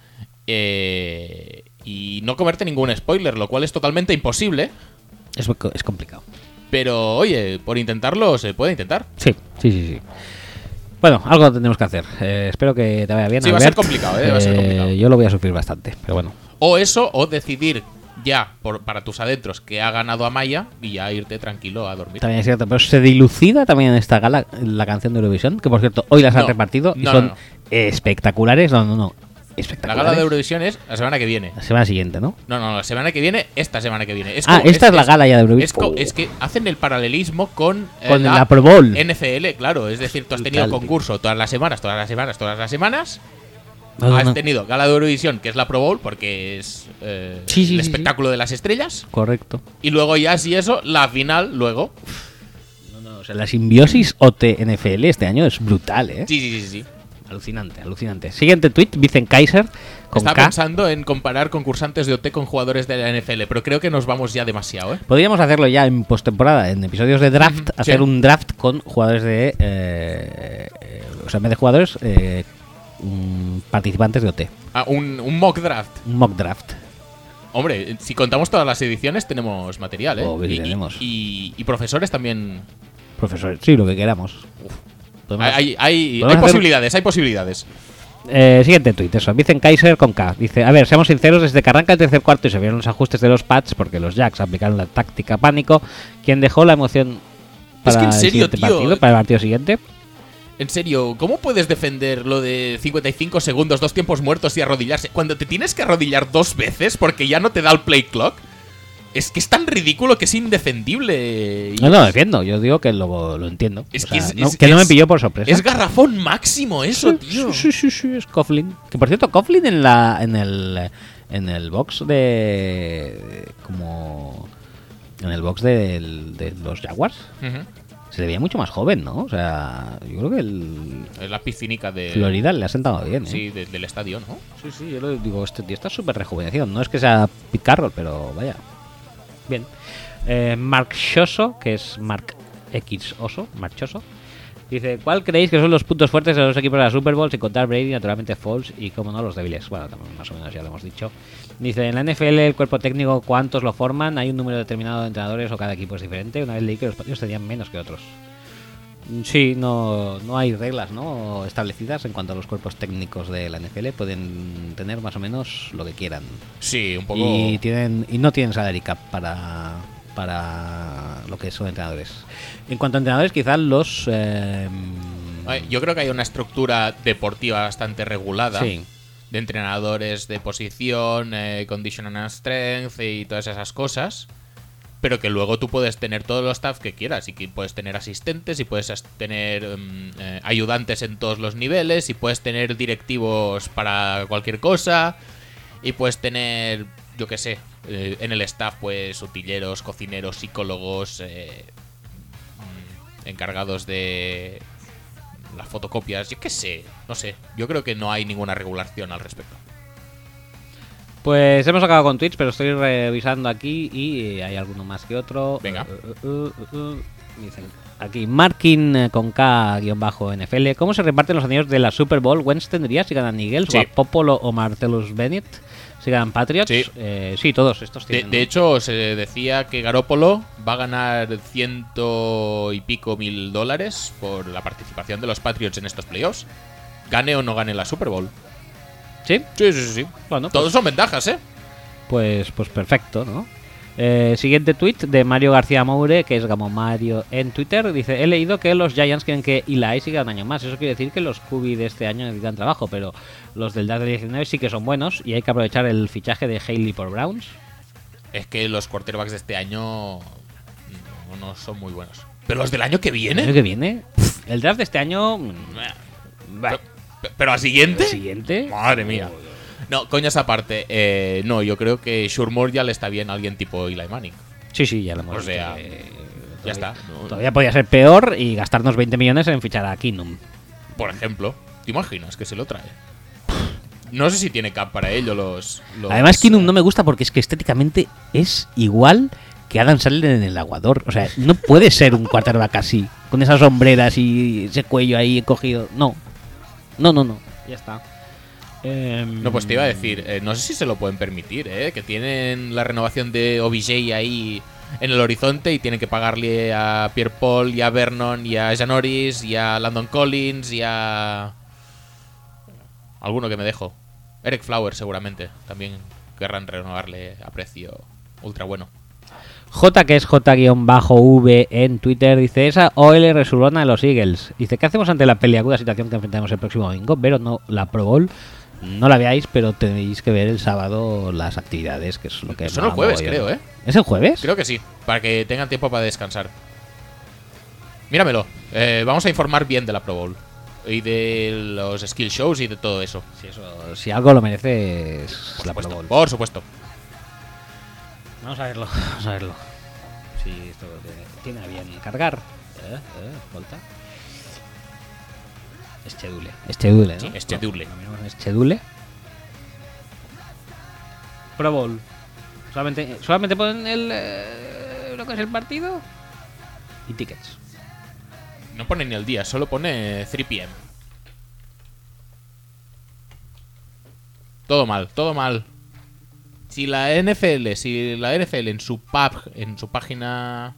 Y no comerte ningún spoiler, lo cual es totalmente imposible. Es complicado. Pero oye, por intentarlo se puede intentar. Sí. Bueno, algo tendremos que hacer. Espero que te vaya bien. Sí, va a ser Albert. complicado, va a ser complicado. Yo lo voy a sufrir bastante, pero bueno. O eso, o decidir ya para tus adentros que ha ganado Amaya y ya irte tranquilo a dormir. También es cierto, pero se dilucida también en esta gala la canción de Eurovisión, que por cierto, hoy las han No, repartido y no, son no. espectaculares. No. La Espectaculares. gala de Eurovisión es la semana que viene. La semana siguiente, ¿no? No, la semana que viene, esta semana que viene. Esta es la gala ya de Eurovisión. Es que hacen el paralelismo con la Pro Bowl. NFL, claro. Es decir, tú has tenido Brutal, concurso todas las semanas. No. Has tenido gala de Eurovisión, que es la Pro Bowl, porque es Sí, el espectáculo de las estrellas. Correcto. Y luego ya, si eso, la final luego. O sea, la simbiosis OT-NFL este año es brutal, ¿eh? Sí. Alucinante, alucinante. Siguiente tweet, Vicent Kaiser, con Estaba K. pensando en comparar concursantes de OT con jugadores de la NFL, pero creo que nos vamos ya demasiado, ¿eh? Podríamos hacerlo ya en postemporada, en episodios de draft, Ujú, hacer sí. un draft con jugadores de... o sea, en vez de jugadores, participantes de OT. Ah, un mock draft. Un mock draft. Hombre, si contamos todas las ediciones tenemos material, ¿eh? Obvio que tenemos. Y profesores también. Profesores, sí, lo que queramos. Podemos- Hay podemos hacer- posibilidades, hay posibilidades. Siguiente tuit, eso. Vicent Kaiser con K. Dice, a ver, seamos sinceros, desde que arranca el tercer cuarto y se vieron los ajustes de los pads, porque los Jacks aplicaron la táctica pánico, quien dejó la emoción Es para que en el serio, siguiente tío, partido, para el partido siguiente. En serio, ¿cómo puedes defender lo de 55 segundos, 2 tiempos muertos y arrodillarse? Cuando te tienes que arrodillar 2 veces porque ya no te da el play clock. Es que es tan ridículo que es indefendible. No lo defiendo, yo digo que lo entiendo. Es O que sea, es- no, es- que no me es- pilló por sorpresa. Es garrafón máximo eso, tío. Sí, es Coughlin. Que por cierto, Coughlin en el box de... como... en el box de los Jaguars Ujú. se le veía mucho más joven, ¿no? O sea, yo creo que el Es la piscinica de. Florida le ha sentado bien, ¿eh? Sí, del estadio, ¿no? Sí, yo lo digo, este tío está súper rejuvenecido. No es que sea Pete Carroll, pero vaya. Bien. Mark Choso, que es Mark X Oso, Mark Choso, dice, ¿cuál creéis que son los puntos fuertes de los equipos de la Super Bowl? Sin contar Brady, naturalmente Foles y, como no, los débiles. Bueno, también más o menos ya lo hemos dicho. Dice, en la NFL el cuerpo técnico, ¿cuántos lo forman? ¿Hay un número determinado de entrenadores o cada equipo es diferente? Una vez leí que los partidos tenían menos que otros. Sí, no hay reglas, ¿no?, establecidas en cuanto a los cuerpos técnicos de la NFL. Pueden tener más o menos lo que quieran. Sí, un poco. Y no tienen salary cap para lo que son entrenadores. En cuanto a entrenadores, quizás los... Yo creo que hay una estructura deportiva bastante regulada. sí. De entrenadores de posición, conditional strength y todas esas cosas. Pero que luego tú puedes tener todos los staff que quieras. Y que puedes tener asistentes y puedes tener ayudantes en todos los niveles. Y puedes tener directivos para cualquier cosa. Y puedes tener, yo qué sé, en el staff pues utilleros, cocineros, psicólogos, encargados de las fotocopias, yo qué sé, no sé. Yo creo que no hay ninguna regulación al respecto. Pues hemos acabado con Twitch, pero estoy revisando aquí y hay alguno más que otro. Venga. Dicen aquí, Markin con K-NFL. ¿Cómo se reparten los anillos de la Super Bowl? ¿Wentz tendría si ganan Eagles? Sí. ¿O a Popolo o Martellus Bennett si ganan Patriots? Sí. Sí, todos estos tienen. De hecho, se decía que Garoppolo va a ganar $100 y pico mil por la participación de los Patriots en estos playoffs. Gane o no gane la Super Bowl. ¿Sí? Sí. Bueno, Todos son ventajas, ¿eh? pues perfecto, ¿no? Siguiente tweet de Mario García Moure, que es Gamo Mario en Twitter. Dice, he leído que los Giants quieren que Eli siga un año más. Eso quiere decir que los QB de este año necesitan trabajo, pero los del draft del 19 sí que son buenos y hay que aprovechar el fichaje de Haley por Browns. Es que los quarterbacks de este año no son muy buenos. Pero los del año que ¿El viene. año que viene? El draft de este año... Pero al siguiente. ¿El siguiente? Madre mía. No, coñas aparte. No, yo creo que Shurmur ya le está bien a alguien tipo Eli Manning. Sí, ya lo hemos O sea, dicho, ya todavía- está. No, Todavía podía ser peor y gastarnos 20 millones en fichar a Keenum. por ejemplo, ¿te imaginas que se lo trae? No sé si tiene cap para ello los Además, Keenum no me gusta porque es que estéticamente es igual que Adam Sandler en El Aguador. O sea, no puede ser un quarterback así, con esas sombreras y ese cuello ahí cogido. No. Ya está. No, pues te iba a decir, no sé si se lo pueden permitir, que tienen la renovación de OBJ ahí en el horizonte y tienen que pagarle a Pierre Paul y a Vernon y a Janoris y a Landon Collins y a... alguno que me dejo. Eric Flowers seguramente, también querrán renovarle a precio ultra bueno. J, que es J-V en Twitter, dice, esa OL resurona de los Eagles. Dice, ¿qué hacemos ante la peliaguda situación que enfrentamos el próximo domingo? Pero no, la Pro Bowl no la veáis, pero tenéis que ver el sábado las actividades, que es lo que... Son el jueves, mola mogollón. creo, ¿Es el jueves? Creo que sí, para que tengan tiempo para descansar. Míramelo, vamos a informar bien de la Pro Bowl y de los skill shows y de todo eso. Si algo lo merece es la Pro Bowl. Por supuesto. Vamos a verlo. Si esto tiene a bien cargar. Volta. Schedule. Schedule, ¿no? Sí, schedule. Lo miramos en Schedule. Pro Bowl. Solamente ponen lo que es el partido y tickets. No pone ni el día, solo pone 3 p.m. Todo mal, todo mal. Si la NFL en su página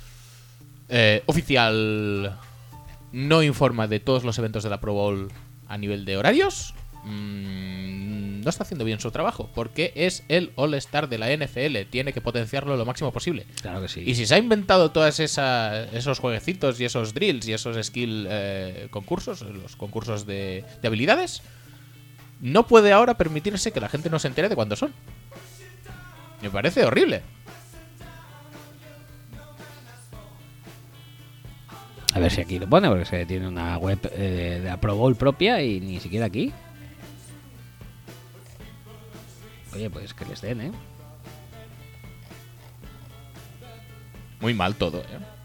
oficial no informa de todos los eventos de la Pro Bowl a nivel de horarios, no está haciendo bien su trabajo, porque es el All-Star de la NFL, tiene que potenciarlo lo máximo posible. Claro que sí. Y si se ha inventado todos esos jueguecitos y esos drills y esos skill concursos, los concursos de habilidades, no puede ahora permitirse que la gente no se entere de cuándo son. Me parece horrible. A ver si aquí lo pone, porque se tiene una web de la Pro Bowl propia y ni siquiera aquí. Oye, pues que les den, ¿eh? Muy mal todo,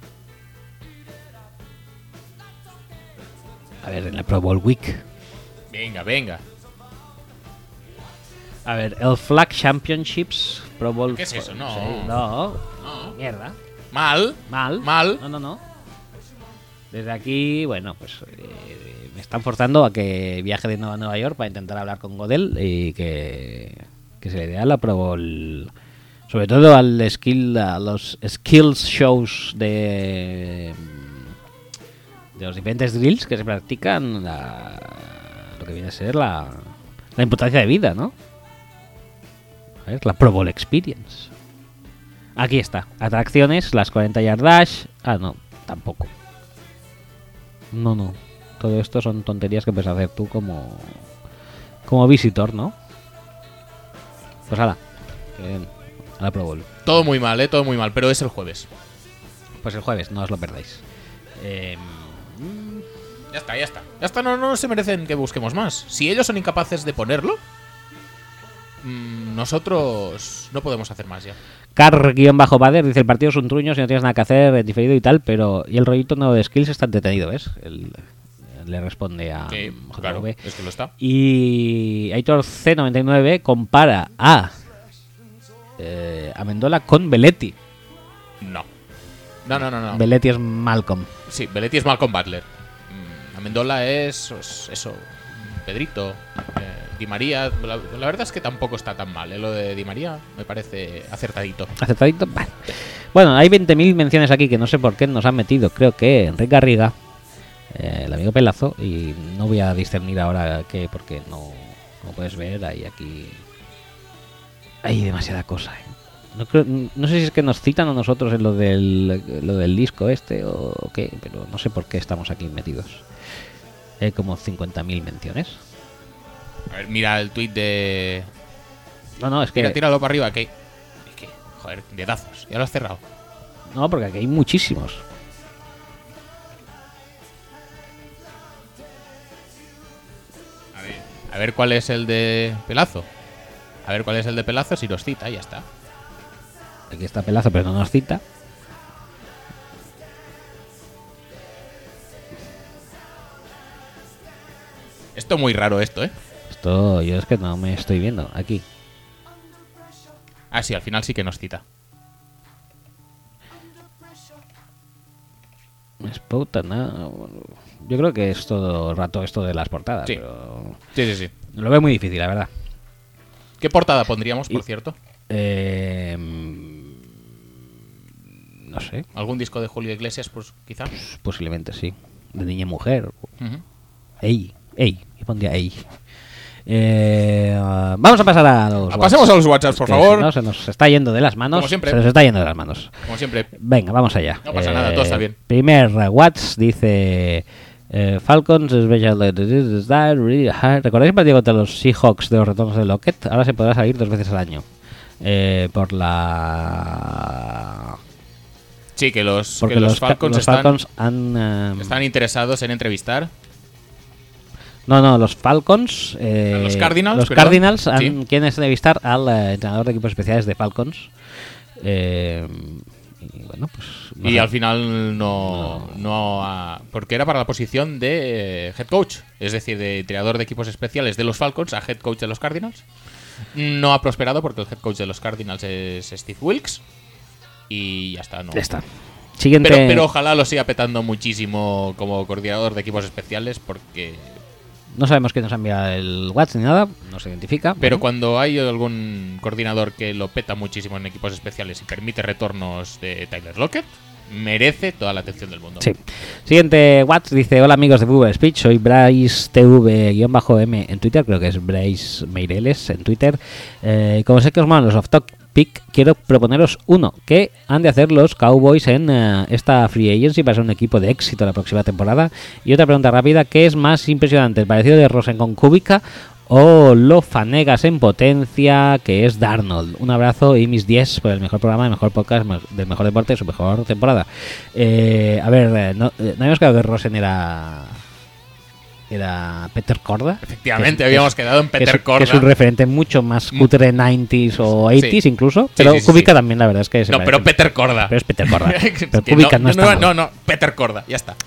A ver, en la Pro Bowl Week. Venga, venga. A ver, el Flag Championships Pro Bowl. ¿Qué es eso? No. Sí, no. No. Mierda. Mal. Mal. Mal. No. Desde aquí, bueno, pues me están forzando a que viaje de nuevo a Nueva York para intentar hablar con Godel y que se le dé a la Pro Bowl, sobre todo a los skills shows de los diferentes drills que se practican, lo que viene a ser la importancia de vida, ¿no? A ver, la Pro Bowl Experience. Aquí está. Atracciones, las 40 yard dash. Ah, no, tampoco. No. Todo esto son tonterías que puedes hacer tú como visitor, ¿no? Pues hala. A la Pro Bowl. Todo muy mal, todo muy mal, pero es el jueves. Pues el jueves, no os lo perdáis. Ya está. Ya está, no se merecen que busquemos más. Si ellos son incapaces de ponerlo, nosotros no podemos hacer más ya. Car-Bader dice: el partido es un truño si no tienes nada que hacer, en diferido y tal, pero. Y el rollito nuevo de skills está entretenido, ¿ves? Le responde a Sí, JV. claro, es que lo está. Y Aitor C99 compara a Amendola con Belletti. No. Belletti es Malcolm. Sí, Belletti es Malcolm Butler. Amendola es eso, Pedrito, Di María. La verdad es que tampoco está tan mal. Lo de Di María me parece acertadito. ¿Aceptadito? Vale. Bueno, hay 20.000 menciones aquí que no sé por qué nos han metido. Creo que Enrique Garriga, el amigo Pelazo, y no voy a discernir ahora qué, porque no, como puedes ver, hay demasiada cosa. No sé si es que nos citan a nosotros en lo del disco este o qué, pero no sé por qué estamos aquí metidos. Hay como 50.000 menciones. A ver, mira el tuit de... No, es que... Tíralo para arriba, que... Joder, dedazos, ya lo has cerrado. No, porque aquí hay muchísimos. A ver cuál es el de Pelazo. A ver cuál es el de Pelazo, si los cita, ya está. Aquí está Pelazo, pero no nos cita. Esto muy raro esto, ¿eh? Esto yo es que no me estoy viendo aquí. Ah, sí, al final sí que nos cita. Es pauta, ¿no? Yo creo que es todo rato esto de las portadas, Sí. pero Sí. lo veo muy difícil, la verdad. ¿Qué portada pondríamos, por Y- cierto? No sé, ¿Algún disco de Julio Iglesias, pues quizá? posiblemente sí. De niña y mujer. Ujú. Ey, yo pondría ey. Vamos a pasar a los Pasemos a los WhatsApps, por que favor. si no, se nos está yendo de las manos. Como siempre. Se nos está yendo de las manos. Como siempre. Venga, vamos allá. No pasa nada, todo está bien. Primer Watts dice: Falcons special. ¿Recordáis el partido contra los Seahawks de los retornos de Lockett? Ahora se podrá salir 2 veces al año. Por la. Sí, que los Porque Falcons, los están, Falcons han. están interesados en entrevistar. No, los Falcons. Los Cardinals, Los perdón. Cardinals Sí. quieren entrevistar al entrenador de equipos especiales de Falcons. Y bueno, Bueno, pues... Y al final no porque era para la posición de head coach, es decir, de entrenador de equipos especiales de los Falcons a head coach de los Cardinals. No ha prosperado porque el head coach de los Cardinals es Steve Wilkes. Y ya está, ¿no? Ya está. Siguiente... Pero ojalá lo siga petando muchísimo como coordinador de equipos especiales porque... No sabemos quién nos ha enviado el WhatsApp ni nada, no se identifica. Pero bueno. cuando hay algún coordinador que lo peta muchísimo en equipos especiales y permite retornos de Tyler Lockett, merece toda la atención del mundo. Sí. Siguiente WhatsApp dice: hola amigos de Google Speech, soy Bryce TV-M en Twitter, creo que es Bryce Meireles en Twitter. Como sé que os molan los off topic, quiero proponeros uno que han de hacer los Cowboys en esta free agency para ser un equipo de éxito la próxima temporada. Y otra pregunta rápida: ¿qué es más impresionante, el parecido de Rosen con Kubica o lo Fanegas en potencia que es Darnold? Un abrazo y mis 10 por el mejor programa, el mejor podcast del mejor deporte, su mejor temporada. A ver, no habíamos quedado que Rosen era Peter Corda. Efectivamente, habíamos quedado en Peter Corda. Que es un referente mucho más cutre 90s o 80s incluso. Pero sí, Kubica también, la verdad es que se no, parece. pero Peter Corda. Pero es Peter Corda. Pero Que Kubica no está mal. no, Peter Corda, ya está.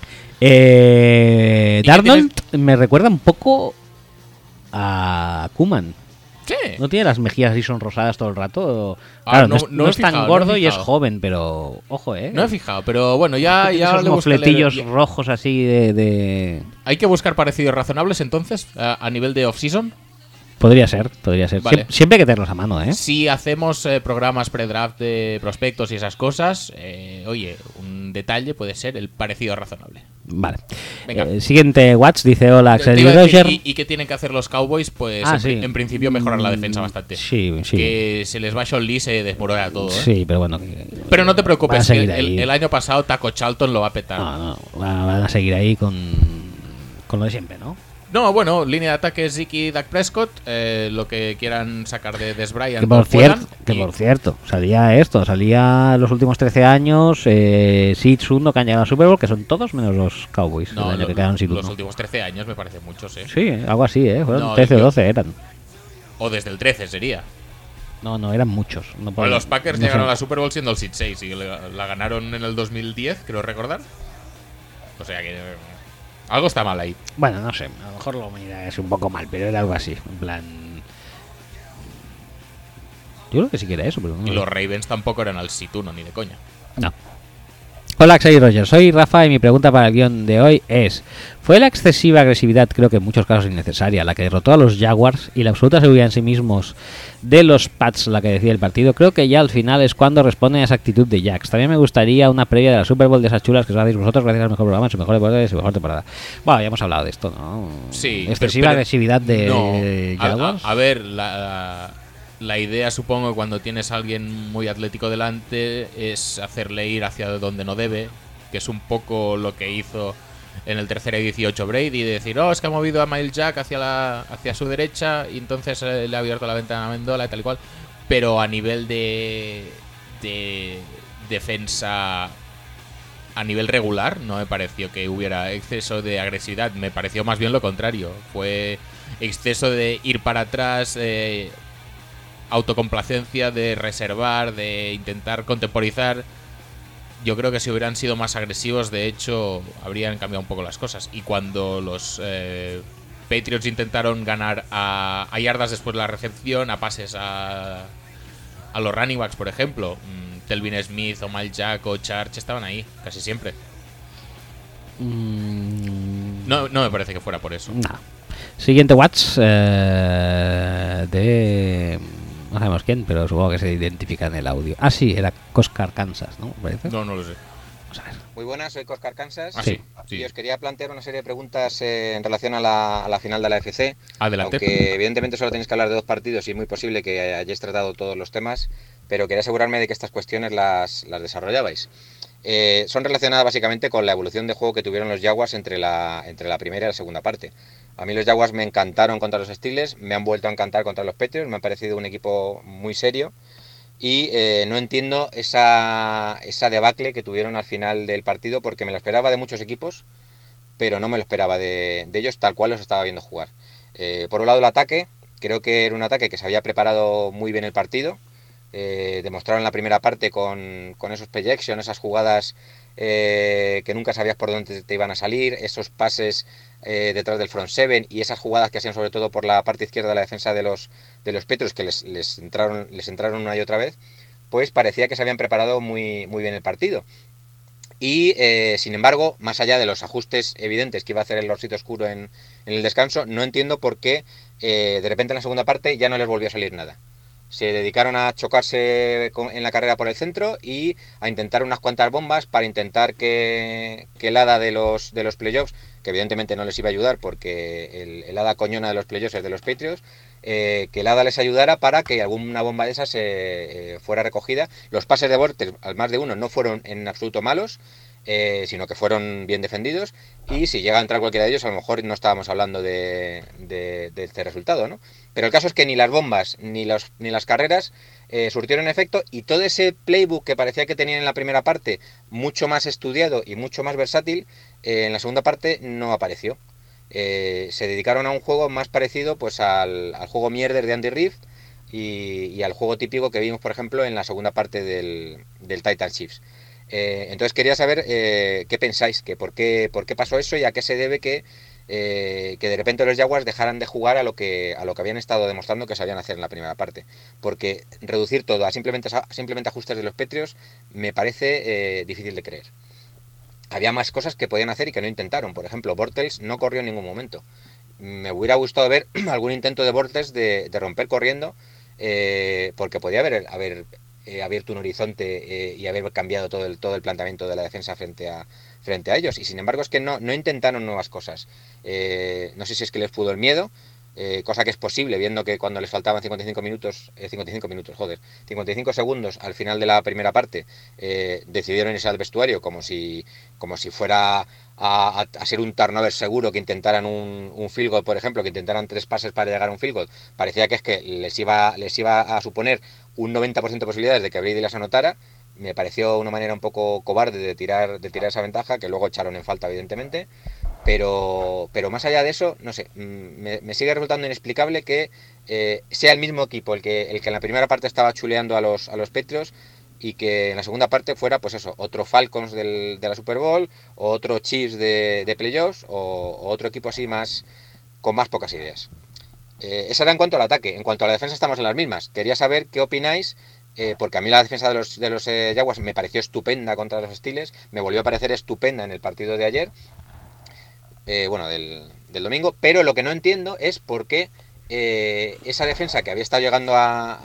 Darnold me recuerda un poco a Koeman. Sí. ¿No tiene las mejillas así sonrosadas todo el rato? Ah, Claro, no he es tan fijado, gordo no he y es fijado. joven, pero ojo, No he fijado, pero bueno, ya esos le buscaré. mofletillos rojos así de... Hay que buscar parecidos razonables entonces a nivel de off-season. Podría ser. Vale. Siempre hay que tenerlos a mano, ¿eh? Si hacemos programas pre-draft de prospectos y esas cosas, oye, un detalle puede ser el parecido razonable. Vale. Venga. Siguiente Watch dice: hola Axel Te y iba a decir, Roger. ¿y qué tienen que hacer los Cowboys? Pues Ah, sí. en principio mejorar la defensa bastante. Sí. Que se les va Sean Lee, se desmorona todo. Sí, pero bueno. Pero no te van a preocupes, que seguir ahí. el año pasado Taco Charlton lo va a petar. No, van a seguir ahí con lo de siempre, ¿no? No, bueno, línea de ataque Zeke y Dak Prescott, lo que quieran sacar de Des Bryant. Que por cierto, salía los últimos 13 años, Seeds 1 que han llegado al Super Bowl, que son todos menos los Cowboys, No, el año que quedaron sin los uno. últimos 13 años me parecen muchos, ¿eh? Sí, algo así, fueron No, 13 o yo- 12 eran. O desde el 13 sería. No, eran muchos. No Bueno, los Packers llegaron a sé. la Super Bowl siendo el Seed 6 y la ganaron en el 2010, creo recordar. O sea que algo está mal ahí. Bueno, no sé, a lo mejor lo miras un poco mal, pero era algo así, en plan... Yo creo que sí que era eso, pero no. Y los Ravens tampoco eran al Seed 1 ni de coña. No. Hola Axel y Roger, soy Rafa y mi pregunta para el guión de hoy es: ¿fue la excesiva agresividad, creo que en muchos casos innecesaria, la que derrotó a los Jaguars y la absoluta seguridad en sí mismos de los Pats la que decía el partido? Creo que ya al final es cuando responde a esa actitud de Jax. También me gustaría una previa de la Super Bowl de esas chulas que os hacéis vosotros gracias al mejor programa, su mejor deporte y su mejor temporada. Bueno, ya hemos hablado de esto, ¿no? Sí. Excesiva pero- agresividad de no, Jaguars. a ver, la idea supongo que cuando tienes a alguien muy atlético delante es hacerle ir hacia donde no debe, que es un poco lo que hizo en el tercer y 18 Brady, de decir, es que ha movido a Miles Jack hacia su derecha y entonces le ha abierto la ventana a Mendola y tal y cual. Pero a nivel de defensa a nivel regular no me pareció que hubiera exceso de agresividad, me pareció más bien lo contrario. Fue exceso de ir para atrás, autocomplacencia, de reservar, de intentar contemporizar. Yo creo que si hubieran sido más agresivos, de hecho, habrían cambiado un poco las cosas. Y cuando los Patriots intentaron ganar a yardas después de la recepción, a pases a los running backs, por ejemplo, Telvin Smith o Miles Jack o Charge estaban ahí, casi siempre. No me parece que fuera por eso. No. Siguiente Watch de... No sabemos quién, pero supongo que se identifica en el audio. Ah, sí, era Coscar Kansas, ¿no? ¿Parece? No lo sé. Vamos a ver. Muy buenas, soy Coscar Kansas. Ah, sí. Y os quería plantear una serie de preguntas en relación a la final de la FC. Adelante. Aunque evidentemente solo tenéis que hablar de 2 partidos y es muy posible que hayáis tratado todos los temas, pero quería asegurarme de que estas cuestiones las desarrollabais. Son relacionadas básicamente con la evolución de juego que tuvieron los Jaguars entre la primera y la segunda parte. A mí los Jaguars me encantaron contra los Steelers, me han vuelto a encantar contra los Patriots, me ha parecido un equipo muy serio. Y no entiendo esa debacle que tuvieron al final del partido, porque me lo esperaba de muchos equipos, pero no me lo esperaba de ellos tal cual los estaba viendo jugar. Por un lado el ataque, creo que era un ataque que se había preparado muy bien el partido, demostraron en la primera parte con esos play action, esas jugadas que nunca sabías por dónde te iban a salir, esos pases detrás del front seven y esas jugadas que hacían sobre todo por la parte izquierda de la defensa de los Patriots, que les entraron una y otra vez, pues parecía que se habían preparado muy, muy bien el partido. Y sin embargo, más allá de los ajustes evidentes que iba a hacer el Lorcito Oscuro en el descanso, no entiendo por qué de repente en la segunda parte ya no les volvió a salir nada. Se dedicaron a chocarse en la carrera por el centro y a intentar unas cuantas bombas para intentar que el hada de los playoffs, que evidentemente no les iba a ayudar porque el hada coñona de los playoffs es de los Patriots, que el hada les ayudara para que alguna bomba de esas fuera recogida. Los pases de Bortles, al más de uno, no fueron en absoluto malos, sino que fueron bien defendidos, y si llega a entrar cualquiera de ellos a lo mejor no estábamos hablando de este resultado, ¿no? Pero el caso es que ni las bombas ni las carreras surtieron efecto, y todo ese playbook que parecía que tenían en la primera parte, mucho más estudiado y mucho más versátil, en la segunda parte no apareció. Se dedicaron a un juego más parecido pues al juego mierder de Andy Reid y al juego típico que vimos, por ejemplo, en la segunda parte del Titan Chiefs. Entonces quería saber qué pensáis, que por qué pasó eso y a qué se debe que de repente los Jaguars dejaran de jugar a lo que habían estado demostrando que sabían hacer en la primera parte. Porque reducir todo a simplemente ajustes de los Patriots me parece difícil de creer. Había más cosas que podían hacer y que no intentaron. Por ejemplo, Bortles no corrió en ningún momento. Me hubiera gustado ver algún intento de Bortles de romper corriendo, porque podía haber abierto un horizonte y haber cambiado todo el planteamiento de la defensa frente a ellos. Y sin embargo es que no intentaron nuevas cosas. No sé si es que les pudo el miedo, cosa que es posible viendo que cuando les faltaban 55 segundos al final de la primera parte, decidieron irse al vestuario como si fuera a ser un turnover seguro, que intentaran un field goal, por ejemplo, que intentaran 3 pases para llegar a un field goal. Parecía que es que les iba a suponer un 90% de posibilidades de que Brady las anotara. Me pareció una manera un poco cobarde de tirar esa ventaja, que luego echaron en falta evidentemente. Pero más allá de eso, no sé, me sigue resultando inexplicable que sea el mismo equipo el que en la primera parte estaba chuleando a los Patriots, y que en la segunda parte fuera, pues eso, otro Falcons de la Super Bowl, o otro Chiefs de playoffs, o otro equipo así con más pocas ideas. Eso era en cuanto al ataque. En cuanto a la defensa estamos en las mismas. Quería saber qué opináis, porque a mí la defensa de los Jaguars me pareció estupenda contra los Steelers, me volvió a parecer estupenda en el partido de ayer, del domingo, pero lo que no entiendo es por qué esa defensa que había estado llegando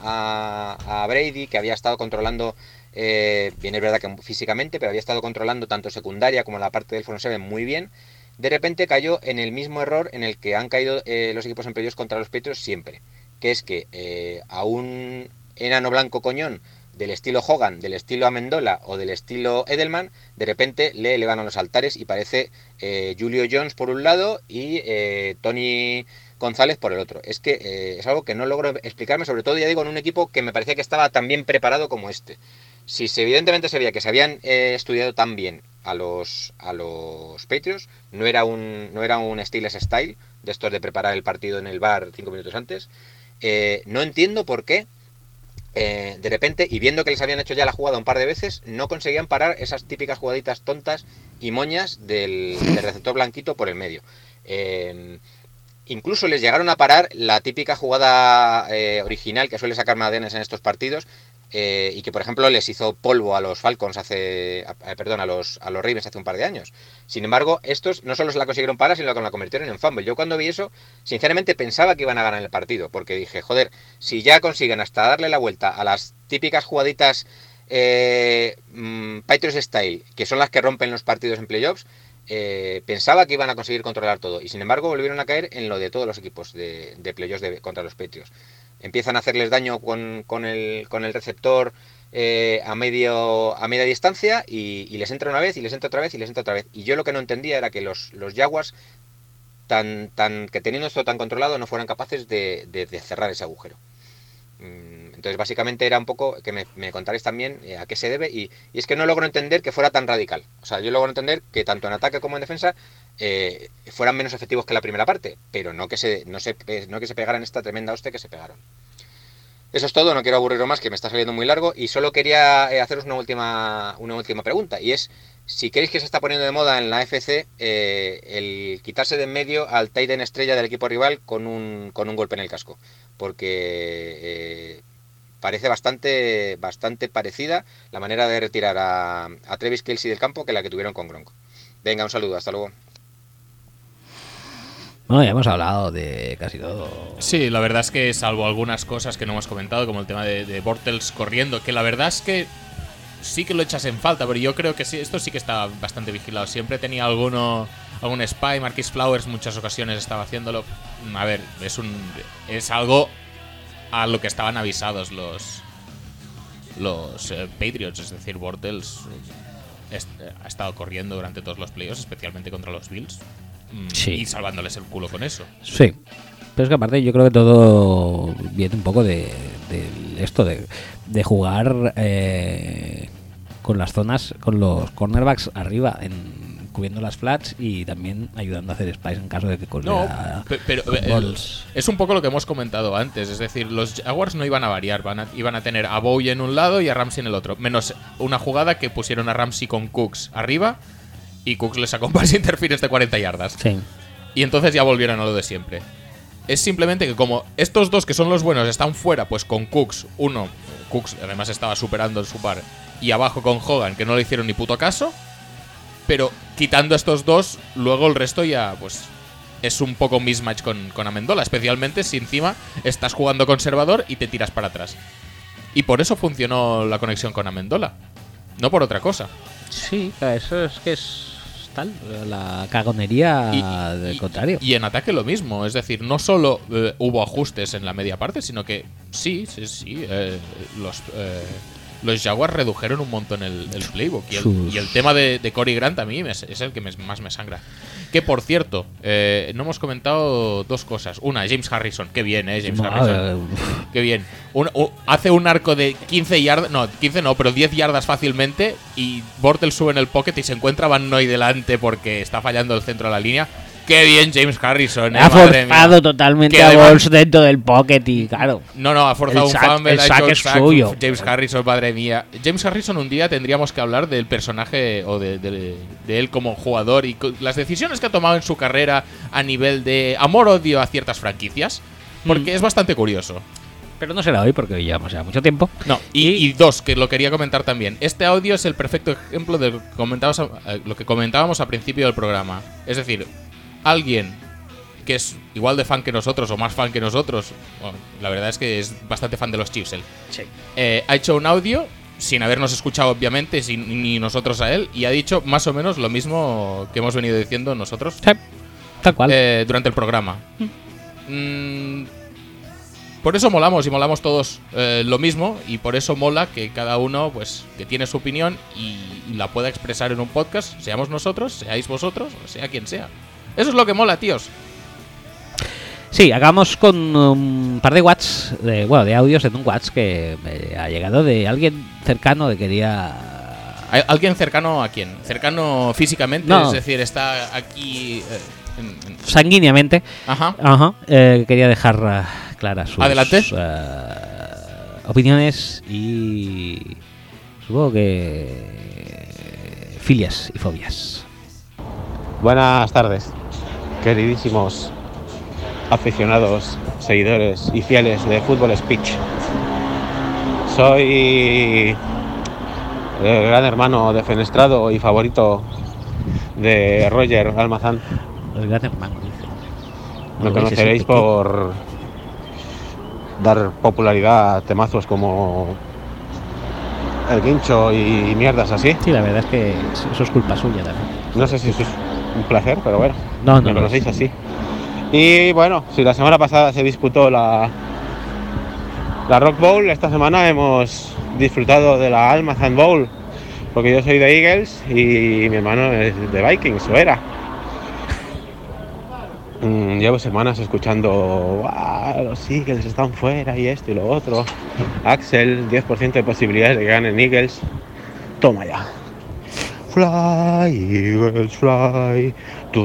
a Brady, que había estado controlando, bien es verdad que físicamente, pero había estado controlando tanto secundaria como la parte del front seven muy bien, de repente cayó en el mismo error en el que han caído los equipos en playoffs contra los Patriots siempre, que es que a un enano blanco coñón del estilo Hogan, del estilo Amendola o del estilo Edelman, de repente le elevan a los altares y parece Julio Jones por un lado y Tony González por el otro. Es que es algo que no logro explicarme, sobre todo, ya digo, en un equipo que me parecía que estaba tan bien preparado como este. Si evidentemente se veía que se habían estudiado tan bien a los Patriots, no era un Steelers style, de estos de preparar el partido en el bar 5 minutos antes, no entiendo por qué de repente, y viendo que les habían hecho ya la jugada un par de veces, no conseguían parar esas típicas jugaditas tontas y moñas del receptor blanquito por el medio. Incluso les llegaron a parar la típica jugada original que suele sacar Madenes en estos partidos, y que por ejemplo les hizo polvo a los Falcons a los Ravens hace un par de años. Sin embargo, estos no solo se la consiguieron parar, sino que la convirtieron en fumble. Yo cuando vi eso, sinceramente pensaba que iban a ganar el partido, porque dije, joder, si ya consiguen hasta darle la vuelta a las típicas jugaditas Patriots style, que son las que rompen los partidos en playoffs, pensaba que iban a conseguir controlar todo, y sin embargo volvieron a caer en lo de todos los equipos de playoffs contra los Patriots. Empiezan a hacerles daño con el receptor a media distancia, y les entra una vez, y les entra otra vez, y les entra otra vez. Y yo lo que no entendía era que los Jaguars, que teniendo esto tan controlado, no fueran capaces de cerrar ese agujero. Entonces básicamente era un poco que me contarais también a qué se debe, y es que no logro entender que fuera tan radical. O sea, yo logro entender que tanto en ataque como en defensa fueran menos efectivos que la primera parte, pero no que se pegaran esta tremenda hostia que se pegaron. Eso es todo, no quiero aburriros más, que me está saliendo muy largo, y solo quería haceros una última pregunta, y es si creéis que se está poniendo de moda en la FC el quitarse de en medio al tight end estrella del equipo rival con un golpe en el casco, porque parece bastante parecida la manera de retirar a Travis Kelce del campo que la que tuvieron con Gronk. Venga, un saludo, hasta luego. Bueno, ya hemos hablado de casi todo. Sí, la verdad es que salvo algunas cosas que no hemos comentado, como el tema de Bortles corriendo, que la verdad es que sí que lo echas en falta, pero yo creo que sí, esto sí que está bastante vigilado. Siempre tenía algún spy, Marquis Flowers muchas ocasiones estaba haciéndolo. A ver, es algo a lo que estaban avisados los Patriots, es decir, Bortles ha estado corriendo durante todos los playoffs, especialmente contra los Bills. Sí. Y salvándoles el culo con eso. Sí. Pero es que aparte yo creo que todo viene un poco de esto de jugar con las zonas, con los cornerbacks arriba, cubriendo las flats y también ayudando a hacer spies en caso de que corriera. No, pero es un poco lo que hemos comentado antes. Es decir, los Jaguars no iban a variar. Iban a tener a Bowie en un lado y a Ramsey en el otro. Menos una jugada que pusieron a Ramsey con Cooks arriba y Cooks le sacó un pase interference de 40 yardas. Sí. Y entonces ya volvieron a lo de siempre. Es simplemente que como estos dos que son los buenos están fuera, pues con Cooks además estaba superando en su par, y abajo con Hogan, que no le hicieron ni puto caso. Pero quitando estos dos, luego el resto ya pues es un poco mismatch con Amendola, especialmente si encima estás jugando conservador y te tiras para atrás. Y por eso funcionó la conexión con Amendola, no por otra cosa. Sí, eso es que es tal, la cagonería del contrario. Y en ataque lo mismo, es decir, no solo hubo ajustes en la media parte, sino que los Jaguars redujeron un montón el playbook. Y el tema de Corey Grant a mí es el que más me sangra. Que por cierto, no hemos comentado dos cosas. Una, James Harrison. Qué bien, James Harrison. Qué bien. Hace un arco de 15 yardas. No, 15 no, pero 10 yardas fácilmente. Y Bortles sube en el pocket y se encuentra Van Noy delante porque está fallando el centro de la línea. Qué bien James Harrison, ha forzado totalmente a Bols dentro del pocket y claro. No, ha forzado un fumble, el saque es suyo. James Harrison, madre mía. James Harrison, un día tendríamos que hablar del personaje o de él como jugador y las decisiones que ha tomado en su carrera a nivel de amor-odio a ciertas franquicias, porque es bastante curioso. Pero no será hoy porque llevamos ya mucho tiempo. No, y dos, que lo quería comentar también. Este audio es el perfecto ejemplo de lo que comentábamos al principio del programa. Es decir, alguien que es igual de fan que nosotros o más fan que nosotros, bueno, la verdad es que es bastante fan de los Chiefs él. Sí. Ha hecho un audio sin habernos escuchado obviamente, ni nosotros a él, y ha dicho más o menos lo mismo que hemos venido diciendo nosotros. Sí, tal cual. Durante el programa. Por eso molamos y molamos todos lo mismo, y por eso mola que cada uno pues que tiene su opinión y la pueda expresar en un podcast, seamos nosotros, seáis vosotros, o sea quien sea. Eso es lo que mola, tíos. Sí, hagamos con un par de watts, de audios en un watts que me ha llegado de alguien cercano de quería... ¿Alguien cercano a quién? ¿Cercano físicamente? No. Es decir, está aquí... sanguíneamente. Ajá. Quería dejar claras sus Adelante. Opiniones y supongo que filias y fobias. Buenas tardes, queridísimos aficionados, seguidores y fieles de Fútbol Speech. Soy el gran hermano defenestrado y favorito de Roger Almazán. El gran hermano, dice. Me conoceréis por dar popularidad a temazos como El Guincho y mierdas así. Sí, la verdad es que eso es culpa suya también. No sé si eso es un placer, pero bueno, No, me conocéis así. Y bueno, si la semana pasada se disputó la Rock Bowl, esta semana hemos disfrutado de la Almazán Bowl, porque yo soy de Eagles y mi hermano es de Vikings, o era. Llevo semanas escuchando los Eagles están fuera y esto y lo otro. Axel, 10% de posibilidades de que ganen Eagles. Toma ya. Fly, Eagles, fly. Tu.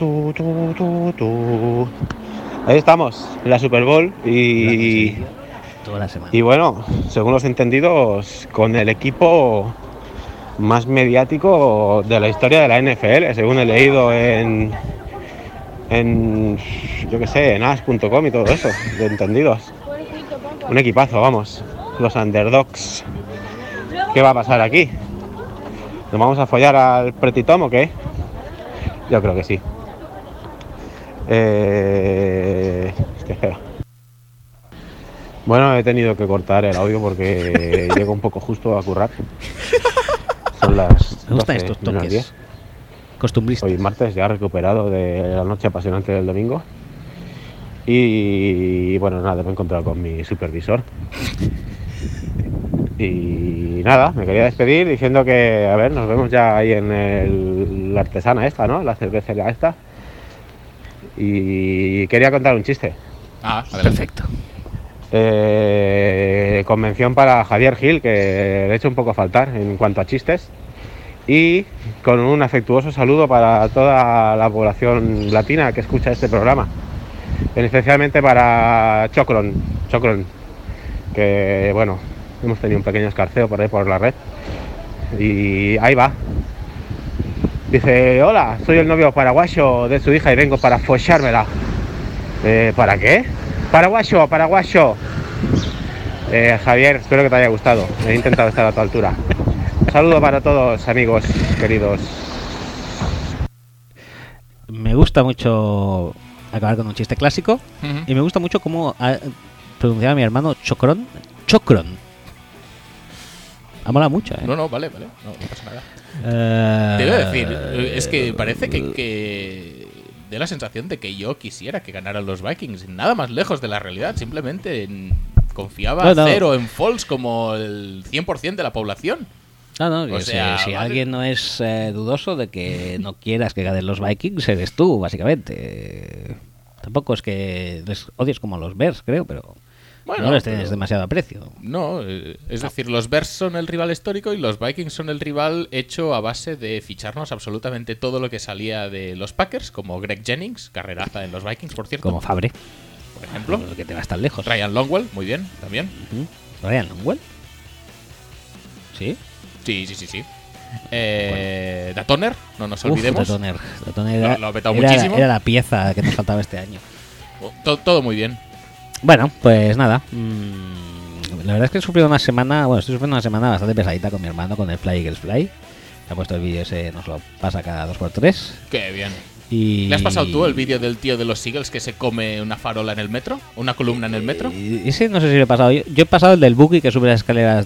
Ahí estamos, en la Super Bowl y Toda la semana. Y bueno, según los entendidos, con el equipo más mediático de la historia de la NFL, según he leído en yo qué sé, en as.com y todo eso, de entendidos. Un equipazo, vamos. Los underdogs. ¿Qué va a pasar aquí? ¿Nos vamos a follar al Pretty Tom o qué? Yo creo que sí. Espera. Bueno, he tenido que cortar el audio porque llego un poco justo a currar. Son las Me gustan 12 estos menos toques 10. costumbristas. Hoy martes, ya recuperado de la noche apasionante del domingo. Y bueno, nada, me he encontrado con mi supervisor. Y nada, me quería despedir diciendo que, a ver, nos vemos ya ahí en la artesana esta, ¿no? La cervecería esta. Y quería contar un chiste. Ah, adelante. Perfecto. Convención para Javier Gil, que le he hecho un poco faltar en cuanto a chistes. Y con un afectuoso saludo para toda la población latina que escucha este programa. Especialmente para Chocron, que bueno, hemos tenido un pequeño escarceo por ahí por la red. Y ahí va. Dice, hola, soy el novio paraguayo de su hija y vengo para follármela. ¿Para qué? Paraguayo. Javier, espero que te haya gustado. He intentado estar a tu altura. Un saludo para todos, amigos queridos. Me gusta mucho acabar con un chiste clásico. Ujú. Y me gusta mucho cómo pronunciaba mi hermano Chocron. Chocron. Ha molado mucho, ¿eh? No, vale. No pasa nada. Te iba a decir, es que parece que de la sensación de que yo quisiera que ganaran los Vikings. Nada más lejos de la realidad. Simplemente confiaba No. cero en Foles como el 100% de la población. No, O que sea, si vale. alguien no es dudoso de que no quieras que ganen los Vikings, eres tú, básicamente. Tampoco es que les odies como a los Bears, creo, pero Bueno, no les tienes pero- demasiado aprecio. No, es decir, los Bears son el rival histórico y los Vikings son el rival hecho a base de ficharnos absolutamente todo lo que salía de los Packers, como Greg Jennings, carreraza en los Vikings, por cierto, Como Fabre, por ejemplo. que te vas tan lejos. Ryan Longwell, muy bien, también. Ryan Longwell. ¿Sí? Sí. Datoner, no nos olvidemos. Datoner era, Lo ha petado era- muchísimo. era la pieza que nos faltaba este año. Todo muy bien. Bueno, pues nada. La verdad es que he sufrido una semana. Bueno, estoy sufriendo una semana bastante pesadita con mi hermano, con el Fly Eagles Fly. Se ha puesto el vídeo ese, nos lo pasa cada 2x3. Qué bien. Y... ¿Le has pasado tú el vídeo del tío de los Eagles que se come una farola en el metro? ¿Una columna en el metro? Y ese no sé si lo he pasado. Yo he pasado el del Buki que sube las escaleras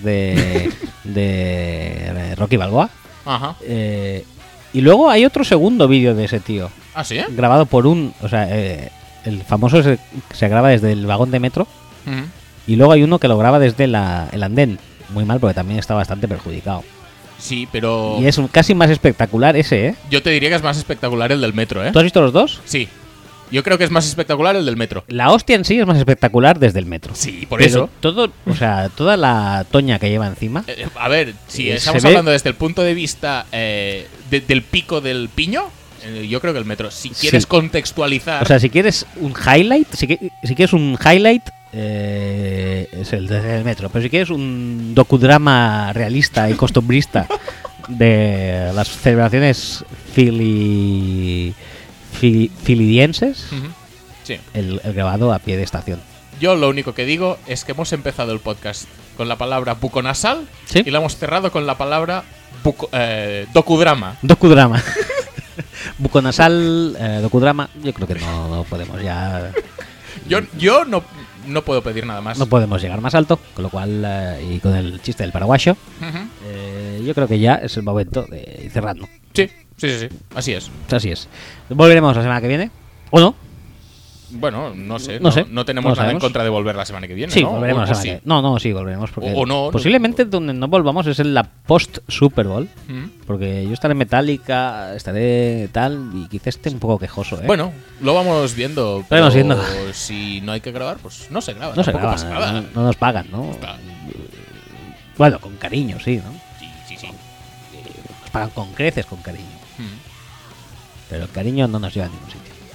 de Rocky Balboa. Ajá. Y luego hay otro segundo vídeo de ese tío. ¿Ah, sí? Grabado por un... O sea, el famoso se graba desde el vagón de metro. Ujú. Y luego hay uno que lo graba desde el andén. Muy mal porque también está bastante perjudicado. Sí, pero Y es casi más espectacular ese, ¿eh? yo te diría que es más espectacular el del metro, ¿eh? ¿Tú has visto los dos? Sí. Yo creo que es más espectacular el del metro. La hostia en sí es más espectacular desde el metro. Sí, por Pero eso. todo, o sea, toda la toña que lleva encima. A ver, si Se estamos ve- hablando desde el punto de vista del pico del piño, yo creo que el metro. Si quieres Sí. contextualizar... O sea, si quieres un highlight, si quieres un highlight, es el desde el metro. Pero si quieres un docudrama realista y costumbrista de las celebraciones filidienses, Ujú. Sí. el grabado a pie de estación. Yo lo único que digo es que hemos empezado el podcast con la palabra buconasal Sí. y lo hemos cerrado con la palabra docudrama. Docudrama. Buconasal, docudrama, yo creo que no podemos ya. Yo no puedo pedir nada más. No podemos llegar más alto, con lo cual, y con el chiste del paraguayo, Ujú. yo creo que ya es el momento de ir cerrando. Sí. Así es. Así es. Volveremos la semana que viene. ¿O no? Bueno, no sé. No sé. No tenemos No lo nada en sabemos. contra de volver la semana que viene, Sí, ¿no? volveremos la O semana sí. que viene. No, sí, volveremos. Porque O no, posiblemente donde no volvamos es en la post-Super Bowl. Ujú. Porque yo estaré en Metallica, estaré tal, y quizás esté un poco quejoso, ¿eh? Bueno, lo vamos viendo. Lo vamos pero viendo. Si no hay que grabar, pues no se graba. no se tampoco graba, pasa nada. no nos pagan, ¿no? Está- Bueno, con cariño, sí, ¿no? Sí. Nos pagan con creces, con cariño. Ujú. Pero el cariño no nos lleva a ningún sitio.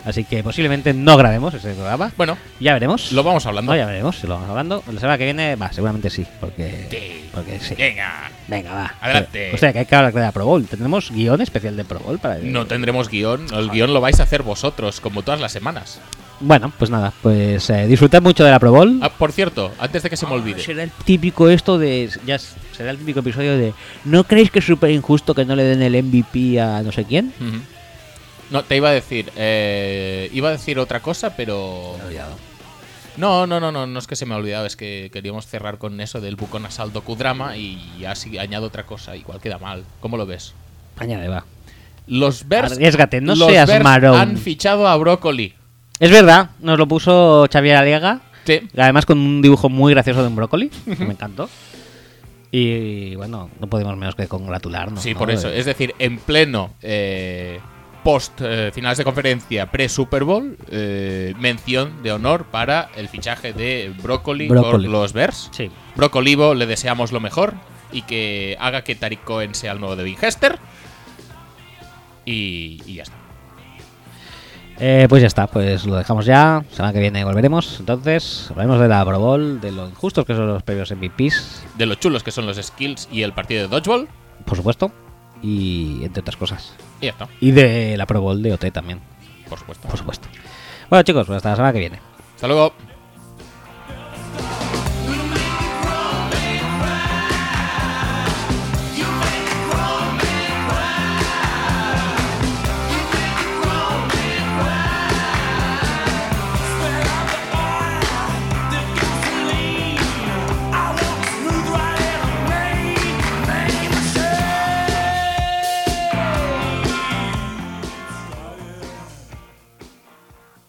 Así que posiblemente no grabemos ese programa. Bueno, Ya veremos. lo vamos hablando. No, ya veremos si lo vamos hablando. La semana que viene, va, seguramente sí. Porque sí. Venga. Venga, va. Adelante. O sea, que hay que hablar de la Pro Bowl. ¿Tendremos guión especial de Pro Bowl? No tendremos guión. El guión lo vais a hacer vosotros, como todas las semanas. Bueno, pues nada. Pues disfrutad mucho de la Pro Bowl. Ah, por cierto, antes de que se me olvide. Será el típico esto de... será el típico episodio de... ¿No creéis que es súper injusto que no le den el MVP a no sé quién? Ujú. No, te iba a decir. Iba a decir otra cosa, pero. Me he olvidado. No es que se me ha olvidado, es que queríamos cerrar con eso del buco nasal docudrama y así añado otra cosa, igual queda mal. ¿Cómo lo ves? Añade, va. Los Bears, Arriésgate, no los seas Bears marón. han fichado a Brócoli. Es verdad, nos lo puso Xavier Aliaga. Sí. Además con un dibujo muy gracioso de un brócoli, que me encantó. Y bueno, no podemos menos que congratularnos. Sí, ¿no? por eso. Es decir, en pleno post finales de conferencia pre-Super Bowl, mención de honor para el fichaje de Brócoli por los Bears. Sí. Brocolivo, le deseamos lo mejor y que haga que Tariq Cohen sea el nuevo Devin Hester. Y ya está. Pues ya está, pues lo dejamos ya. Semana que viene volveremos. Entonces, hablaremos de la Pro Bowl, de lo injustos que son los previos MVPs, De los chulos que son los skills y el partido de Dodgeball. por supuesto, y entre otras cosas. Y ya está, Y de la Pro Bowl de OT también, por supuesto. por supuesto. Bueno, chicos, pues hasta la semana que viene. Hasta luego.